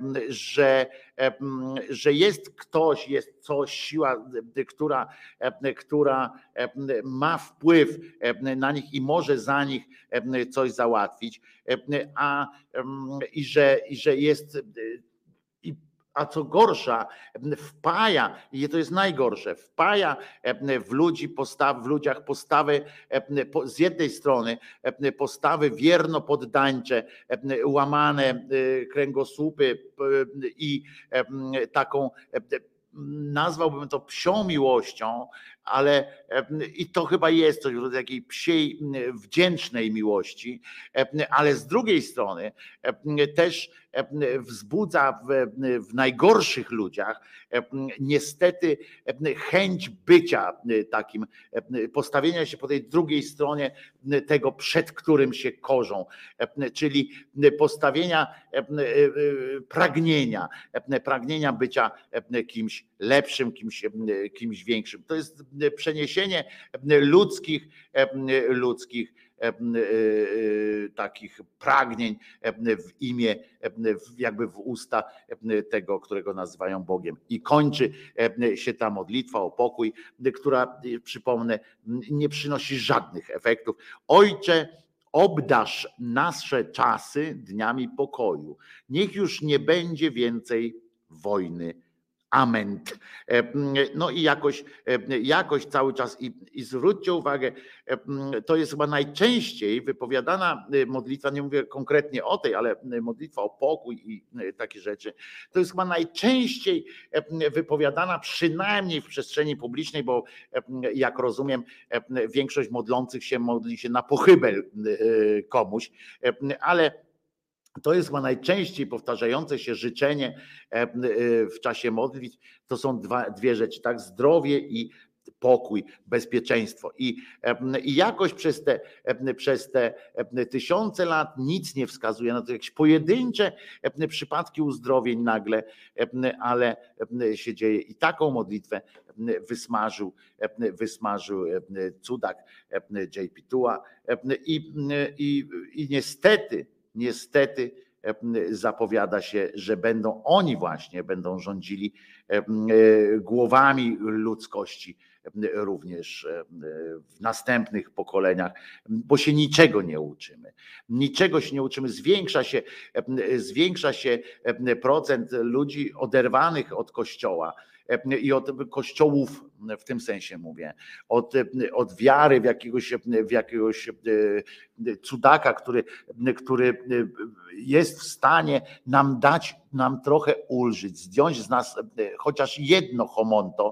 że jest ktoś, jest coś, siła, która ma wpływ na nich i może za nich coś załatwić, i że jest. A co gorsza, wpaja, i to jest najgorsze, wpaja w ludziach postawy z jednej strony postawy wierno poddańcze, łamane kręgosłupy i taką, nazwałbym to psią miłością, ale i to chyba jest coś w rodzaju takiej psiej, wdzięcznej miłości, ale z drugiej strony też wzbudza w najgorszych ludziach niestety chęć bycia takim, postawienia się po tej drugiej stronie tego, przed którym się korzą, czyli postawienia pragnienia bycia kimś lepszym, kimś większym. To jest przeniesienie ludzkich takich pragnień w imię, jakby w usta tego, którego nazywają Bogiem. I kończy się ta modlitwa o pokój, która, przypomnę, nie przynosi żadnych efektów. Ojcze, obdarz nasze czasy dniami pokoju. Niech już nie będzie więcej wojny. Amen. No i jakoś cały czas i zwróćcie uwagę, to jest chyba najczęściej wypowiadana modlitwa, nie mówię konkretnie o tej, ale modlitwa o pokój i takie rzeczy, to jest chyba najczęściej wypowiadana, przynajmniej w przestrzeni publicznej, bo jak rozumiem, większość modlących się modli się na pochybel komuś, ale to jest chyba najczęściej powtarzające się życzenie w czasie modlitw. To są dwie rzeczy, tak? Zdrowie i pokój, bezpieczeństwo. I jakoś przez te tysiące lat nic nie wskazuje na to, jakieś pojedyncze przypadki uzdrowień ale się dzieje. I taką modlitwę wysmażył cudak J.P. Tuła. I niestety zapowiada się, że oni właśnie będą rządzili głowami ludzkości również w następnych pokoleniach, bo się niczego nie uczymy. Niczego się nie uczymy. Zwiększa się procent ludzi oderwanych od Kościoła i od kościołów, w tym sensie mówię, od wiary w jakiegoś cudaka, który jest w stanie nam trochę ulżyć, zdjąć z nas chociaż jedno homonto,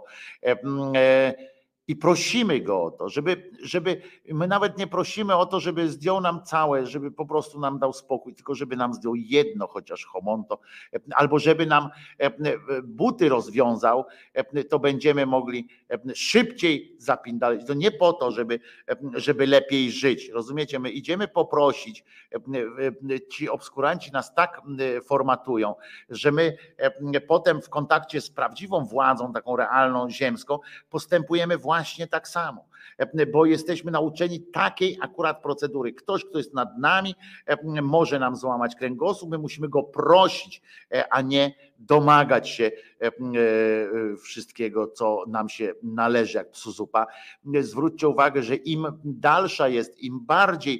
i prosimy go o to, żeby my nawet nie prosimy o to, żeby zdjął nam całe, żeby po prostu nam dał spokój, tylko żeby nam zdjął jedno chociaż homonto, albo żeby nam buty rozwiązał, to będziemy mogli szybciej zapindalać. To nie po to, żeby lepiej żyć. Rozumiecie? My idziemy poprosić, ci obskuranci nas tak formatują, że my potem w kontakcie z prawdziwą władzą, taką realną, ziemską, postępujemy właśnie tak samo, bo jesteśmy nauczeni takiej akurat procedury. Ktoś, kto jest nad nami, może nam złamać kręgosłup, my musimy go prosić, a nie domagać się wszystkiego, co nam się należy, jak psu zupa. Zwróćcie uwagę, że im dalsza jest, im bardziej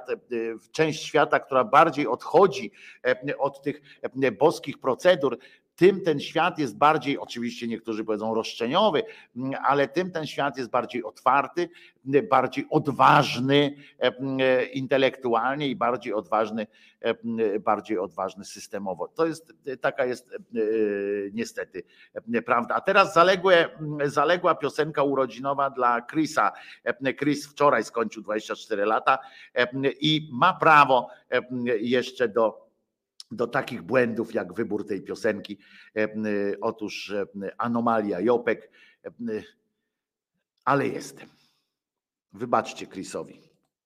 część świata, która bardziej odchodzi od tych boskich procedur, tym ten świat jest bardziej, oczywiście niektórzy powiedzą roszczeniowy, ale tym ten świat jest bardziej otwarty, bardziej odważny intelektualnie i bardziej odważny systemowo. To jest, taka jest niestety prawda. A teraz zaległa piosenka urodzinowa dla Chrisa. Chris wczoraj skończył 24 lata i ma prawo jeszcze do takich błędów jak wybór tej piosenki. Otóż anomalia Jopek, ale jestem. Wybaczcie Chrisowi.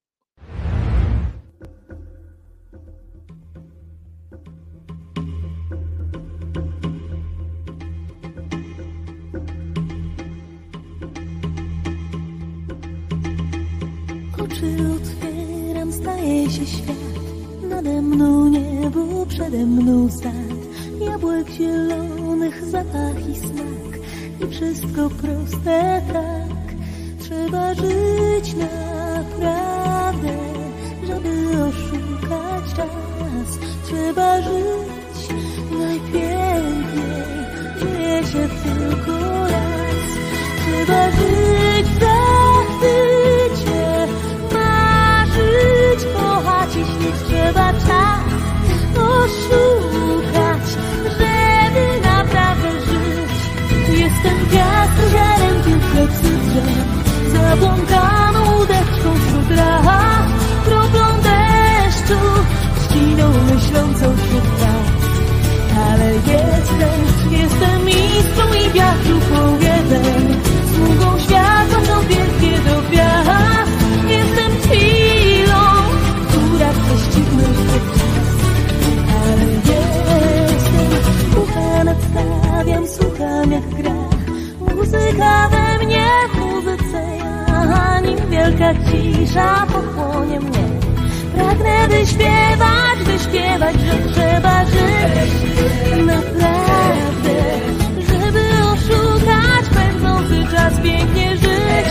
Oczy otwieram, staje się świat. Nade mną niebo, przede mną sad, jabłek zielonych, zapach i smak i wszystko proste tak. Trzeba żyć naprawdę, żeby oszukać czas. Trzeba żyć najpiękniej, żyje się tylko raz. Trzeba żyć w zachwycie, marzyć, kochać i śnić. Trzeba czas oszukać, żeby naprawdę żyć. Jestem gwiazdą, fleksy drzew, zabłąkaną łódeczką wśród raw, kroplą deszczu, ściną myślącą wśród traw. Ale jestem iskrą i wiatru powiedzem, smugą światła do wielkie do gwiazd. Jestem chwilą, która chce ścignąć czas. Ale jestem, ucha nadstawiam, słucham jak gra muzyka we mnie, w muzyce ja, nim wielka cisza pochłonie mnie. Pragnę wyśpiewać, że trzeba żyć naprawdę, żeby oszukać pędzący czas, pięknie żyć.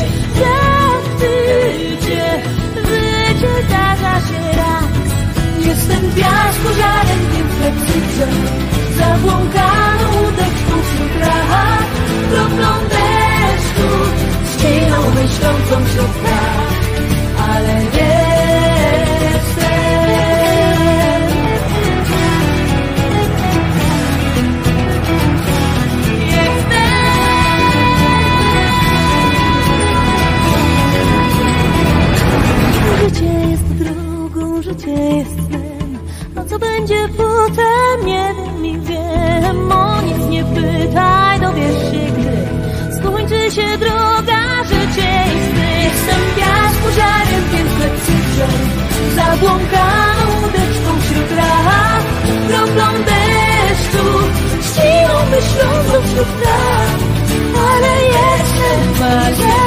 Życie zdarza się raz. Jestem piasku, ziarenkiem fleksy drzew, zabłąkaną łódeczką wśród raw, kroplą deszczu, ściną myślącą wśród traw. Ale życie jest drogą, życie jest snem. A co będzie potem, nie wiem i wiem. O nic nie pytaj, dowiesz się gdy skończy się droga, życie i sny. Jestem piasku, ziarenkiem fleksy drzew, zabłąkaną łódeczką wśród raw, kroplą deszczu, ściną myślącą wśród traw. Ale jestem,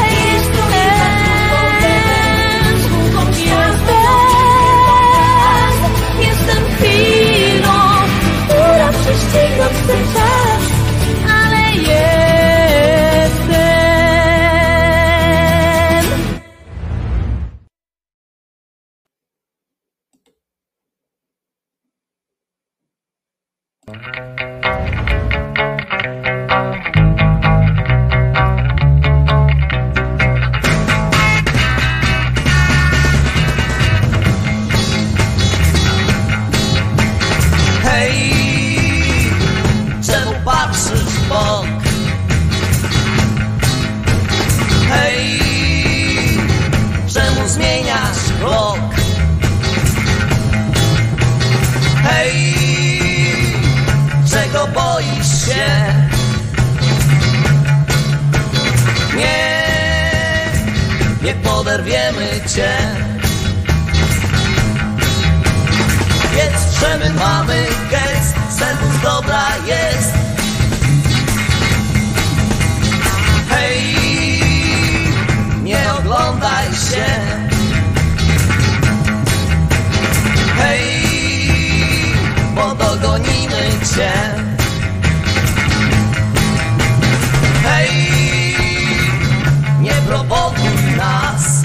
jestem chwilą, która prześciga ten czas, ale jestem. Oderwiemy cię. Jest przemyt, mamy gest, serwus dobra jest. Hej, nie oglądaj się. Hej, bo dogonimy cię. Hej, nie prowokuj nas.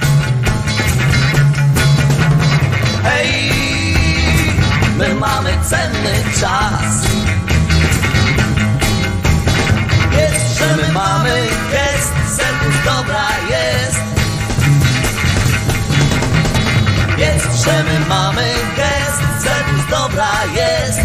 Hej, my mamy cenny czas. gest, serwus dobra jest. Więc drzemy mamy gest, serwus dobra jest.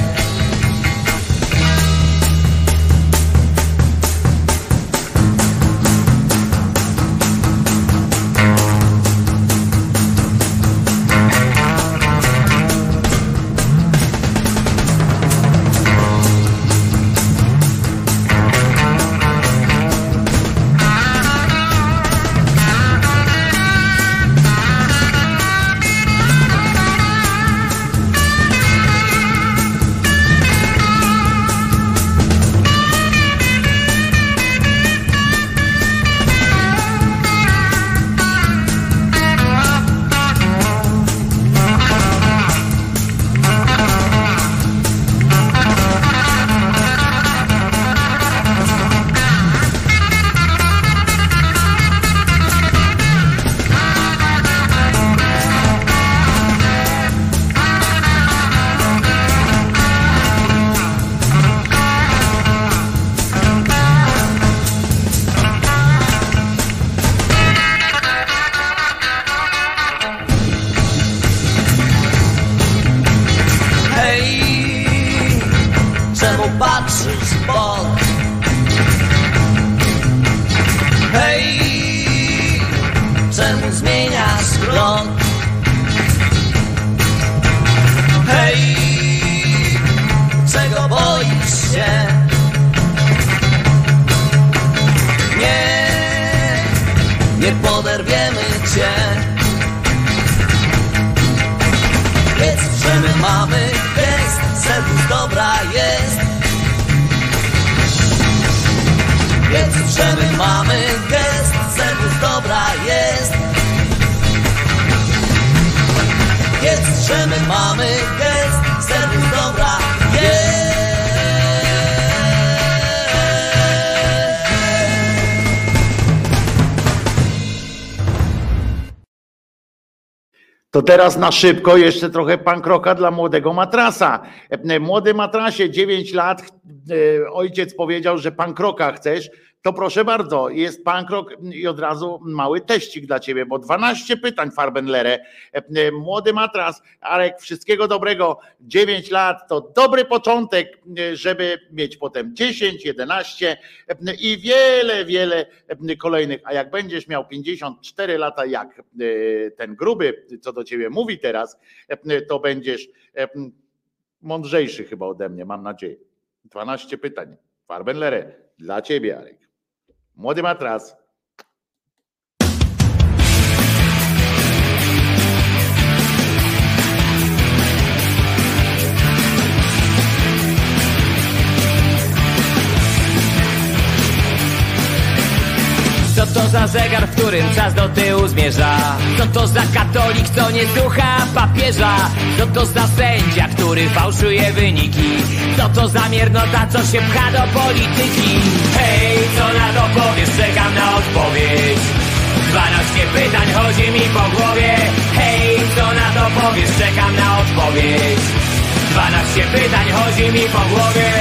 Patrzysz w bok. Hej, czemu zmieniasz krok? Hej, czego boisz się? Nie poderwiemy cię. Więc że my mamy gest, serwus dobra jest. Więc że my mamy gest, serwus dobra jest. Więc że my mamy gest, serwus dobra jest. To teraz na szybko jeszcze trochę punk rocka dla młodego matrasa. Młody matrasie, 9 lat, ojciec powiedział, że punk rocka chcesz, to proszę bardzo, jest punk rock i od razu mały teścik dla ciebie, bo 12 pytań Farbenlere. Młody matras, Arek, wszystkiego dobrego, 9 lat to dobry początek, żeby mieć potem 10, 11 i wiele kolejnych, a jak będziesz miał 54 lata jak ten gruby, co do ciebie mówi teraz, to będziesz mądrzejszy chyba ode mnie, mam nadzieję. 12 pytań Farbenlere dla ciebie, Arek. Młody matras. Co to za zegar, w którym czas do tyłu zmierza? Co to za katolik, co nie słucha papieża? Co to za sędzia, który fałszuje wyniki? Co to za miernota, co się pcha do polityki? Hej, co na to powiesz? Czekam na odpowiedź. 12 pytań chodzi mi po głowie. Hej, co na to powiesz? Czekam na odpowiedź. 12 pytań chodzi mi po głowie.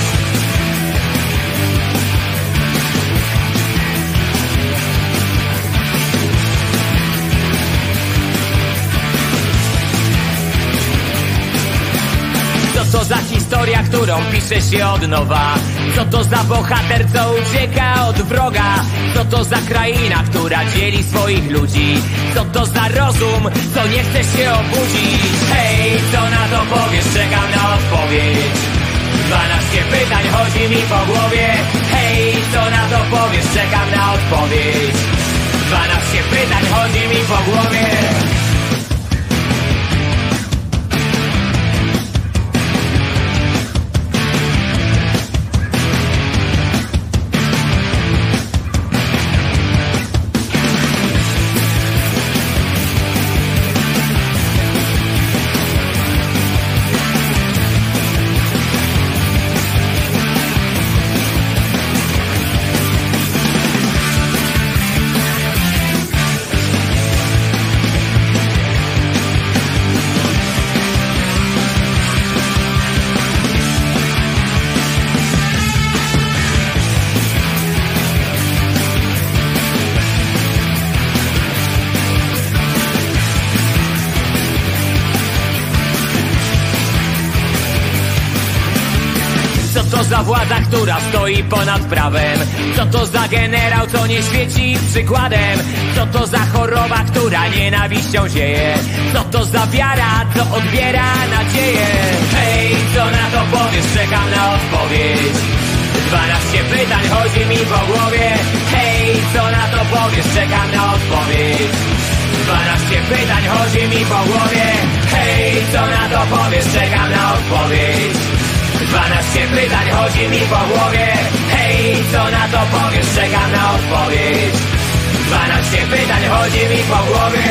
Co to za historia, którą pisze się od nowa? Co to za bohater, co ucieka od wroga? Co to za kraina, która dzieli swoich ludzi? Co to za rozum, co nie chce się obudzić? Hej, co na to powiesz? Czekam na odpowiedź. 12 pytań chodzi mi po głowie. Hej, co na to powiesz? Czekam na odpowiedź. 12 pytań chodzi mi po głowie. władza, która stoi ponad prawem? Co to za generał, co nie świeci przykładem? Co to za choroba, która nienawiścią zieje? Co to za wiara, co odbiera nadzieję? Hej, co na to powiesz? Czekam na odpowiedź. 12 pytań chodzi mi po głowie. Hej, co na to powiesz? Czekam na odpowiedź. 12 pytań chodzi mi po głowie. Hej, co na to powiesz? Czekam na odpowiedź. 12 pytań chodzi mi po głowie. Hej, co na to powiesz? Czekam na odpowiedź. 12 pytań chodzi mi po głowie.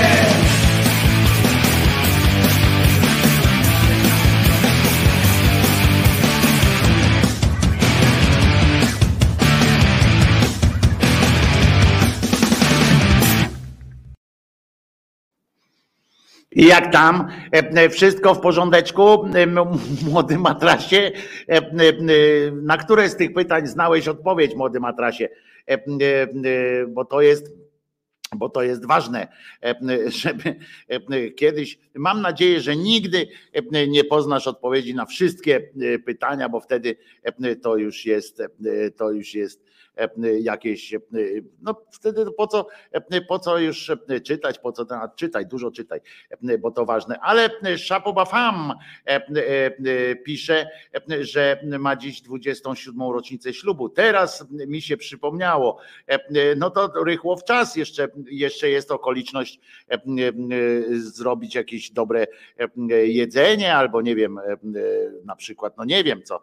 I jak tam? Wszystko w porządeczku, młody matrasie? Na które z tych pytań znałeś odpowiedź, młody matrasie? Bo to jest ważne, żeby kiedyś, mam nadzieję, że nigdy nie poznasz odpowiedzi na wszystkie pytania, bo wtedy to już jest jakieś, no wtedy po co już czytać, po co czytaj, dużo czytaj, bo to ważne. Ale Szapobafam pisze, że ma dziś 27. rocznicę ślubu. Teraz mi się przypomniało, no to rychło w czas, jeszcze jest okoliczność zrobić jakieś dobre jedzenie, albo nie wiem, na przykład, no nie wiem co,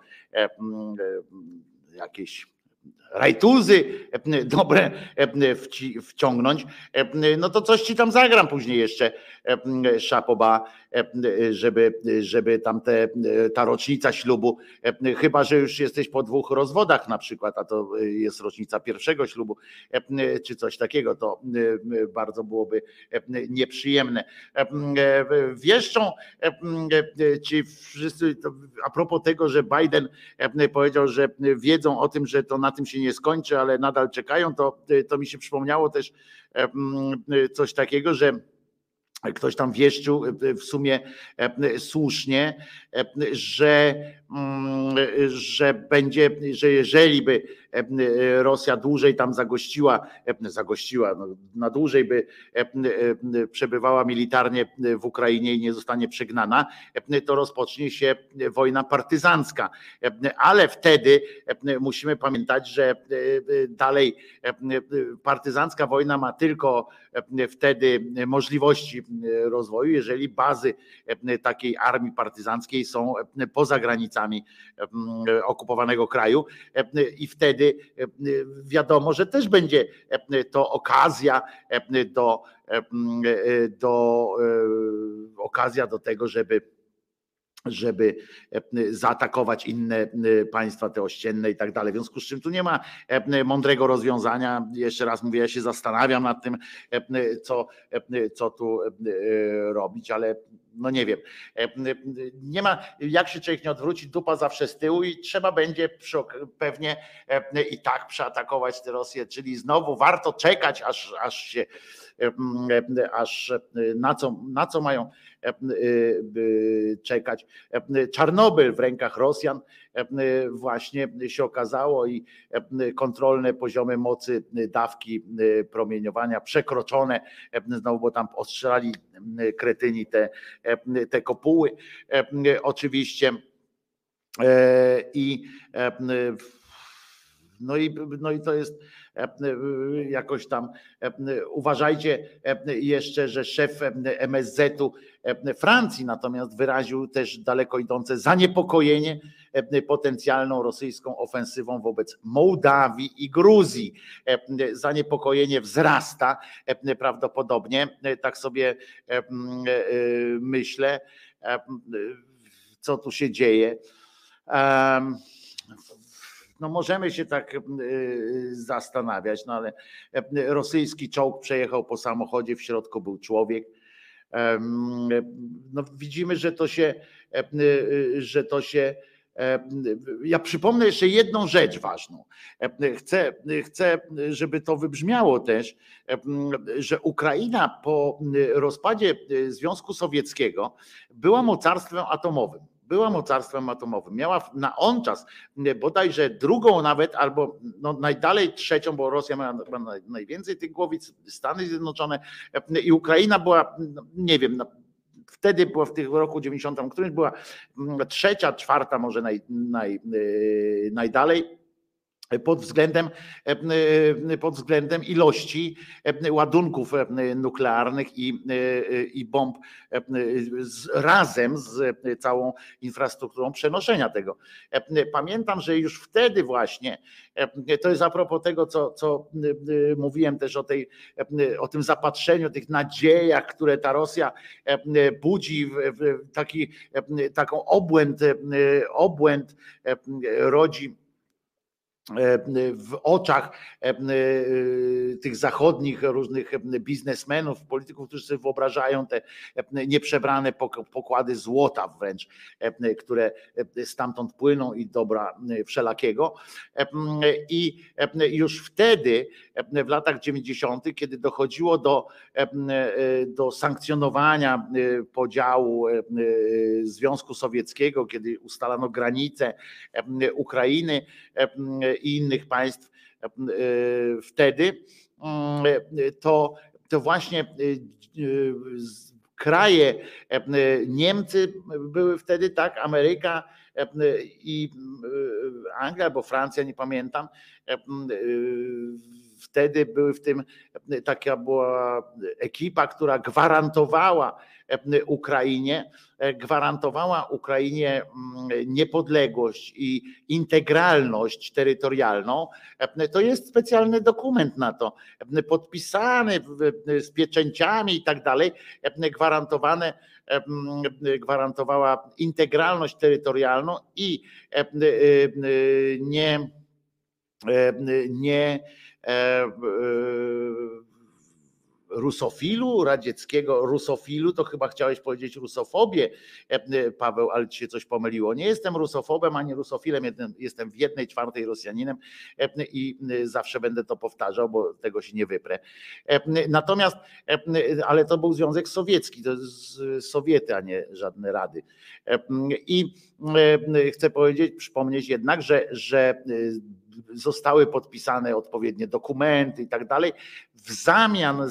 jakieś rajtuzy dobre wciągnąć, no to coś ci tam zagram później jeszcze, Szapoba, żeby tam ta rocznica ślubu, chyba że już jesteś po 2 rozwodach na przykład, a to jest rocznica pierwszego ślubu, czy coś takiego, to bardzo byłoby nieprzyjemne. Wieszczą ci wszyscy, a propos tego, że Biden powiedział, że wiedzą o tym, że to na tym się nie skończy, ale nadal czekają, to mi się przypomniało też coś takiego, że ktoś tam wieszczył w sumie słusznie, że będzie, że jeżeli by Rosja dłużej tam zagościła, no, na dłużej by przebywała militarnie w Ukrainie i nie zostanie przegnana, to rozpocznie się wojna partyzancka. Ale wtedy musimy pamiętać, że dalej partyzancka wojna ma tylko wtedy możliwości rozwoju, jeżeli bazy takiej armii partyzanckiej są poza granicami okupowanego kraju, i wtedy wiadomo, że też będzie to okazja do tego, żeby zaatakować inne państwa, te ościenne i tak dalej. W związku z czym tu nie ma mądrego rozwiązania. Jeszcze raz mówię, ja się zastanawiam nad tym, co tu robić, ale no nie wiem. Nie ma, jak się człowiek nie odwróci, dupa zawsze z tyłu i trzeba będzie pewnie i tak przeatakować tę Rosję, czyli znowu warto czekać, aż na co mają czekać. Czarnobyl w rękach Rosjan właśnie się okazało i kontrolne poziomy mocy dawki promieniowania przekroczone, znowu, bo tam ostrzelali kretyni te kopuły oczywiście i no i to jest jakoś tam, uważajcie jeszcze, że szef MSZ-u Francji natomiast wyraził też daleko idące zaniepokojenie potencjalną rosyjską ofensywą wobec Mołdawii i Gruzji. Zaniepokojenie wzrasta prawdopodobnie, tak sobie myślę, co tu się dzieje. No możemy się tak zastanawiać, no ale rosyjski czołg przejechał po samochodzie, w środku był człowiek. No widzimy, że to się ja przypomnę jeszcze jedną rzecz ważną. Chcę, żeby to wybrzmiało też, że Ukraina po rozpadzie Związku Sowieckiego była mocarstwem atomowym. była mocarstwem atomowym, miała na on czas bodajże drugą nawet, albo no najdalej trzecią, bo Rosja ma najwięcej tych głowic, Stany Zjednoczone i Ukraina była, nie wiem, wtedy była w tym roku 90, którymś była trzecia, czwarta może najdalej. Pod względem ilości ładunków nuklearnych i bomb razem z całą infrastrukturą przenoszenia tego. Pamiętam, że już wtedy właśnie, to jest a propos tego, co mówiłem też o tym zapatrzeniu, tych nadziejach, które ta Rosja budzi, taką obłęd rodzi w oczach tych zachodnich różnych biznesmenów, polityków, którzy sobie wyobrażają te nieprzebrane pokłady złota wręcz, które stamtąd płyną i dobra wszelakiego. I już wtedy, w latach 90., kiedy dochodziło do sankcjonowania podziału Związku Sowieckiego, kiedy ustalano granice Ukrainy i innych państw, wtedy to właśnie kraje, Niemcy były wtedy, tak, Ameryka i Anglia albo Francja, nie pamiętam, wtedy były w tym, taka była ekipa, która gwarantowała Ukrainie niepodległość i integralność terytorialną. To jest specjalny dokument na to, podpisany z pieczęciami i tak dalej, gwarantowała integralność terytorialną i nie rusofilu radzieckiego, rusofilu, to chyba chciałeś powiedzieć rusofobię, Paweł, ale ci się coś pomyliło. Nie jestem rusofobem ani rusofilem, jestem w 1/4 Rosjaninem i zawsze będę to powtarzał, bo tego się nie wyprę. Natomiast, ale to był Związek Sowiecki, to Sowiety, a nie żadne rady. I chcę przypomnieć jednak, że zostały podpisane odpowiednie dokumenty i tak dalej. W zamian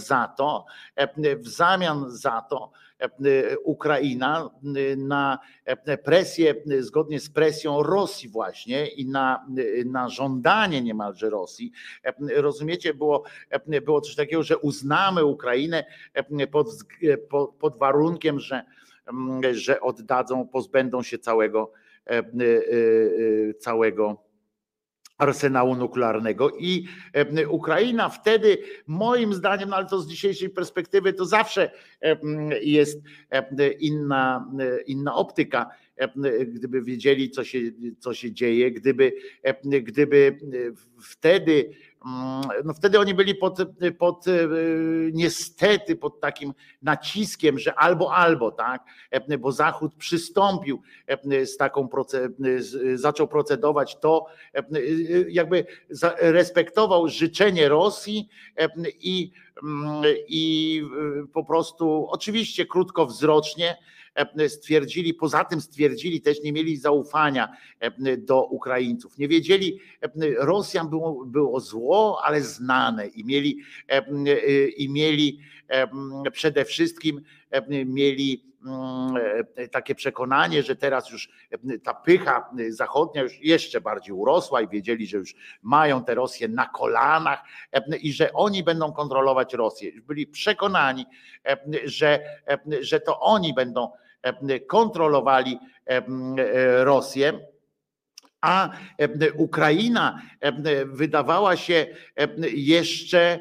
za to Ukraina na presję, zgodnie z presją Rosji właśnie i na żądanie niemalże Rosji, rozumiecie, było coś takiego, że uznamy Ukrainę pod warunkiem, że oddadzą, pozbędą się całego arsenału nuklearnego i Ukraina wtedy, moim zdaniem, no ale to z dzisiejszej perspektywy to zawsze jest inna optyka, gdyby wiedzieli, co się dzieje, gdyby wtedy, no wtedy oni byli niestety pod takim naciskiem, że albo, tak, bo Zachód przystąpił zaczął procedować to, jakby respektował życzenie Rosji i po prostu oczywiście krótkowzrocznie stwierdzili też, nie mieli zaufania do Ukraińców. Nie wiedzieli, Rosjan było zło, ale znane i mieli przede wszystkim takie przekonanie, że teraz już ta pycha zachodnia już jeszcze bardziej urosła i wiedzieli, że już mają tę Rosję na kolanach i że oni będą kontrolować Rosję. Już byli przekonani, że to oni będą kontrolowali Rosję, a Ukraina wydawała się jeszcze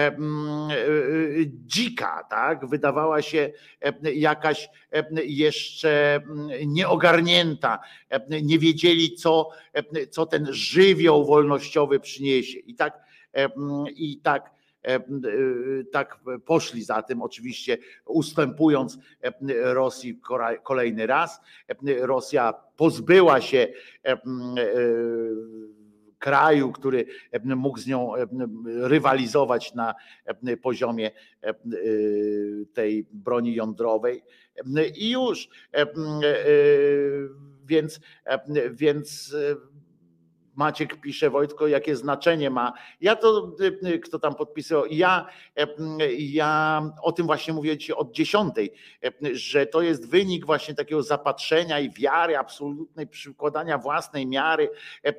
dzika, tak? Wydawała się jakaś jeszcze nieogarnięta, nie wiedzieli, co ten żywioł wolnościowy przyniesie. I tak poszli za tym, oczywiście ustępując Rosji kolejny raz. Rosja pozbyła się kraju, który mógł z nią rywalizować na poziomie tej broni jądrowej i już. Więc Maciek pisze, Wojtko, jakie znaczenie ma. Ja to, kto tam podpisał, ja o tym właśnie mówię dzisiaj od 10, że to jest wynik właśnie takiego zapatrzenia i wiary absolutnej, przykładania własnej miary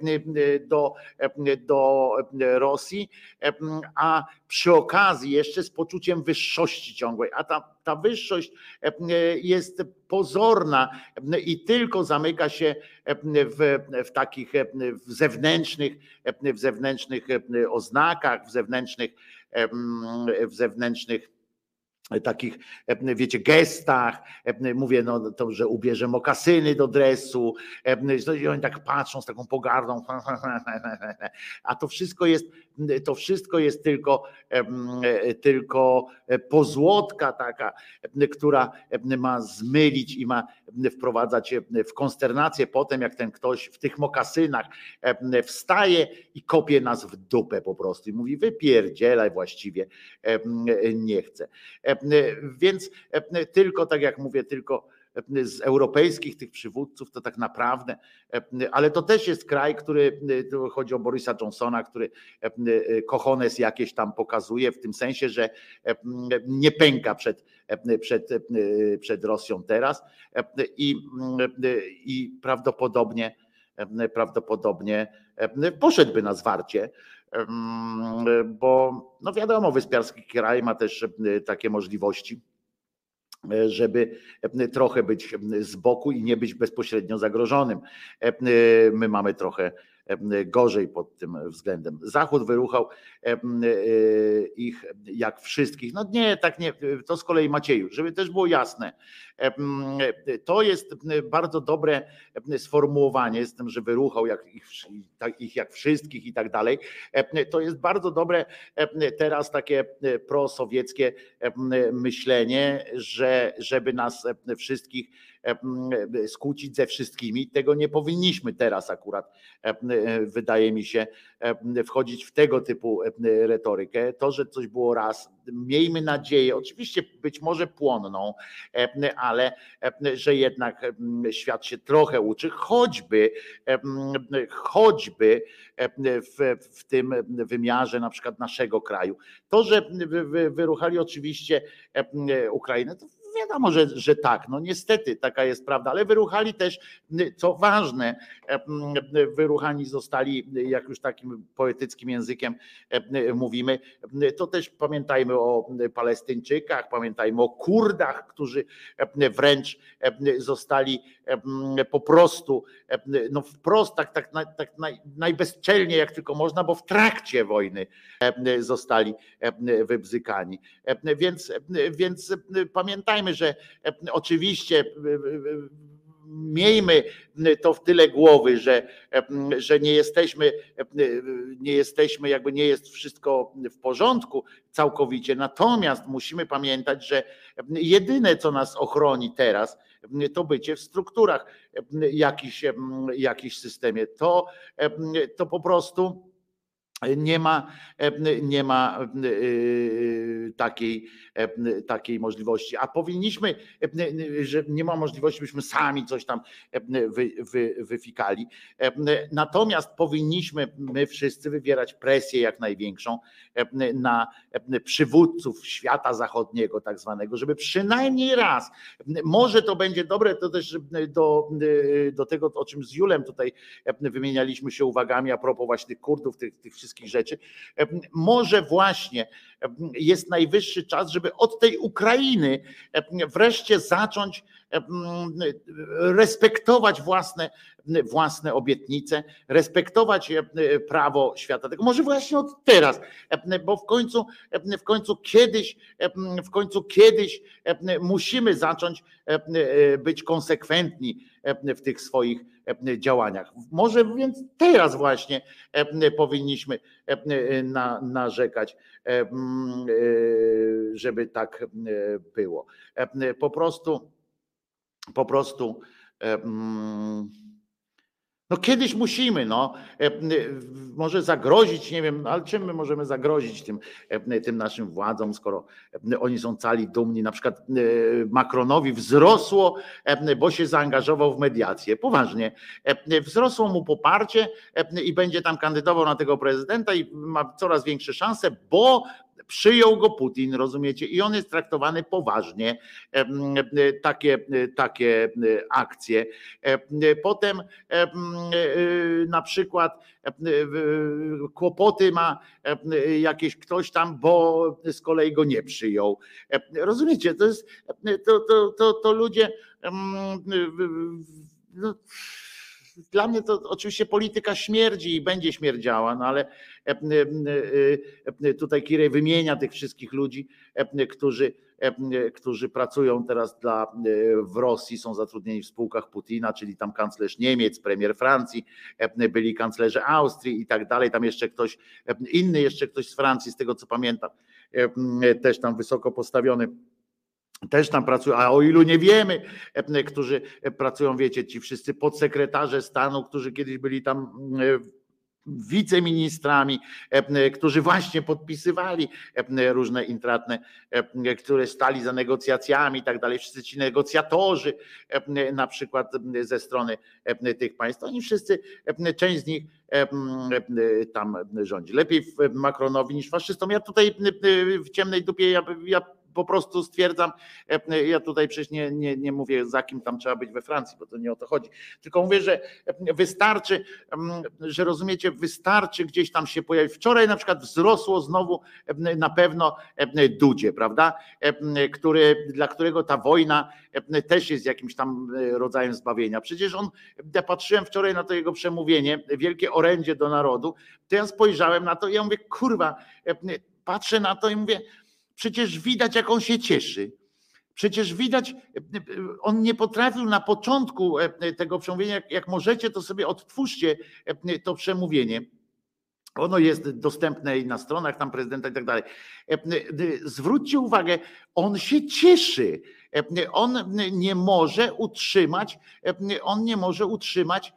do Rosji, a przy okazji jeszcze z poczuciem wyższości ciągłej, a ta wyższość jest pozorna i tylko zamyka się w takich zewnętrznych oznakach, w zewnętrznych takich, wiecie, gestach. Mówię, no to, że ubierze mokasyny do dresu, i oni tak patrzą z taką pogardą, a to wszystko jest tylko pozłotka taka, która ma zmylić i ma wprowadzać w konsternację potem, jak ten ktoś w tych mokasynach wstaje i kopie nas w dupę po prostu i mówi, wypierdzielaj właściwie, nie chcę. Więc tylko, tak jak mówię, tylko z europejskich tych przywódców to tak naprawdę, ale to też jest kraj, który, chodzi o Borisa Johnsona, który cojones jakieś tam pokazuje, w tym sensie, że nie pęka przed Rosją teraz i prawdopodobnie poszedłby na zwarcie, bo no wiadomo, wyspiarski kraj ma też takie możliwości, żeby trochę być z boku i nie być bezpośrednio zagrożonym. My mamy trochę gorzej pod tym względem. Zachód wyruchał ich jak wszystkich. No nie, tak nie, to z kolei Macieju, żeby też było jasne. To jest bardzo dobre sformułowanie z tym, że wyruchał ich jak wszystkich i tak dalej. To jest bardzo dobre teraz takie prosowieckie myślenie, żeby nas wszystkich skłócić ze wszystkimi. Tego nie powinniśmy teraz akurat, wydaje mi się, wchodzić w tego typu retorykę. To, że coś było raz, miejmy nadzieję, oczywiście być może płonną, ale że jednak świat się trochę uczy, choćby w tym wymiarze na przykład naszego kraju. To, że wyruchali oczywiście Ukrainę, to wiadomo, że tak, no niestety taka jest prawda, ale wyruchali też, co ważne, wyruchani zostali, jak już takim poetyckim językiem mówimy, to też pamiętajmy o Palestyńczykach, pamiętajmy o Kurdach, którzy wręcz zostali po prostu, no wprost, tak najbezczelniej jak tylko można, bo w trakcie wojny zostali wybzykani. Więc pamiętajmy, że oczywiście miejmy to w tyle głowy, że nie jesteśmy, jakby nie jest wszystko w porządku całkowicie, natomiast musimy pamiętać, że jedyne, co nas ochroni teraz, to bycie w strukturach, jakiś systemie. To po prostu nie ma takiej możliwości, a powinniśmy, że nie ma możliwości, byśmy sami coś tam wyfikali. Natomiast powinniśmy my wszyscy wywierać presję jak największą na przywódców świata zachodniego tak zwanego, żeby przynajmniej raz, może to będzie dobre, to też do tego, o czym z Julem tutaj wymienialiśmy się uwagami a propos właśnie tych Kurdów, tych wszystkich rzeczy. Może właśnie jest najwyższy czas, żeby od tej Ukrainy wreszcie zacząć respektować własne obietnice, respektować prawo świata. Tego może właśnie od teraz, bo w końcu kiedyś musimy zacząć być konsekwentni w tych swoich działaniach. Może więc teraz właśnie powinniśmy narzekać, żeby tak było. Po prostu No kiedyś musimy, no. Może zagrozić, nie wiem, ale czym my możemy zagrozić tym naszym władzom, skoro oni są cali dumni. Na przykład Macronowi wzrosło, bo się zaangażował w mediację. Poważnie. Wzrosło mu poparcie i będzie tam kandydował na tego prezydenta i ma coraz większe szanse, bo przyjął go Putin, rozumiecie? I on jest traktowany poważnie. Takie akcje. Potem na przykład kłopoty ma jakieś ktoś tam, bo z kolei go nie przyjął. Rozumiecie? To jest to ludzie. No, dla mnie to oczywiście polityka śmierdzi i będzie śmierdziała, no ale tutaj Kirej wymienia tych wszystkich ludzi, którzy pracują teraz w Rosji, są zatrudnieni w spółkach Putina, czyli tam kanclerz Niemiec, premier Francji, byli kanclerze Austrii i tak dalej, tam jeszcze ktoś inny, jeszcze ktoś z Francji, z tego co pamiętam, też tam wysoko postawiony. Też tam pracują, a o ilu nie wiemy, którzy pracują, wiecie, ci wszyscy podsekretarze stanu, którzy kiedyś byli tam wiceministrami, którzy właśnie podpisywali różne intratne, które stali za negocjacjami i tak dalej, wszyscy ci negocjatorzy na przykład ze strony tych państw, oni wszyscy, część z nich tam rządzi. Lepiej Macronowi niż faszystom. Ja tutaj w ciemnej dupie, ja po prostu stwierdzam, ja tutaj przecież nie mówię, za kim tam trzeba być we Francji, bo to nie o to chodzi, tylko mówię, że wystarczy, że rozumiecie, wystarczy gdzieś tam się pojawić. Wczoraj na przykład wzrosło znowu na pewno Dudzie, prawda, dla którego ta wojna też jest jakimś tam rodzajem zbawienia. Przecież ja patrzyłem wczoraj na to jego przemówienie, wielkie orędzie do narodu, to ja spojrzałem na to i ja mówię, kurwa, patrzę na to i mówię, przecież widać, jak on się cieszy. Przecież widać, on nie potrafił na początku tego przemówienia, jak możecie, to sobie odtwórzcie to przemówienie. Ono jest dostępne i na stronach tam prezydenta i tak dalej. Zwróćcie uwagę, on się cieszy. On nie może utrzymać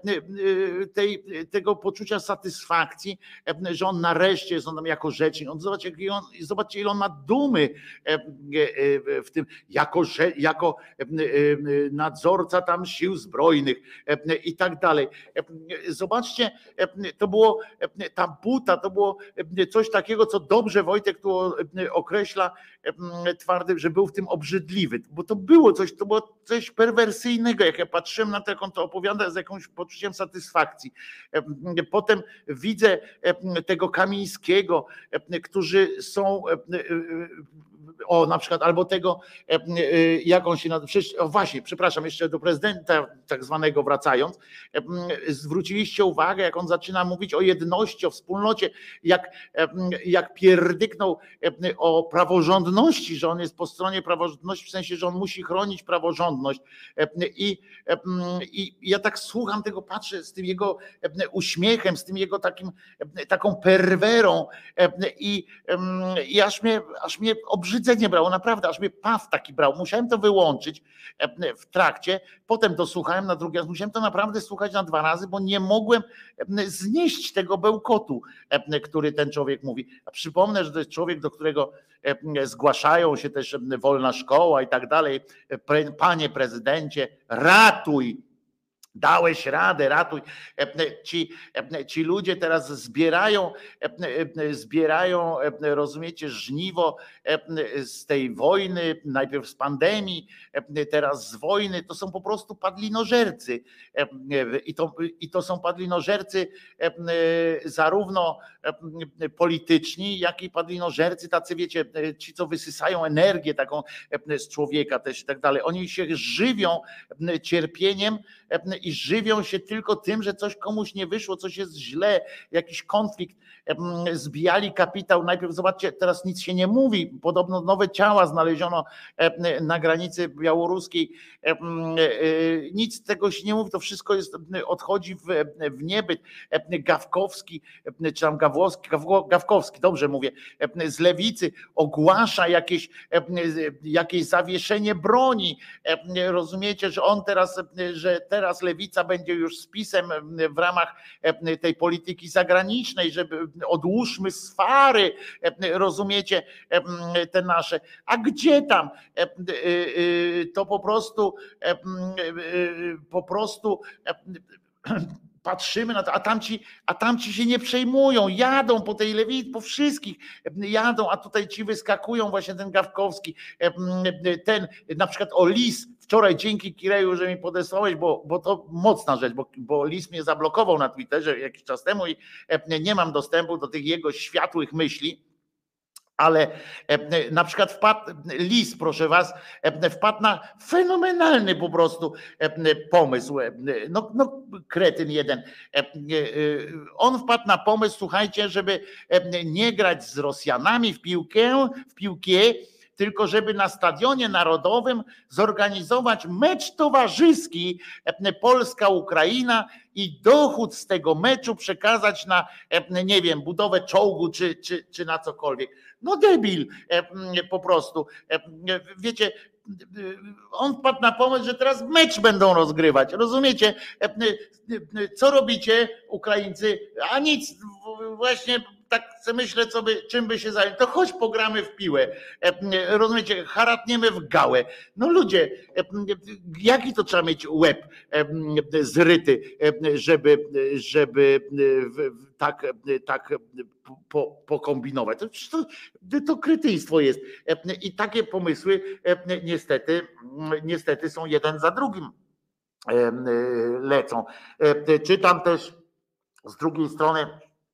tego poczucia satysfakcji, że on nareszcie jest on jako rzecznik. Zobaczcie, ile on ma dumy w tym, jako nadzorca tam sił zbrojnych i tak dalej. Zobaczcie, to było ta buta, to było coś takiego, co dobrze Wojtek tu określa twardym, że był w tym obrzydliwy, bo to było coś perwersyjnego. Jak ja patrzyłem na to, jak on to opowiada z jakimś poczuciem satysfakcji. Potem widzę tego Kamińskiego, którzy są na przykład, albo tego, jak on się nazywa, właśnie, przepraszam, jeszcze do prezydenta tak zwanego wracając, zwróciliście uwagę, jak on zaczyna mówić o jedności, o wspólnocie, jak pierdyknął o praworządności, że on jest po stronie praworządności, w sensie, że on musi chronić praworządność i ja tak słucham tego, patrzę z tym jego uśmiechem, z tym jego taką perwerą i aż mnie obrzydzenie brało, naprawdę, aż mnie paw taki brał. Musiałem to wyłączyć w trakcie, potem to słuchałem na drugi raz, musiałem to naprawdę słuchać na 2 razy, bo nie mogłem znieść tego bełkotu, który ten człowiek mówi. A przypomnę, że to jest człowiek, do którego zgłaszają się też wolna szkoła i tak dalej. Panie prezydencie, ratuj! Dałeś radę, ratuj. Ci ludzie teraz zbierają, rozumiecie, żniwo z tej wojny, najpierw z pandemii, teraz z wojny. To są po prostu padlinożercy. I to są padlinożercy zarówno polityczni, jak i padlinożercy tacy, wiecie, ci, co wysysają energię taką z człowieka też i tak dalej. Oni się żywią cierpieniem i żywią się tylko tym, że coś komuś nie wyszło, coś jest źle, jakiś konflikt, zbijali kapitał. Najpierw zobaczcie, teraz nic się nie mówi, podobno nowe ciała znaleziono na granicy białoruskiej, nic z tego się nie mówi, to wszystko odchodzi w niebyt. Gawkowski, czy tam Gawkowski, dobrze mówię, z lewicy ogłasza jakieś zawieszenie broni. Rozumiecie, że on teraz, lewica lewica będzie już spisem w ramach tej polityki zagranicznej, żeby odłóżmy swary, rozumiecie, te nasze. A gdzie tam? To po prostu patrzymy na to, a tamci się nie przejmują, jadą po tej lewicy, po wszystkich jadą, a tutaj ci wyskakują, właśnie ten Gawkowski, ten na przykład o Lis, wczoraj dzięki Kireju, że mi podesłałeś, bo to mocna rzecz, bo Lis mnie zablokował na Twitterze jakiś czas temu i nie mam dostępu do tych jego światłych myśli. Ale na przykład Lis, proszę was, wpadł na fenomenalny po prostu pomysł. No kretyn jeden. On wpadł na pomysł, słuchajcie, żeby nie grać z Rosjanami w piłkę, tylko żeby na Stadionie Narodowym zorganizować mecz towarzyski Polska-Ukraina i dochód z tego meczu przekazać na, nie wiem, budowę czołgu czy na cokolwiek. No debil po prostu. Wiecie, on wpadł na pomysł, że teraz mecz będą rozgrywać. Rozumiecie? Co robicie, Ukraińcy? A nic, właśnie tak myślę, czym by się zająć. To chodź pogramy w piłę. Rozumiecie? Haratniemy w gałę. No ludzie, jaki to trzeba mieć łeb zryty, żeby tak pokombinować. To kretyństwo jest. I takie pomysły niestety są jeden za drugim lecą. Czytam też z drugiej strony,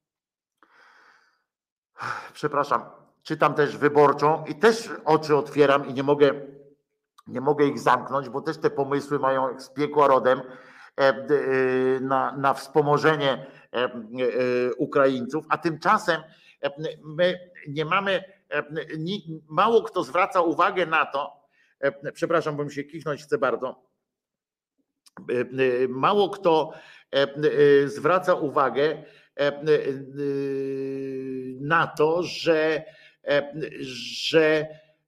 czytam też Wyborczą i też oczy otwieram i nie mogę ich zamknąć, bo też te pomysły mają z piekła rodem na wspomożenie Ukraińców, a tymczasem my nie mamy, mało kto zwraca uwagę na to, przepraszam, bo mi się kichnąć chce bardzo, mało kto zwraca uwagę na to, że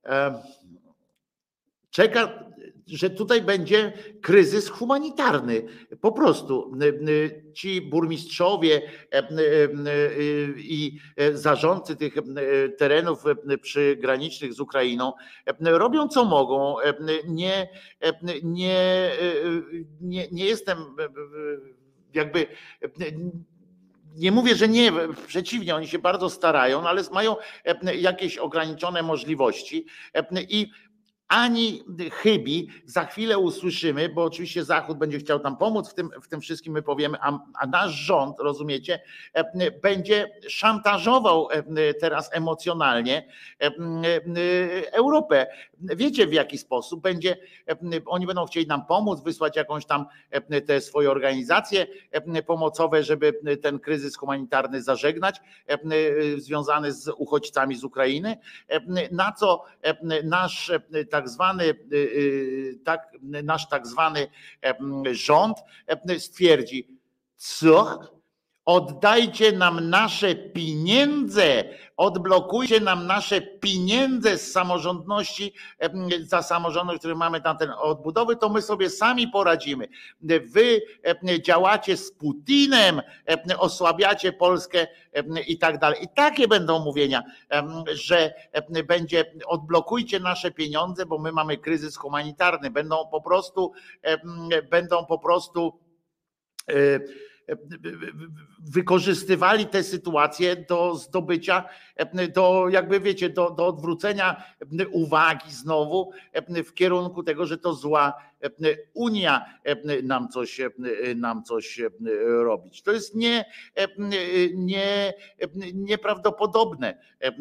czeka, że tutaj będzie kryzys humanitarny. Po prostu ci burmistrzowie i zarządcy tych terenów przygranicznych z Ukrainą robią co mogą. Nie jestem jakby... Nie mówię, że nie, przeciwnie, oni się bardzo starają, no ale mają jakieś ograniczone możliwości i ani chybi, za chwilę usłyszymy, bo oczywiście Zachód będzie chciał tam pomóc w tym wszystkim, my powiemy, a nasz rząd, rozumiecie, będzie szantażował teraz emocjonalnie Europę. Wiecie w jaki sposób będzie, oni będą chcieli nam pomóc, wysłać jakąś tam te swoje organizacje pomocowe, żeby ten kryzys humanitarny zażegnać, związany z uchodźcami z Ukrainy, na co nasz tak zwany rząd stwierdzi, co? Oddajcie nam nasze pieniądze, odblokujcie nam nasze pieniądze z samorządności, za samorządność, który mamy tam ten odbudowy, to my sobie sami poradzimy. Wy działacie z Putinem, osłabiacie Polskę i tak dalej. I takie będą mówienia, że będzie odblokujcie nasze pieniądze, bo my mamy kryzys humanitarny. Będą po prostu wykorzystywali tę sytuację do zdobycia, do jakby wiecie, do odwrócenia uwagi znowu w kierunku tego, że to zła Unia nam coś robić. To jest nieprawdopodobne,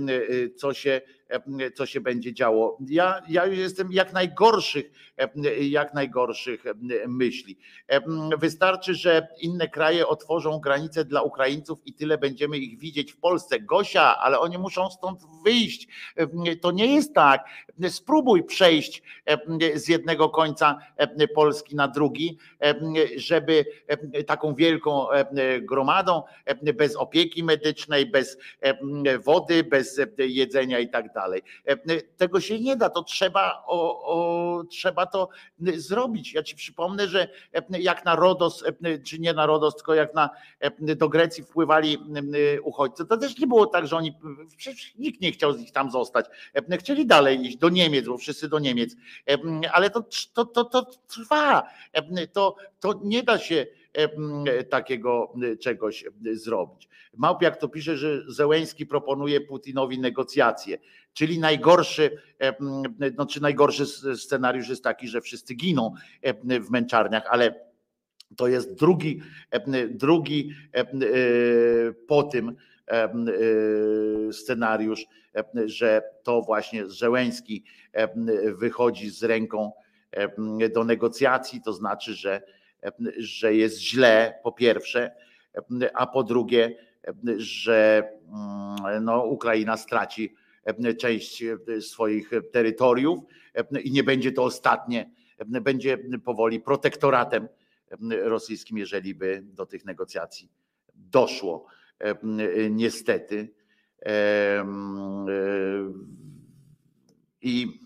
co się będzie działo. Ja jestem jak najgorszych myśli. Wystarczy, że inne kraje otworzą granice dla Ukraińców i tyle będziemy ich widzieć w Polsce. Gosia, ale oni muszą stąd wyjść. To nie jest tak. Spróbuj przejść z jednego końca Polski na drugi, żeby taką wielką gromadą, bez opieki medycznej, bez wody, bez jedzenia i tak dalej. Tego się nie da, to trzeba to zrobić. Ja ci przypomnę, że jak na Rodos, czy nie na Rodos, tylko jak do Grecji wpływali uchodźcy, to też nie było tak, że oni, przecież nikt nie chciał z nich tam zostać. Chcieli dalej iść do Niemiec, bo wszyscy do Niemiec. Ale to trwa. To nie da się takiego czegoś zrobić. Małpiak to pisze, że Zełenski proponuje Putinowi negocjacje, czyli najgorszy scenariusz jest taki, że wszyscy giną w męczarniach, ale to jest drugi po tym scenariusz, że to właśnie Zełenski wychodzi z ręką do negocjacji, to znaczy, że jest źle po pierwsze, a po drugie, że Ukraina straci część swoich terytoriów i nie będzie to ostatnie, będzie powoli protektoratem rosyjskim, jeżeli by do tych negocjacji doszło. Niestety. I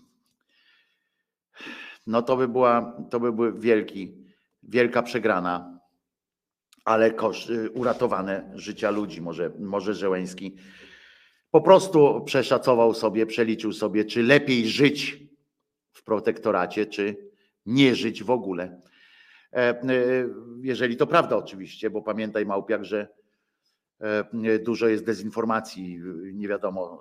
to by była wielka przegrana, ale uratowane życia ludzi. Może Zełenski po prostu przeszacował sobie, przeliczył sobie, czy lepiej żyć w protektoracie, czy nie żyć w ogóle. Jeżeli to prawda oczywiście, bo pamiętaj, Małpiak, że dużo jest dezinformacji, nie wiadomo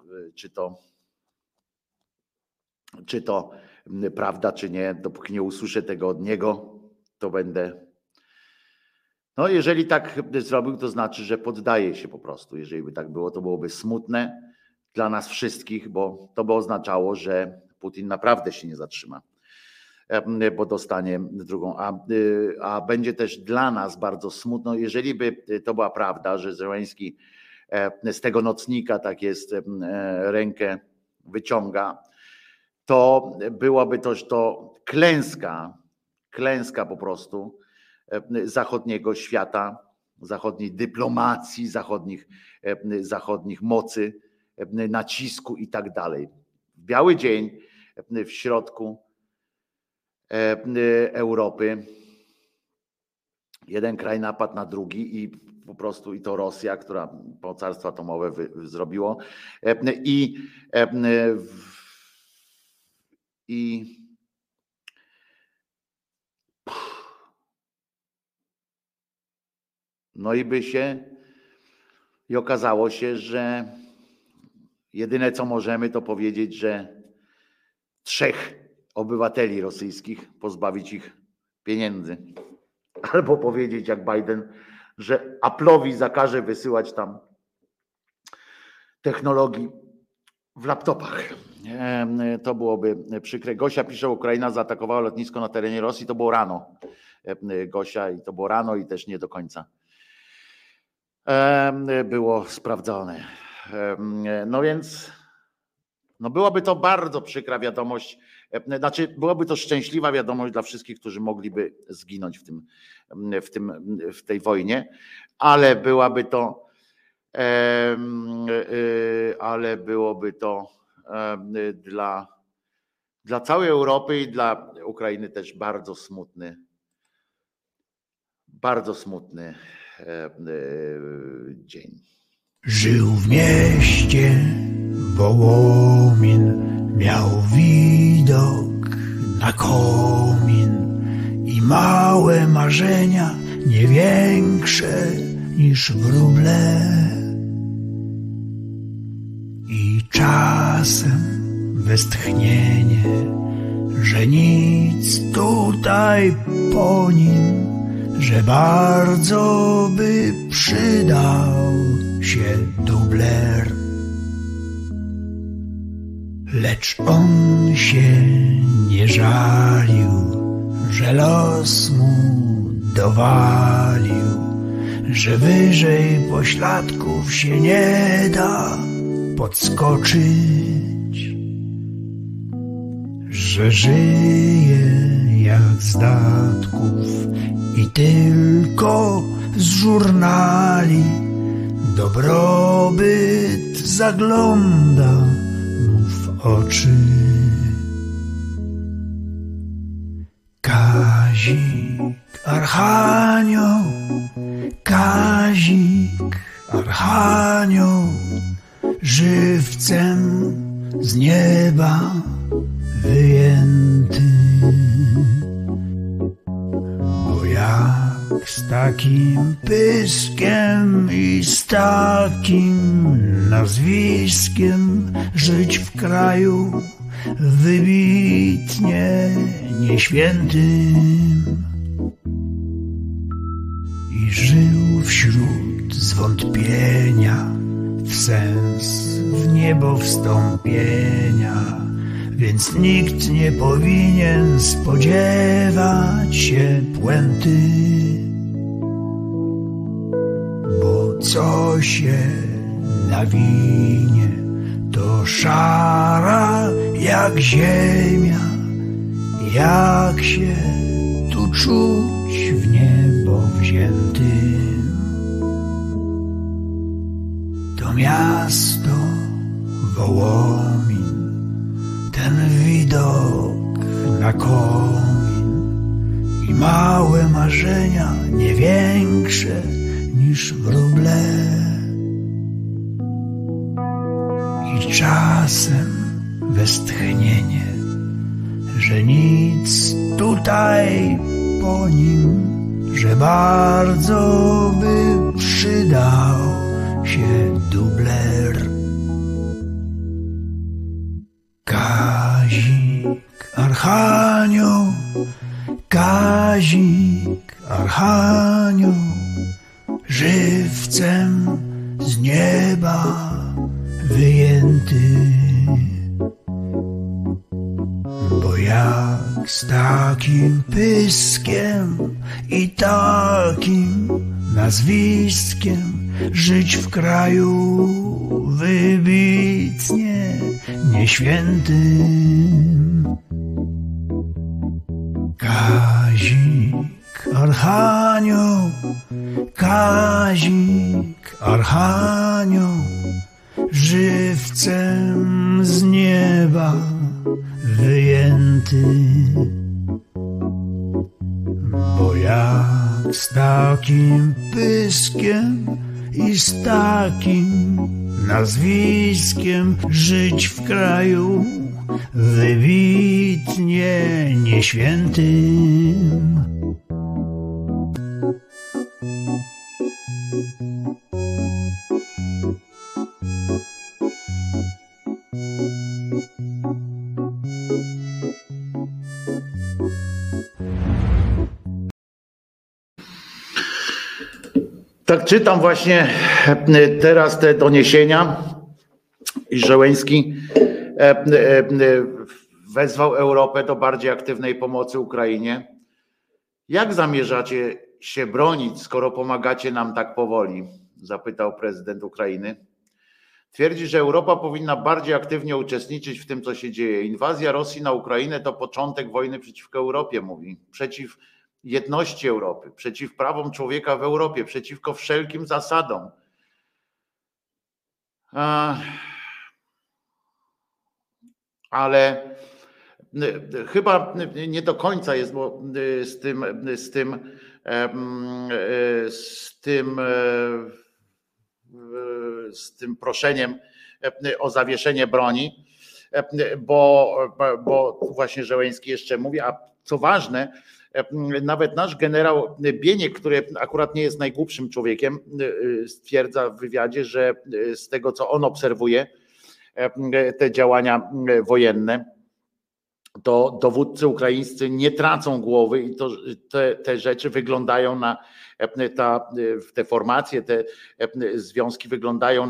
czy to prawda, czy nie. Dopóki nie usłyszę tego od niego, to będę... jeżeli tak zrobił, to znaczy, że poddaje się po prostu. Jeżeli by tak było, to byłoby smutne dla nas wszystkich, bo to by oznaczało, że Putin naprawdę się nie zatrzyma, bo dostanie drugą, a będzie też dla nas bardzo smutno, jeżeli by to była prawda, że Zełenski z tego nocnika, tak jest, rękę wyciąga, to byłaby to klęska po prostu zachodniego świata, zachodniej dyplomacji, zachodnich mocy, nacisku i tak dalej. Biały dzień w środku Europy, jeden kraj napadł na drugi i po prostu i to Rosja, która mocarstwo atomowe zrobiło i okazało się, że jedyne co możemy, to powiedzieć, że 3 obywateli rosyjskich pozbawić ich pieniędzy. Albo powiedzieć jak Biden, że Apple'owi zakaże wysyłać tam technologii w laptopach. To byłoby przykre. Gosia pisze, Ukraina zaatakowała lotnisko na terenie Rosji. To było rano. Gosia, i to było rano i też nie do końca było sprawdzone. Więc byłaby to bardzo przykra wiadomość, byłaby to szczęśliwa wiadomość dla wszystkich, którzy mogliby zginąć w tej wojnie, ale byłoby to dla całej Europy i dla Ukrainy też bardzo smutny dzień. Żył w mieście Wołomin, miał widok na komin i małe marzenia, nie większe niż wróble. I czasem westchnienie, że nic tutaj po nim, że bardzo by przydał się dubler. Lecz on się nie żalił, że los mu dowalił, że wyżej pośladków się nie da podskoczyć, że żyje jak z datków i tylko z żurnali dobrobyt zagląda mu w oczy. Kazik Archanioł, Kazik Archanioł, żywcem z nieba wyjęty. Bo jak z takim pyskiem i z takim nazwiskiem żyć w kraju wybitnie nieświętym. I żył wśród zwątpienia w sens w niebo wstąpienia, więc nikt nie powinien spodziewać się puenty. Bo co się nawinie, to szara jak ziemia, jak się tu czuć w niebo wziętym. To miasto Wołomin, ten widok na komin i małe marzenia, nie większe niż wróble. I czasem westchnienie, że nic tutaj po nim, że bardzo by przydał się dubler. Kazik Archanioł, Kazik Archanioł, żywcem z nieba wyjęty. Bo jak z takim pyskiem i takim nazwiskiem żyć w kraju wybitnie nieświętym. Kazik Archanioł, Kazik Archanioł, żywcem z nieba wyjęty. Bo jak z takim pyskiem i z takim nazwiskiem żyć w kraju wybitnie nieświętym. Tak czytam właśnie teraz te doniesienia i Zełenski wezwał Europę do bardziej aktywnej pomocy Ukrainie. Jak zamierzacie się bronić, skoro pomagacie nam tak powoli? Zapytał prezydent Ukrainy. Twierdzi, że Europa powinna bardziej aktywnie uczestniczyć w tym, co się dzieje. Inwazja Rosji na Ukrainę to początek wojny przeciwko Europie, mówi. Przeciw jedności Europy, przeciw prawom człowieka w Europie, przeciwko wszelkim zasadom. Ale chyba nie do końca jest, bo z tym proszeniem o zawieszenie broni, bo właśnie Zełenski jeszcze mówi, a co ważne, nawet nasz generał Bieniek, który akurat nie jest najgłupszym człowiekiem, stwierdza w wywiadzie, że z tego, co on obserwuje, te działania wojenne, to dowódcy ukraińscy nie tracą głowy i to te rzeczy wyglądają te formacje, te związki wyglądają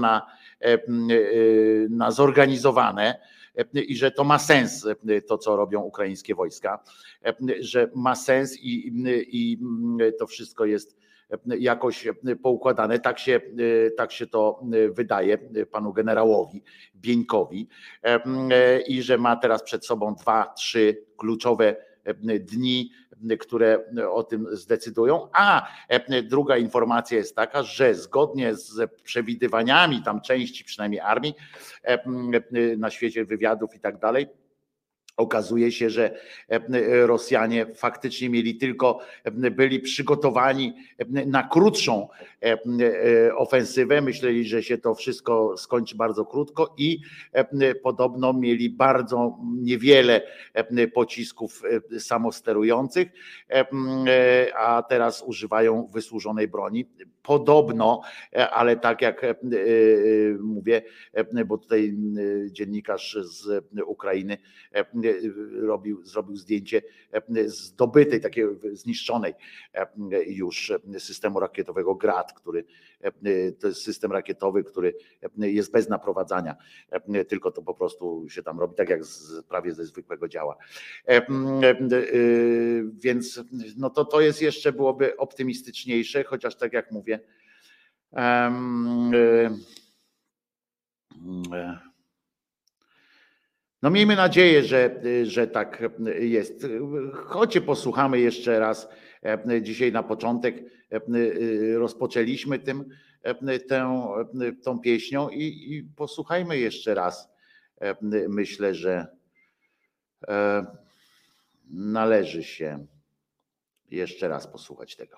na zorganizowane i że to ma sens, to co robią ukraińskie wojska, że ma sens i to wszystko jest jakoś poukładane. Tak się to wydaje panu generałowi Bieńkowi i że ma teraz przed sobą 2-3 kluczowe dni, które o tym zdecydują. A druga informacja jest taka, że zgodnie z przewidywaniami tam części przynajmniej armii na świecie wywiadów i tak dalej, okazuje się, że Rosjanie faktycznie byli przygotowani na krótszą ofensywę. Myśleli, że się to wszystko skończy bardzo krótko i podobno mieli bardzo niewiele pocisków samosterujących, a teraz używają wysłużonej broni. Podobno, ale tak jak mówię, bo tutaj dziennikarz z Ukrainy zrobił zdjęcie zdobytej, takiej zniszczonej już systemu rakietowego Grad, który to jest system rakietowy, który jest bez naprowadzania, tylko to po prostu się tam robi tak jak prawie ze zwykłego działa. Więc no to jest jeszcze, byłoby optymistyczniejsze, chociaż tak jak mówię, no miejmy nadzieję, że tak jest. Chodźcie, posłuchamy jeszcze raz. Dzisiaj na początek rozpoczęliśmy tą pieśnią i posłuchajmy jeszcze raz. Myślę, że należy się jeszcze raz posłuchać tego.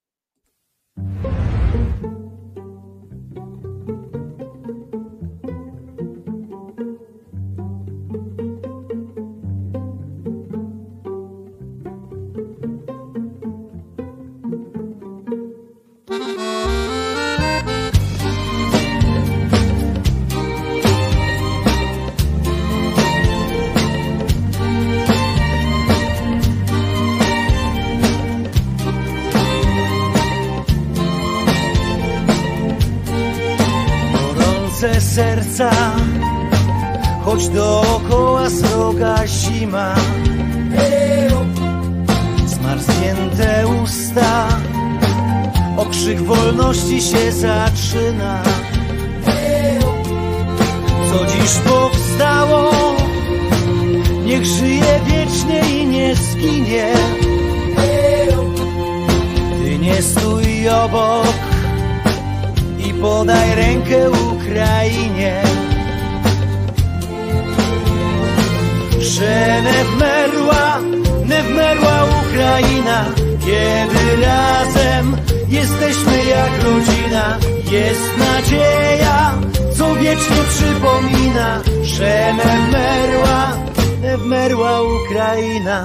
Serca, choć dookoła sroga zima, zmarznięte usta, okrzyk wolności się zaczyna. Co dziś powstało, niech żyje wiecznie i nie zginie. Ty nie stój obok i podaj rękę Ukrainie. Że nie wmerła Ukraina, kiedy razem jesteśmy jak rodzina. Jest nadzieja, co wiecznie przypomina, że nie wmerła Ukraina.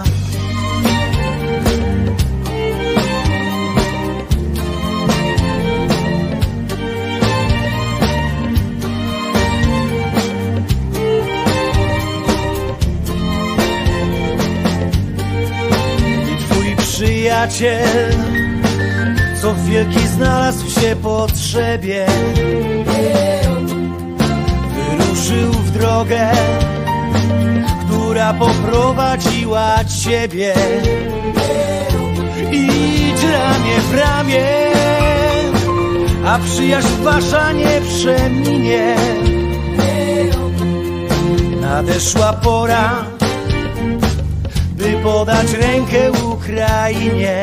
Przyjaciel, co wielki znalazł się potrzebie, wyruszył w drogę, która poprowadziła ciebie. Idź ramię w ramię, a przyjaźń wasza nie przeminie. Nadeszła pora, by podać rękę Ukrainie.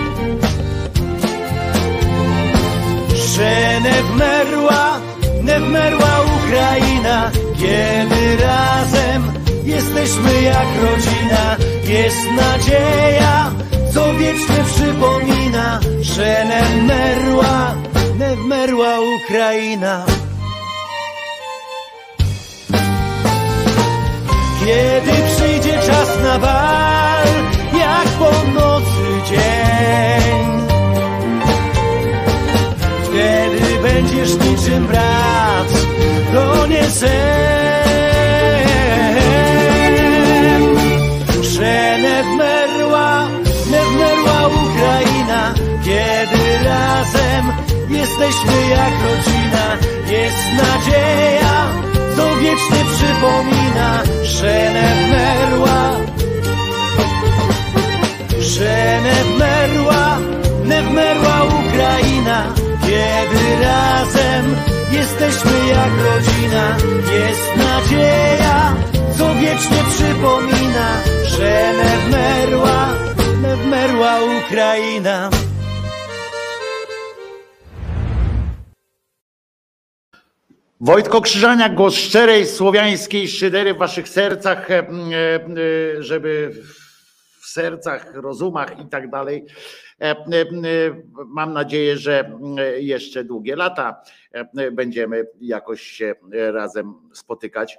Że nie wmerła Ukraina, kiedy razem jesteśmy jak rodzina. Jest nadzieja, co wiecznie przypomina, że nie wmerła Ukraina. Kiedy przyjdzie czas na bal, jak północy dzień, wtedy będziesz niczym brat, to nie sen. Że nie wmerła Ukraina, kiedy razem jesteśmy jak rodzina. Jest nadzieja, co wiecznie przypomina, że nie wmerła Ukraina, kiedy razem jesteśmy jak rodzina. Jest nadzieja, co wiecznie przypomina, że nie wmerła kraina. Wojtko Krzyżaniak, głos szczerej słowiańskiej szydery w waszych sercach, żeby w sercach, rozumach i tak dalej. Mam nadzieję, że jeszcze długie lata będziemy jakoś się razem spotykać.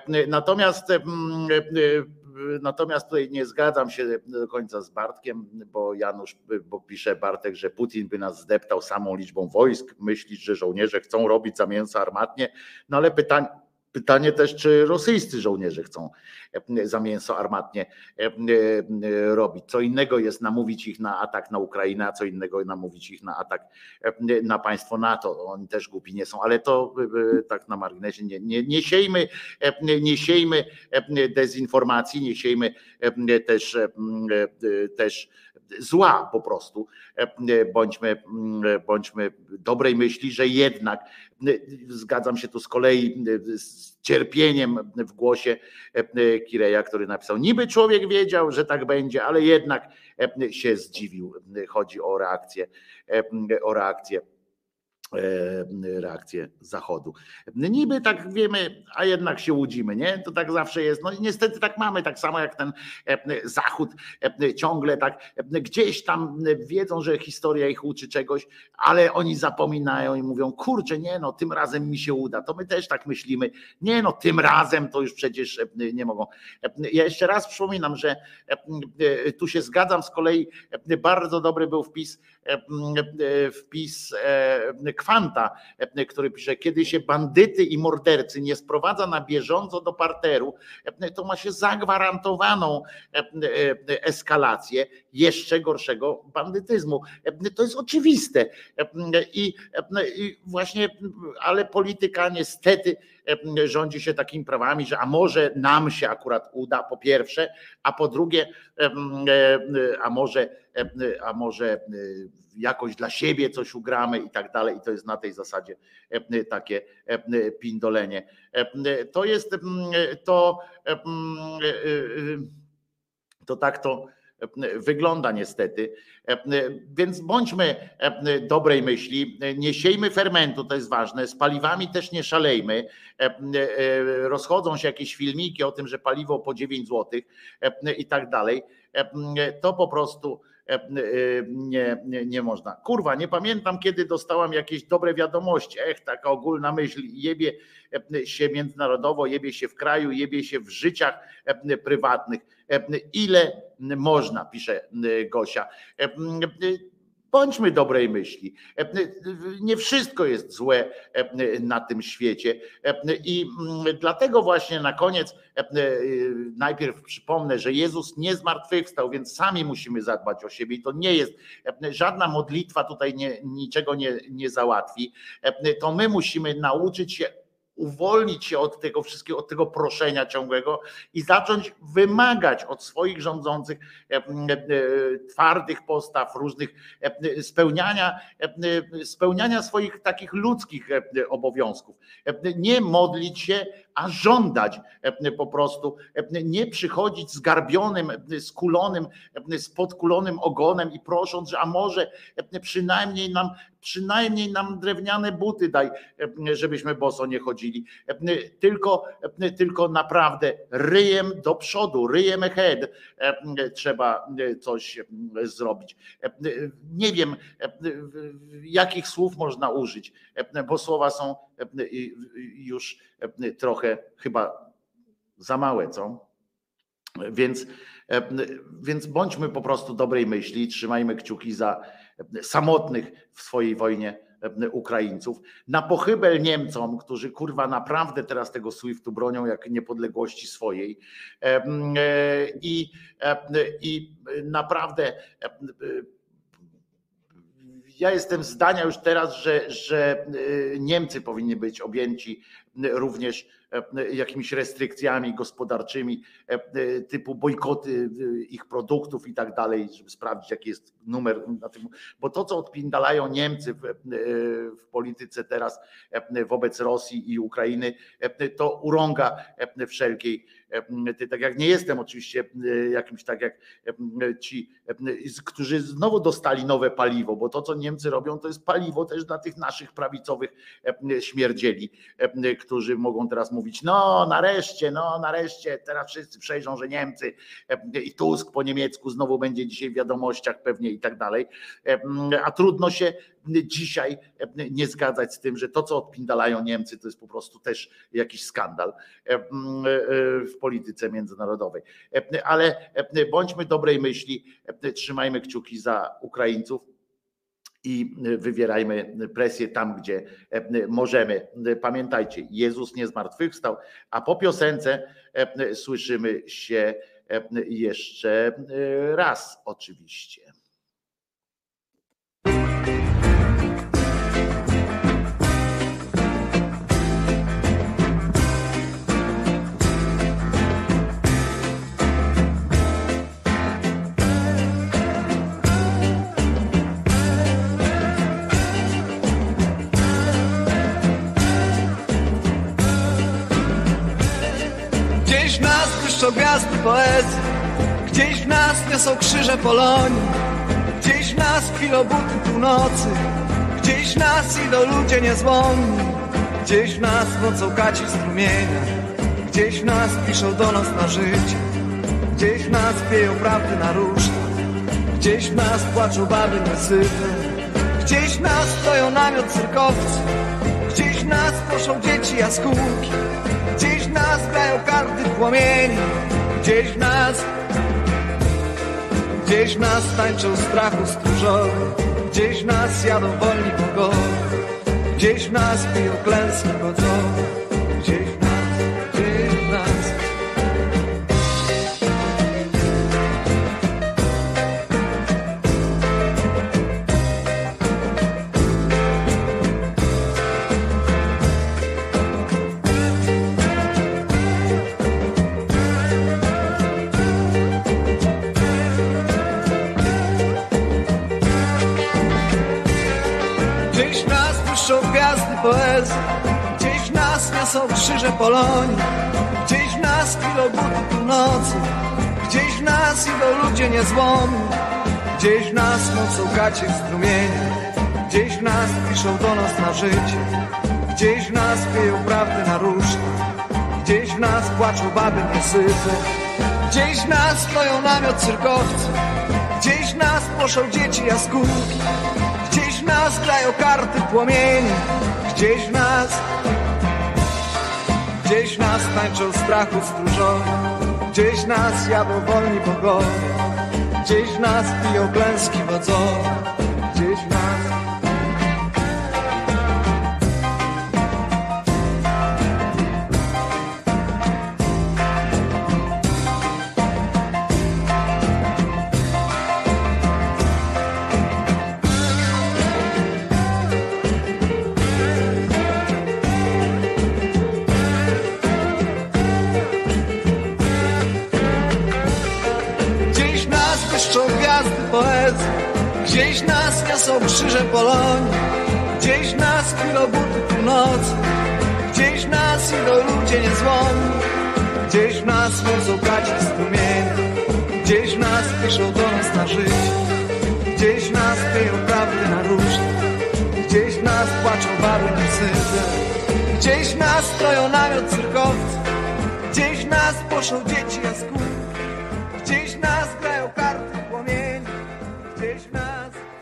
Natomiast tutaj nie zgadzam się do końca z Bartkiem, bo pisze Bartek, że Putin by nas zdeptał samą liczbą wojsk. Myślisz, że żołnierze chcą robić za mięso armatnie? No ale pytanie też, czy rosyjscy żołnierze chcą za mięso armatnie robić. Co innego jest namówić ich na atak na Ukrainę, a co innego namówić ich na atak na państwo NATO. Oni też głupi nie są, ale to tak na marginesie. Nie siejmy dezinformacji, nie siejmy też zła po prostu. Bądźmy dobrej myśli, że jednak zgadzam się tu z kolei z cierpieniem w głosie Kireja, który napisał: niby człowiek wiedział, że tak będzie, ale jednak się zdziwił. Chodzi o reakcję Zachodu. Niby tak wiemy, a jednak się łudzimy, nie? To tak zawsze jest. No i niestety tak mamy, tak samo jak ten Zachód ciągle tak gdzieś tam wiedzą, że historia ich uczy czegoś, ale oni zapominają i mówią: kurczę, nie no, tym razem mi się uda. To my też tak myślimy. Nie no, tym razem to już przecież nie mogą. Ja jeszcze raz przypominam, że tu się zgadzam, z kolei bardzo dobry był wpis Kwanta, który pisze: kiedy się bandyty i mordercy nie sprowadza na bieżąco do parteru, to ma się zagwarantowaną eskalację jeszcze gorszego bandytyzmu. To jest oczywiste. I właśnie, ale polityka niestety rządzi się takimi prawami, że a może nam się akurat uda, po pierwsze, a po drugie, a może jakoś dla siebie coś ugramy i tak dalej. I to jest na tej zasadzie takie pindolenie. To jest to tak to wygląda niestety. Więc bądźmy dobrej myśli, nie siejmy fermentu, to jest ważne, z paliwami też nie szalejmy. Rozchodzą się jakieś filmiki o tym, że paliwo po 9 zł i tak dalej. To po prostu nie można. Kurwa, nie pamiętam, kiedy dostałam jakieś dobre wiadomości. Taka ogólna myśl: jebie się międzynarodowo, jebie się w kraju, jebie się w życiach prywatnych. Ile można, pisze Gosia. Bądźmy dobrej myśli. Nie wszystko jest złe na tym świecie i dlatego właśnie na koniec najpierw przypomnę, że Jezus nie zmartwychwstał, więc sami musimy zadbać o siebie i to nie jest żadna modlitwa tutaj niczego nie załatwi. To my musimy nauczyć się uwolnić się od tego wszystkiego, od tego proszenia ciągłego i zacząć wymagać od swoich rządzących twardych postaw, różnych spełniania swoich takich ludzkich obowiązków. Nie modlić się, a żądać po prostu, nie przychodzić zgarbionym, skulonym, z podkulonym ogonem i prosząc, że a może przynajmniej nam drewniane buty daj, żebyśmy boso nie chodzili. Tylko naprawdę ryjem do przodu, ryjem ahead trzeba coś zrobić. Nie wiem, jakich słów można użyć, bo słowa są już trochę chyba za małe, co? Więc bądźmy po prostu dobrej myśli, trzymajmy kciuki za samotnych w swojej wojnie Ukraińców. Na pochybel Niemcom, którzy kurwa naprawdę teraz tego SWIFT-u bronią jak niepodległości swojej. I naprawdę ja jestem zdania już teraz, że Niemcy powinni być objęci również jakimiś restrykcjami gospodarczymi, typu bojkoty ich produktów i tak dalej, żeby sprawdzić, jaki jest numer na tym. Bo to, co odpindalają Niemcy w polityce teraz wobec Rosji i Ukrainy, to urąga Ty, tak jak nie jestem oczywiście jakimś tak jak ci, którzy znowu dostali nowe paliwo, bo to co Niemcy robią to jest paliwo też dla tych naszych prawicowych śmierdzieli, którzy mogą teraz mówić no nareszcie, teraz wszyscy przejrzą, że Niemcy i Tusk po niemiecku znowu będzie dzisiaj w wiadomościach pewnie i tak dalej, a trudno się dzisiaj nie zgadzać z tym, że to co odpindalają Niemcy to jest po prostu też jakiś skandal w polityce międzynarodowej. Ale bądźmy dobrej myśli, trzymajmy kciuki za Ukraińców i wywierajmy presję tam, gdzie możemy. Pamiętajcie, Jezus nie zmartwychwstał, a po piosence słyszymy się jeszcze raz oczywiście. Gdzieś w nas błyszczą gwiazdy poezji, gdzieś w nas niosą krzyże Polonii, gdzieś w nas kwilą buty północy, gdzieś w nas idą ludzie niezłomni, gdzieś w nas mocą kaci strumienia, gdzieś w nas piszą do nas na życie, gdzieś w nas pieją prawdy na rusztach, gdzieś w nas płaczą baby niesyte, gdzieś w nas stoją namiot cyrkowcy, gdzieś w nas proszą dzieci jaskółki, gdzieś w nas grają karty płomieni, gdzieś w nas tańczą strachu stróżowie, gdzieś w nas jadą wolni bogowie, gdzieś w nas piją klęski godzowe, gdzieś w nas. Poezji. Gdzieś w nas niosą krzyże Polonii, gdzieś w nas kwilą buty północy, gdzieś w nas idą ludzie niezłomni, gdzieś w nas mocą gacie strumienia, gdzieś w nas piszą do nas na życie, gdzieś w nas pieją prawdy na rusztach, gdzieś w nas płaczą baby niesyte, gdzieś w nas stoją namiot cyrkowcy, gdzieś w nas proszą dzieci jaskółki, gdzieś w nas grają karty płomieni, gdzieś w nas tańczą strachu stróżowie, gdzieś w nas jadą wolni bogowie, gdzieś w nas piją klęski wodzowe, gdzieś w nas. Gdzieś nas niosą krzyże Polonii, gdzieś nas kwilą buty północy, gdzieś nas idą ludzie niezłomni, gdzieś w nas mocą gaci strumienia, gdzieś w nas piszą do nas na życie, gdzieś w nas pieją prawdy na rusztach, gdzieś w nas płaczą baby niesyte, gdzieś w nas stoją namiot cyrkowcy, gdzieś w nas poszą dzieci jaskółki, gdzieś w nas grają karty płomieni, gdzieś w nas.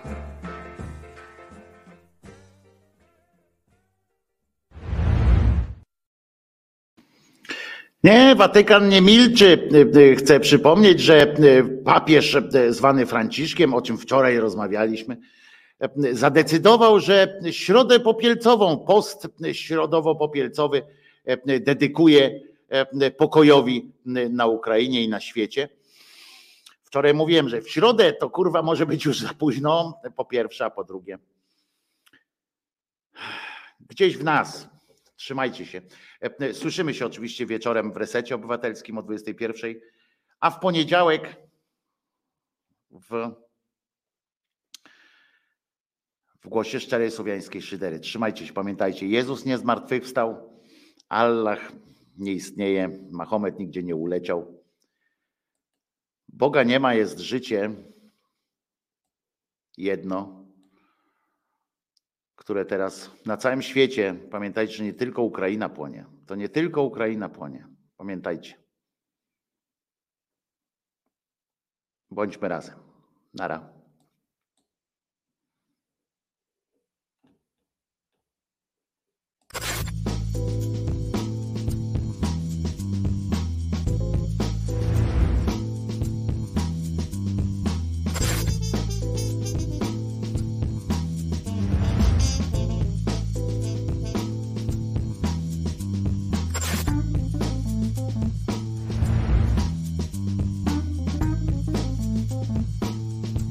Nie, Watykan nie milczy. Chcę przypomnieć, że papież zwany Franciszkiem, o czym wczoraj rozmawialiśmy, zadecydował, że środę popielcową, post środowo-popielcowy dedykuje pokojowi na Ukrainie i na świecie. Wczoraj mówiłem, że w środę to kurwa może być już za późno, po pierwsze, a po drugie. Gdzieś w nas, trzymajcie się. Słyszymy się oczywiście wieczorem w Resecie Obywatelskim o 21:00, a w poniedziałek w Głosie Szczerej Słowiańskiej Szydery. Trzymajcie się, pamiętajcie, Jezus nie zmartwychwstał, Allah nie istnieje, Mahomet nigdzie nie uleciał. Boga nie ma, jest życie jedno, które teraz na całym świecie, pamiętajcie, że nie tylko Ukraina płonie. To nie tylko Ukraina płonie. Pamiętajcie. Bądźmy razem. Nara.